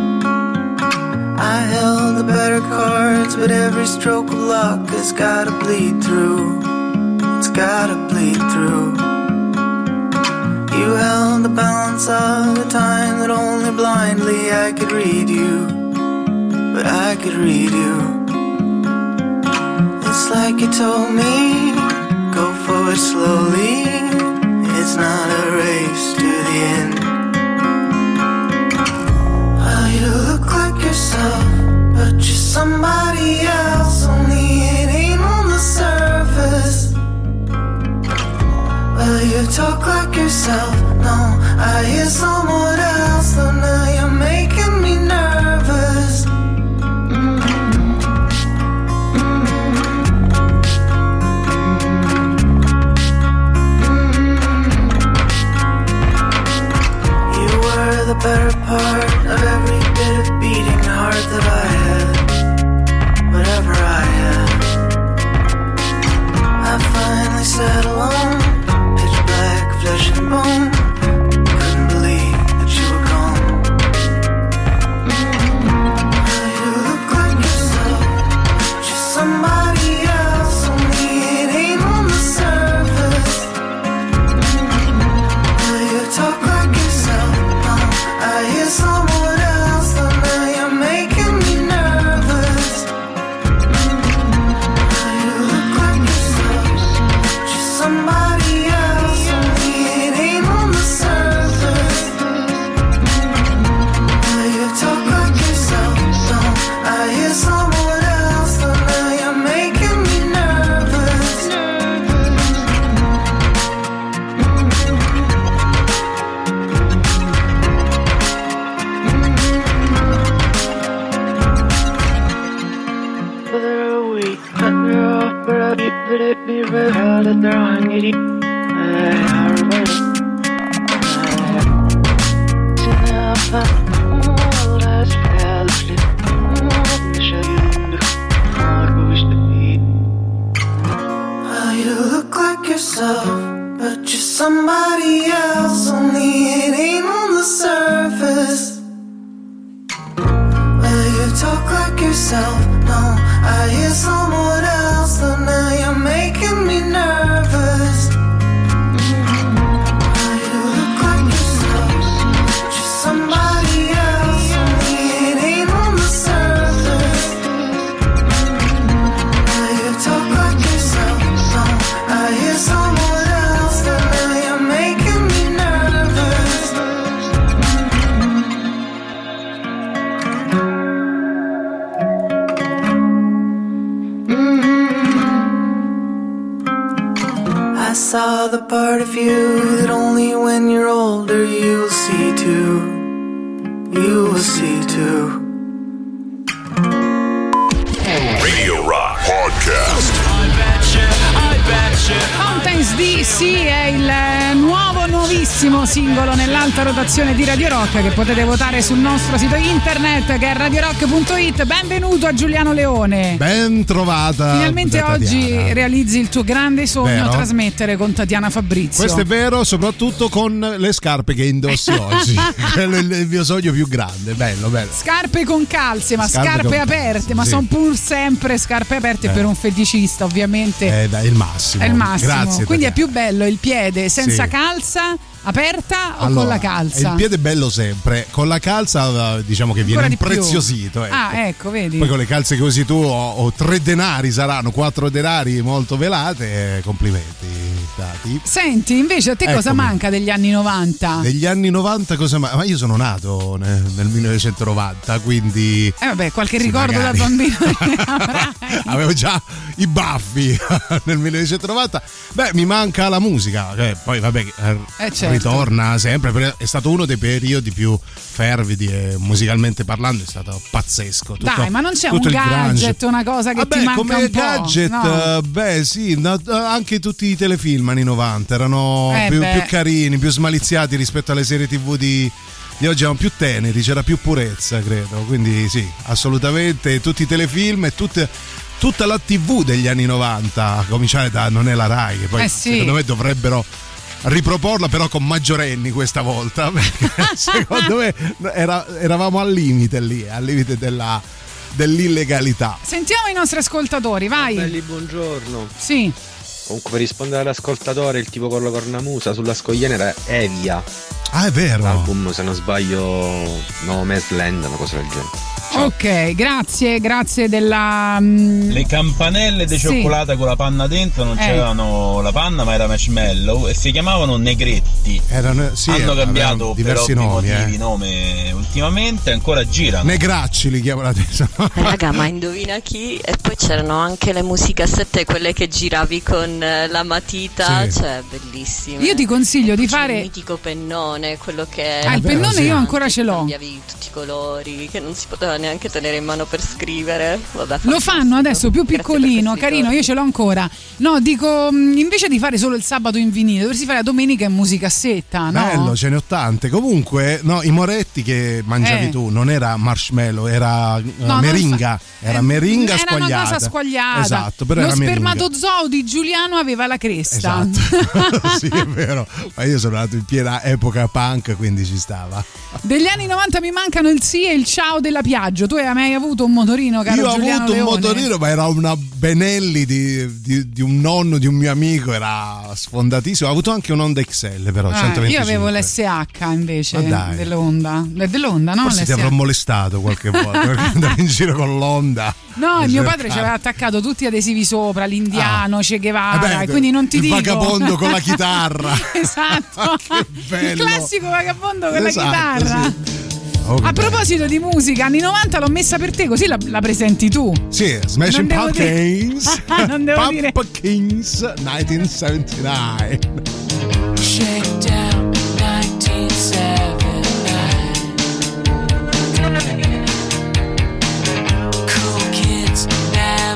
[SPEAKER 3] I held the better cards, but every stroke of luck has gotta bleed through. It's gotta bleed through. You held the balance of the time that only blindly I could read you. But I could read you. It's like you told me, go forward slowly. It's not a race to the end. Well, you look like yourself, but you're somebody else. Only it ain't on the surface. Well, you talk like yourself. No, I hear someone else. Though now you're making me nervous. The better part of every bit of beating heart that I had, whatever I had. I finally sat alone, pitch black, flesh and bone. Couldn't believe that
[SPEAKER 21] but they're weak, but they're off, but I keep it, it be red hot, that they're hungry.
[SPEAKER 3] Well, you look like yourself, but you're somebody else, only it ain't on the surface. Well, you talk like yourself, no, I hear someone else, so now you're making me nervous. Well, you look like yourself, but you're somebody else, only it ain't on the surface. Well, you talk like yourself, no, I hear someone else, so now you're making me nervous. I saw the part of you that only when you're older you'll see too. You will see too.
[SPEAKER 7] Radio Rock Podcast.
[SPEAKER 5] Mountains D C è il nuovo, nuovissimo singolo nell'alta rotazione di Radio Rock che potete votare sul nostro sito internet che è radio rock punto it. Benvenuto a Giuliano Leone.
[SPEAKER 12] Ben trovata.
[SPEAKER 5] Finalmente oggi
[SPEAKER 12] Tatiana.
[SPEAKER 5] realizzi il tuo grande sogno,
[SPEAKER 12] Vero?
[SPEAKER 5] trasmettere con Tatiana Fabrizio.
[SPEAKER 12] Questo è vero, soprattutto con le scarpe che indossi oggi. Quello è il mio sogno più grande. Bello, bello.
[SPEAKER 5] Scarpe con calze, ma
[SPEAKER 12] Scarpe
[SPEAKER 5] scarpe,
[SPEAKER 12] con
[SPEAKER 5] aperte,
[SPEAKER 12] calze,
[SPEAKER 5] ma
[SPEAKER 12] sì.
[SPEAKER 5] sono pur sempre scarpe aperte
[SPEAKER 12] Eh.
[SPEAKER 5] per un feticista, ovviamente.
[SPEAKER 12] Eh, dai, il massimo.
[SPEAKER 5] È il massimo.
[SPEAKER 12] Grazie.
[SPEAKER 5] Quindi è
[SPEAKER 12] Tatiana.
[SPEAKER 5] più bello il piede senza
[SPEAKER 12] Sì.
[SPEAKER 5] calza, aperta o
[SPEAKER 12] Allora,
[SPEAKER 5] con la calza?
[SPEAKER 12] Il piede è bello sempre. Con la calza, eh, diciamo che viene
[SPEAKER 5] Ancora di più.
[SPEAKER 12] impreziosito. Ecco.
[SPEAKER 5] Ah, ecco, vedi.
[SPEAKER 12] Poi con le calze che usi tu ho, ho tre denari, saranno quattro denari molto velate. eh, Complimenti, Tati.
[SPEAKER 5] Senti, invece a te cosa
[SPEAKER 12] Eccomi.
[SPEAKER 5] manca degli anni novanta?
[SPEAKER 12] Negli anni novanta cosa ma-? Ma io sono nato nel, nel millenovecentonovanta, quindi
[SPEAKER 5] Eh vabbè, qualche
[SPEAKER 12] Sì,
[SPEAKER 5] ricordo
[SPEAKER 12] magari.
[SPEAKER 5] da bambino ne avrai.
[SPEAKER 12] avevo già i baffi nel millenovecentonovanta. Beh, mi manca la musica, che poi vabbè eh,
[SPEAKER 5] Eh, certo.
[SPEAKER 12] ritorna sempre, perché è stato uno dei periodi più fervidi e musicalmente parlando è stato pazzesco. Tutto-
[SPEAKER 5] Dai, ma non c'è un
[SPEAKER 12] tutto il grunge.
[SPEAKER 5] gadget, una cosa che
[SPEAKER 12] Vabbè,
[SPEAKER 5] ti manca
[SPEAKER 12] come
[SPEAKER 5] un po'?
[SPEAKER 12] gadget,
[SPEAKER 5] No.
[SPEAKER 12] eh, beh sì, no, anche tutti i telefilm anni novanta erano
[SPEAKER 5] Eh,
[SPEAKER 12] più,
[SPEAKER 5] beh.
[SPEAKER 12] più carini, più smaliziati rispetto alle serie tv di, di oggi, erano più teneri, c'era più purezza, credo. Quindi sì, assolutamente tutti i telefilm e tutte, tutta la tivù degli anni novanta, a cominciare da Non è la Rai, che poi
[SPEAKER 5] Eh, sì.
[SPEAKER 12] secondo me dovrebbero riproporla però con maggiorenni questa volta, perché secondo me era- eravamo al limite lì, al limite della, dell'illegalità.
[SPEAKER 5] Sentiamo i nostri ascoltatori, vai.
[SPEAKER 14] Belli, buongiorno.
[SPEAKER 5] Sì.
[SPEAKER 14] Comunque per rispondere all'ascoltatore, il tipo con la cornamusa sulla scogliera era Evia.
[SPEAKER 12] Ah, è vero.
[SPEAKER 14] L'album, se non sbaglio, No Man's Land, una cosa del genere.
[SPEAKER 5] Ok, grazie, grazie della... mm,
[SPEAKER 15] Le campanelle di
[SPEAKER 5] Sì.
[SPEAKER 15] cioccolata con la panna dentro non
[SPEAKER 5] Eh.
[SPEAKER 15] c'erano la panna ma era marshmallow e si chiamavano Negretti.
[SPEAKER 12] Erano, sì,
[SPEAKER 15] Hanno
[SPEAKER 12] avevano
[SPEAKER 15] cambiato per
[SPEAKER 12] diversi
[SPEAKER 15] ovvi
[SPEAKER 12] nomi,
[SPEAKER 15] motivi
[SPEAKER 12] eh.
[SPEAKER 15] nome ultimamente, ancora girano.
[SPEAKER 12] Negracci li chiamano adesso.
[SPEAKER 16] Raga, ma indovina chi? E poi c'erano anche le musicassette, quelle che giravi con eh, la matita,
[SPEAKER 5] Sì.
[SPEAKER 16] cioè bellissime.
[SPEAKER 5] Io ti consiglio di
[SPEAKER 16] C'è
[SPEAKER 5] fare-
[SPEAKER 16] il mitico pennone, quello che
[SPEAKER 5] Ah, il pennone io ancora ce l'ho.
[SPEAKER 16] cambiavi tutti i colori, che non si poteva neanche tenere in mano per scrivere. Vabbè,
[SPEAKER 5] Lo fanno adesso più piccolino,
[SPEAKER 16] questi
[SPEAKER 5] carino, io ce l'ho ancora. No, dico, mh, invece di fare solo il sabato in vinile, dovresti fare la domenica in musicassetta, no?
[SPEAKER 12] Bello, ce ne ho tante. Comunque, no, i moretti che mangiavi
[SPEAKER 5] Eh.
[SPEAKER 12] tu non era marshmallow, era eh,
[SPEAKER 5] No, non
[SPEAKER 12] meringa.
[SPEAKER 5] fa-
[SPEAKER 12] Era
[SPEAKER 5] eh,
[SPEAKER 12] meringa
[SPEAKER 5] era
[SPEAKER 12] squagliata.
[SPEAKER 5] una cosa squagliata.
[SPEAKER 12] Esatto, però
[SPEAKER 5] Lo
[SPEAKER 12] era meringa.
[SPEAKER 5] spermatozoo di Giuliano aveva la cresta.
[SPEAKER 12] Esatto. Sì, è vero. Ma io sono nato in piena epoca punk, quindi ci stava.
[SPEAKER 5] Degli anni novanta mi mancano il sì e il ciao della Piaggio. Tu hai mai avuto un motorino, caro
[SPEAKER 12] Io ho
[SPEAKER 5] Giuliano
[SPEAKER 12] avuto un
[SPEAKER 5] Leone?
[SPEAKER 12] motorino, ma era una Benelli di, di- di un nonno di un mio amico, era sfondatissimo. Ho avuto anche un Honda X L, però
[SPEAKER 5] Ah,
[SPEAKER 12] centoventicinque.
[SPEAKER 5] io avevo l'S H invece
[SPEAKER 12] Ma dai.
[SPEAKER 5] dell'Honda. È dell'Honda, no?
[SPEAKER 12] Forse ti
[SPEAKER 5] l'S H.
[SPEAKER 12] avrò molestato qualche volta perché andavo in giro con l'Honda.
[SPEAKER 5] No,
[SPEAKER 12] a
[SPEAKER 5] mio
[SPEAKER 12] cercare.
[SPEAKER 5] padre ci aveva attaccato tutti gli adesivi sopra, l'indiano, Che Guevara,
[SPEAKER 12] Eh
[SPEAKER 5] e
[SPEAKER 12] beh,
[SPEAKER 5] quindi non ti
[SPEAKER 12] il
[SPEAKER 5] dico.
[SPEAKER 12] vagabondo con la chitarra.
[SPEAKER 5] Esatto. Il
[SPEAKER 12] bello.
[SPEAKER 5] classico vagabondo con
[SPEAKER 12] Esatto,
[SPEAKER 5] la chitarra.
[SPEAKER 12] sì. Oh, che
[SPEAKER 5] A proposito di musica, anni novanta l'ho messa per te, così la, la presenti tu.
[SPEAKER 12] Sì, Smashing
[SPEAKER 5] Non devo dire-
[SPEAKER 12] Pumpkins.
[SPEAKER 5] Non devo dire.
[SPEAKER 12] Pumpkins millenovecentosettantanove.
[SPEAKER 21] Shakedown nineteen seventy-nine. Cool kids now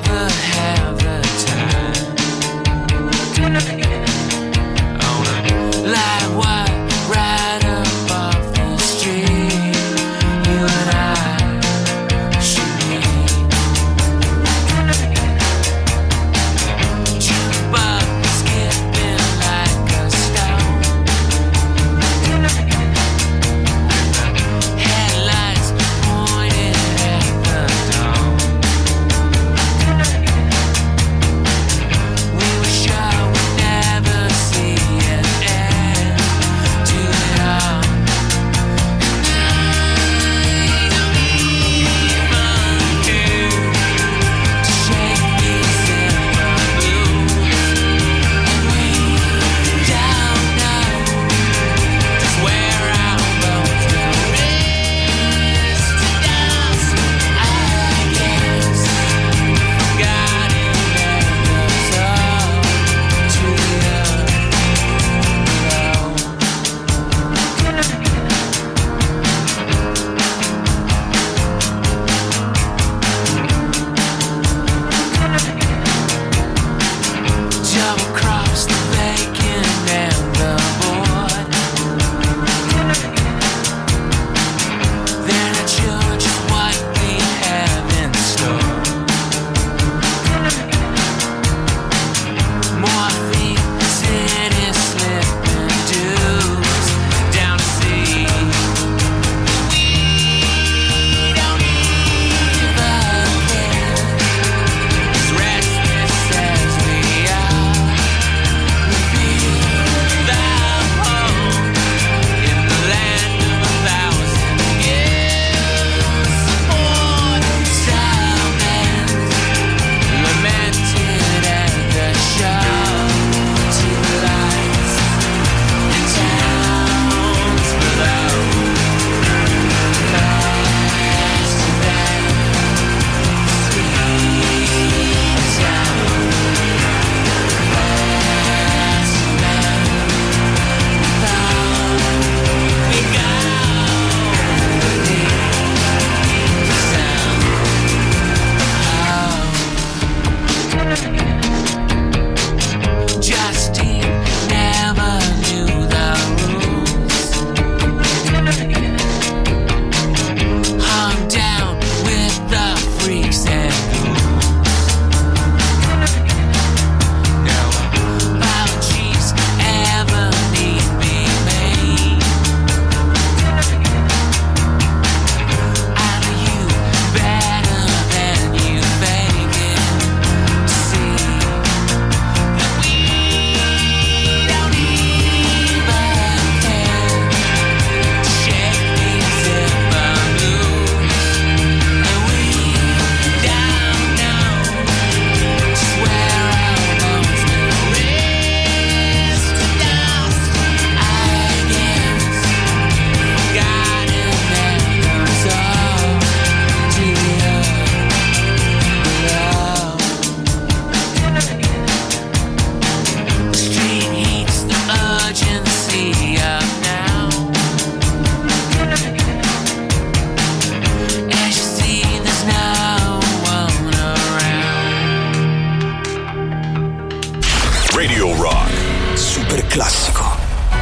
[SPEAKER 1] super classico.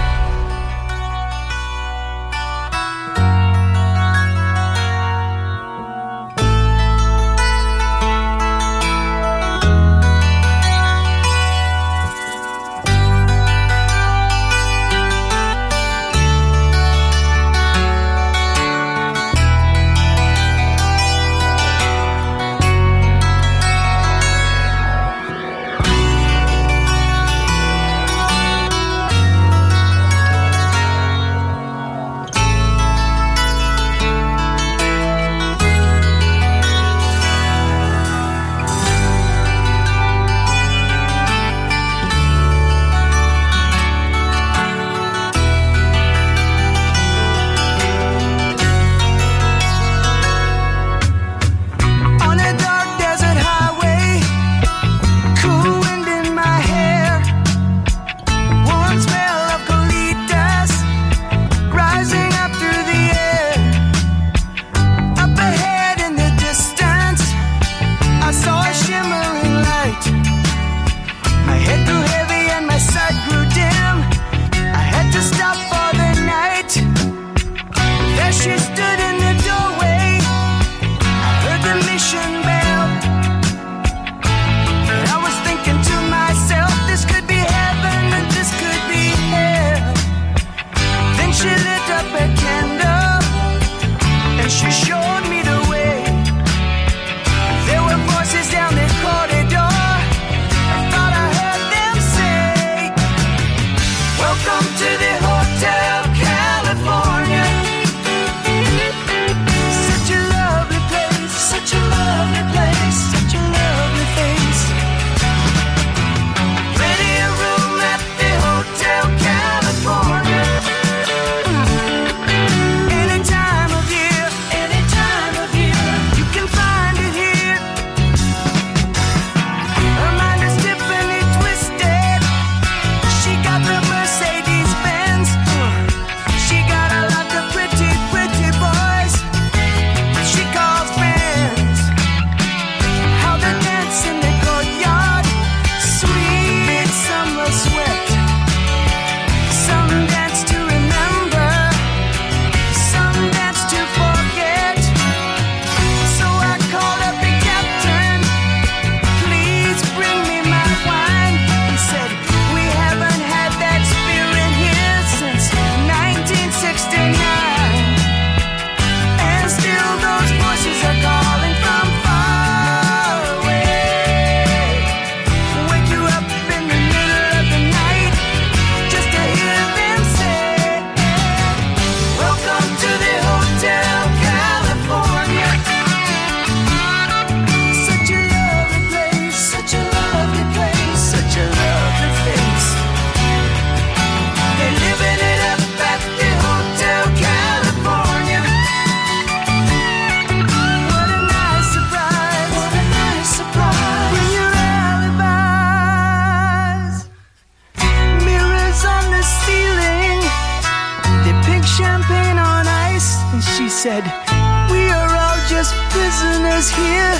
[SPEAKER 21] said, we are all just prisoners here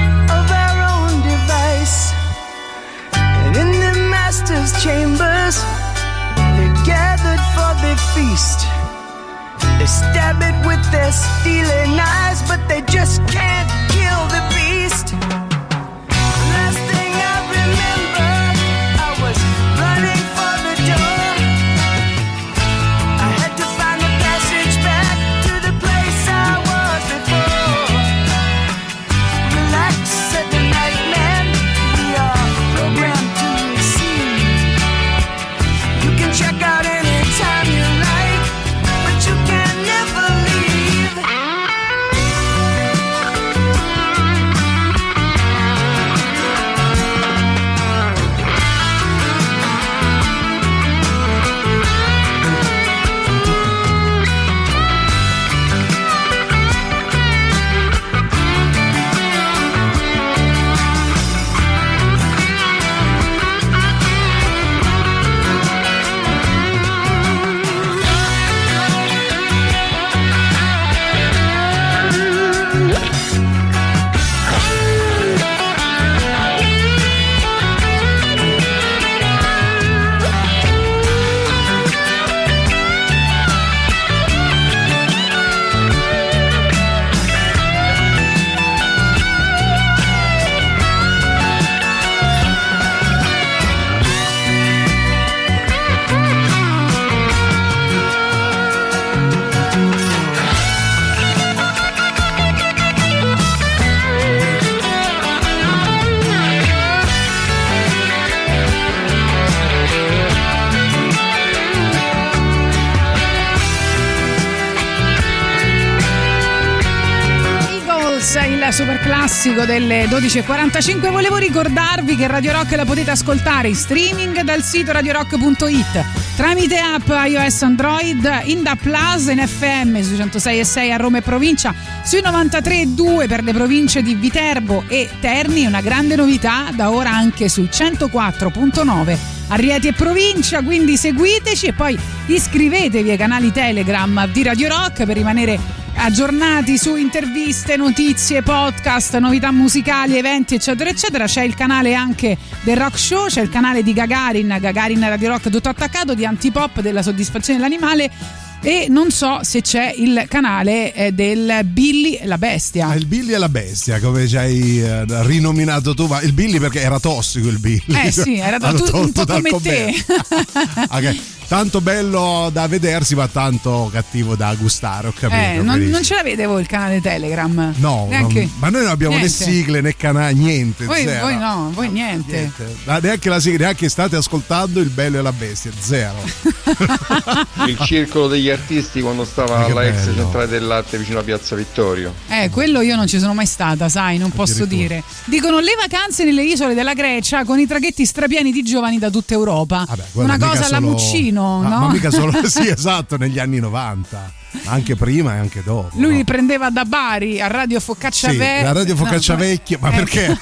[SPEAKER 21] of our own device. And in the master's chambers, they're gathered for the feast. They stab it with their steely knives, but they just can't kill the beast. Last thing I remember, I was running for the door. I had to find the passage back to the place I was before. Relax, said the night man, we are programmed to receive. You can check out anytime you like, but you can never leave.
[SPEAKER 5] super classico delle dodici e quarantacinque. Volevo ricordarvi che Radio Rock la potete ascoltare in streaming dal sito radiorock punto it, tramite app iOS, Android, in D A B Plus, in F M sui centosei e sei a Roma e provincia, sui novantatré e due per le province di Viterbo e Terni. Una grande novità da ora anche sui centoquattro virgola nove a Rieti e provincia, quindi seguiteci e poi iscrivetevi ai canali Telegram di Radio Rock per rimanere aggiornati su interviste, notizie, podcast, novità musicali, eventi eccetera eccetera. C'è il canale anche del Rock Show, c'è il canale di Gagarin, Gagarin Radio Rock tutto attaccato, di Antipop, della soddisfazione dell'animale, e non so se c'è il canale eh, del Billy e la bestia.
[SPEAKER 12] Ah, il Billy e la bestia, come ci hai eh, rinominato tu, ma il Billy perché era tossico il Billy.
[SPEAKER 5] Eh sì, era to- tu, un po' come te.
[SPEAKER 12] Ok. Tanto bello da vedersi ma tanto cattivo da gustare, ho capito.
[SPEAKER 5] Eh, non, non ce l'avete voi il canale Telegram?
[SPEAKER 12] No,
[SPEAKER 5] neanche,
[SPEAKER 12] non, ma noi non abbiamo
[SPEAKER 5] niente.
[SPEAKER 12] né sigle né canali, niente.
[SPEAKER 5] Voi,
[SPEAKER 12] zero.
[SPEAKER 5] voi no, voi niente.
[SPEAKER 12] niente. Ma neanche la sigla, neanche state ascoltando il Bello e la Bestia, zero.
[SPEAKER 13] Il circolo degli artisti quando stava alla ex
[SPEAKER 12] bello.
[SPEAKER 13] centrale del latte vicino a Piazza Vittorio.
[SPEAKER 5] Eh, quello io non ci sono mai stata, sai, non posso dire. Dicono le vacanze nelle isole della Grecia con i traghetti strapieni di giovani da tutta Europa.
[SPEAKER 12] Vabbè,
[SPEAKER 5] una cosa alla
[SPEAKER 12] solo...
[SPEAKER 5] Muccino,
[SPEAKER 12] ah,
[SPEAKER 5] no?
[SPEAKER 12] Ma mica solo sì, esatto, negli anni novanta, anche prima e anche dopo.
[SPEAKER 5] Lui
[SPEAKER 12] no?
[SPEAKER 5] li prendeva da Bari a Radio Focaccia
[SPEAKER 12] Sì,
[SPEAKER 5] Vecchia.
[SPEAKER 12] la Radio Focaccia no, Vecchia, ma
[SPEAKER 5] eh.
[SPEAKER 12] perché?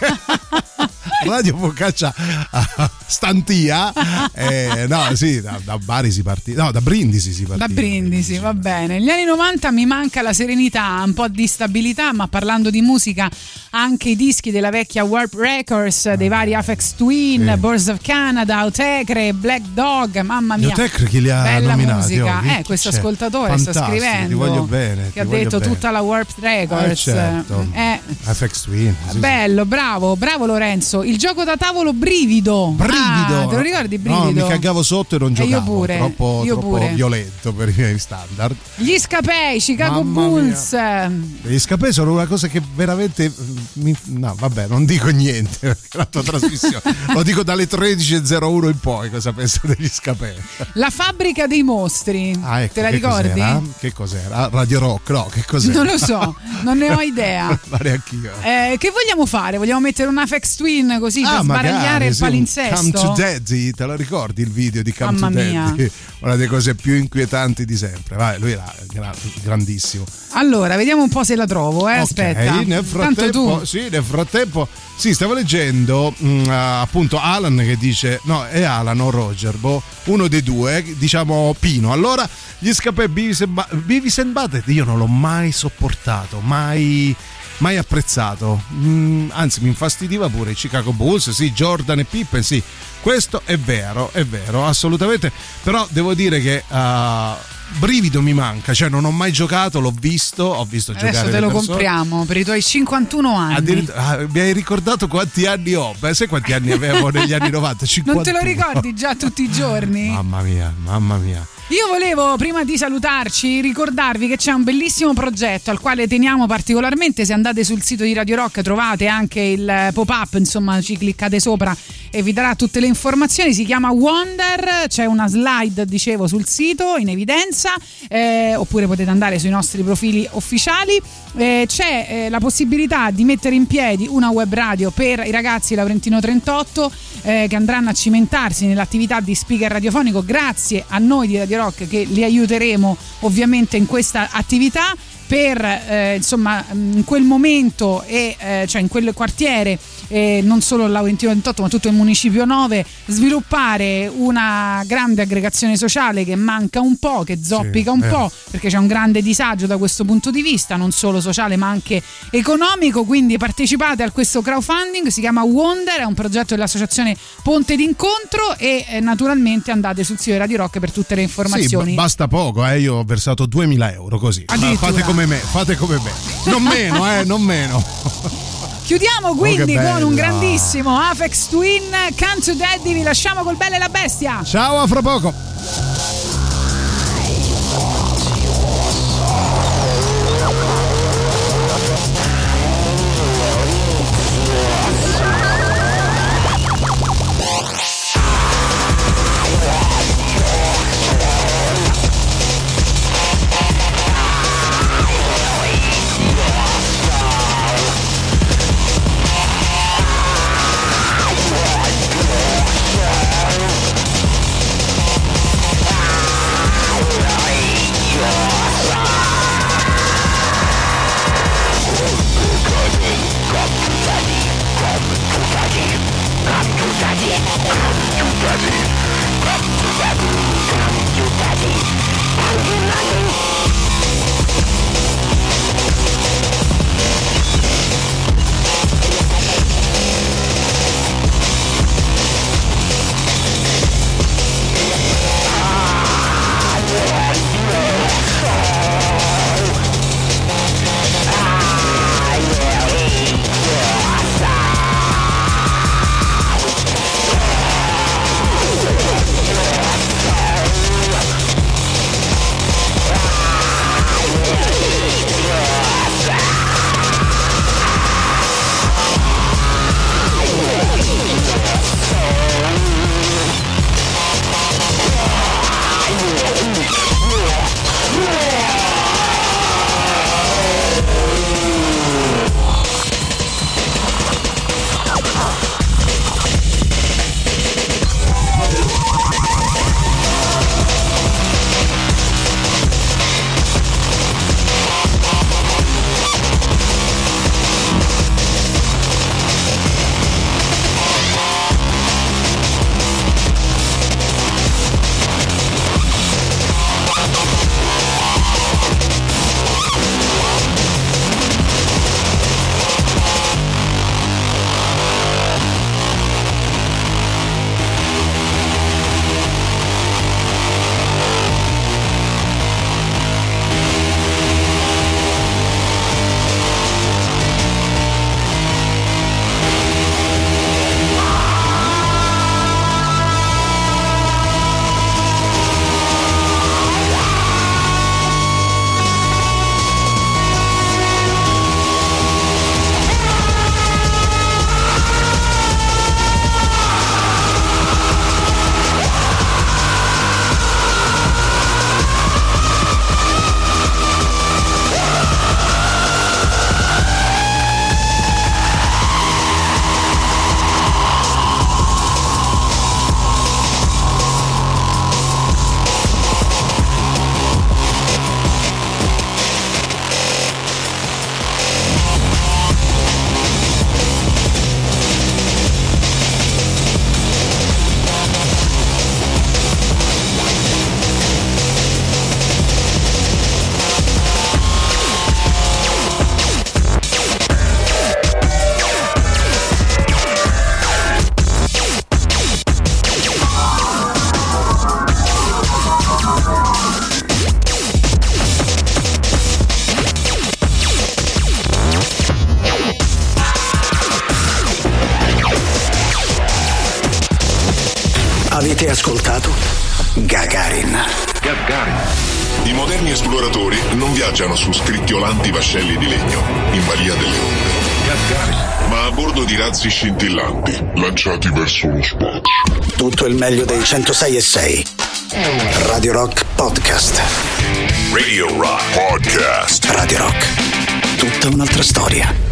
[SPEAKER 12] Radio Focaccia uh, Stantia, eh, no, sì, da, da Bari si partiva, no, da Brindisi si partiva.
[SPEAKER 5] Da Brindisi, va bene. Negli anni novanta mi manca la serenità, un po' di stabilità, ma parlando di musica, anche i dischi della vecchia Warp Records, dei vari Aphex Twin,
[SPEAKER 12] sì.
[SPEAKER 5] Birds of Canada, Autechre, Black Dog, mamma mia.
[SPEAKER 12] Autechre chi li ha
[SPEAKER 5] bella
[SPEAKER 12] nominati?
[SPEAKER 5] musica.
[SPEAKER 12] Oh,
[SPEAKER 5] eh, questo ascoltatore sta scrivendo.
[SPEAKER 12] Ti voglio bene.
[SPEAKER 5] Che ha
[SPEAKER 12] voglio
[SPEAKER 5] detto
[SPEAKER 12] bene.
[SPEAKER 5] tutta la Warp Records.
[SPEAKER 12] Eh, certo.
[SPEAKER 5] Eh.
[SPEAKER 12] Aphex Twin. Sì,
[SPEAKER 5] bello, sì. bravo, bravo Lorenzo. Il gioco da tavolo Brivido.
[SPEAKER 12] Brivido.
[SPEAKER 5] Ah, te lo ricordi Brivido?
[SPEAKER 12] No, mi cagavo sotto e non giocavo.
[SPEAKER 5] E io pure.
[SPEAKER 12] Troppo,
[SPEAKER 5] io
[SPEAKER 12] troppo
[SPEAKER 5] pure.
[SPEAKER 12] violento per i miei standard.
[SPEAKER 5] Gli Scapei, Chicago
[SPEAKER 12] Mamma
[SPEAKER 5] Bulls.
[SPEAKER 12] Mia. Gli Scapei sono una cosa che veramente mi... no, vabbè, non dico niente perché la tua trasmissione lo dico dalle tredici e zero uno in poi cosa penso degli Scapei.
[SPEAKER 5] La fabbrica dei mostri.
[SPEAKER 12] Ah, ecco,
[SPEAKER 5] te la
[SPEAKER 12] che
[SPEAKER 5] ricordi?
[SPEAKER 12] Cos'era? Che cos'era? Radio Rock, no, che cos'era?
[SPEAKER 5] Non lo so, non ne ho idea.
[SPEAKER 12] Ma neanch'io.
[SPEAKER 5] Eh, che vogliamo fare? Vogliamo mettere un Aphex Twin così
[SPEAKER 12] ah,
[SPEAKER 5] per sbaragliare
[SPEAKER 12] magari,
[SPEAKER 5] il
[SPEAKER 12] sì,
[SPEAKER 5] palinsesto?
[SPEAKER 12] Come to Daddy, te lo ricordi il video di Come
[SPEAKER 5] Mamma
[SPEAKER 12] to
[SPEAKER 5] mia.
[SPEAKER 12] Daddy? Una delle cose più inquietanti di sempre. Vai, lui era grandissimo.
[SPEAKER 5] Allora, vediamo un po' se la trovo, eh.
[SPEAKER 12] Okay,
[SPEAKER 5] Aspetta.
[SPEAKER 12] nel frattempo,
[SPEAKER 5] Tanto tu.
[SPEAKER 12] sì, nel frattempo, sì, stavo leggendo mh, appunto Alan che dice, no, è Alan o Roger, boh, uno dei due, diciamo Pino. Allora, gli Scapè Beavis and Ba- Beavis and Butthead io non l'ho mai sopportato, mai mai apprezzato, mm, anzi mi infastidiva pure i Chicago Bulls, sì, Jordan e Pippen, sì, questo è vero, è vero, assolutamente, però devo dire che uh, brivido mi manca, cioè non ho mai giocato, l'ho visto, ho visto
[SPEAKER 5] Adesso
[SPEAKER 12] giocare
[SPEAKER 5] te
[SPEAKER 12] le
[SPEAKER 5] lo
[SPEAKER 12] persone.
[SPEAKER 5] compriamo per i tuoi cinquantuno anni.
[SPEAKER 12] Addirittura, ah, mi hai ricordato quanti anni ho? Beh, sai quanti anni avevo negli anni novanta? cinquantuno.
[SPEAKER 5] Non te lo ricordi già tutti i giorni?
[SPEAKER 12] Mamma mia, mamma mia.
[SPEAKER 5] Io volevo, prima di salutarci, ricordarvi che c'è un bellissimo progetto al quale teniamo particolarmente. Se andate sul sito di Radio Rock trovate anche il pop-up, insomma ci cliccate sopra e vi darà tutte le informazioni. Si chiama Wonder, c'è una slide, dicevo, sul sito in evidenza, eh, oppure potete andare sui nostri profili ufficiali. Eh, c'è eh, la possibilità di mettere in piedi una web radio per i ragazzi Laurentino trentotto eh, che andranno a cimentarsi nell'attività di speaker radiofonico grazie a noi di Radio Rock che li aiuteremo ovviamente in questa attività per eh, insomma in quel momento e eh, cioè in quel quartiere eh, non solo il Laurentino trentotto ma tutto il municipio nove sviluppare una grande aggregazione sociale che manca un po', che zoppica
[SPEAKER 12] sì,
[SPEAKER 5] un
[SPEAKER 12] eh.
[SPEAKER 5] po' perché c'è un grande disagio da questo punto di vista, non solo sociale ma anche economico, quindi partecipate a questo crowdfunding, si chiama Wonder, è un progetto dell'associazione Ponte d'incontro e eh, naturalmente andate sul sito di Radio Rock per tutte le informazioni.
[SPEAKER 12] Sì, b- basta poco, eh. Io ho versato duemila euro così.
[SPEAKER 5] Addirittura.
[SPEAKER 12] Fate come me, fate come me. Non meno, eh, non meno.
[SPEAKER 5] Chiudiamo quindi
[SPEAKER 12] oh,
[SPEAKER 5] con un
[SPEAKER 12] bella.
[SPEAKER 5] grandissimo Aphex Twin, Come to Daddy, vi lasciamo col Bella e la Bestia.
[SPEAKER 12] Ciao, a fra poco.
[SPEAKER 1] Avete ascoltato Gagarin.
[SPEAKER 7] Gagarin. I moderni esploratori non viaggiano su scricchiolanti vascelli di legno in balia delle onde. Gagarin. Ma a bordo di razzi scintillanti lanciati verso lo spazio.
[SPEAKER 1] Tutto il meglio dei centosei e sei. Radio Rock Podcast.
[SPEAKER 7] Radio Rock Podcast.
[SPEAKER 1] Radio Rock. Tutta un'altra storia.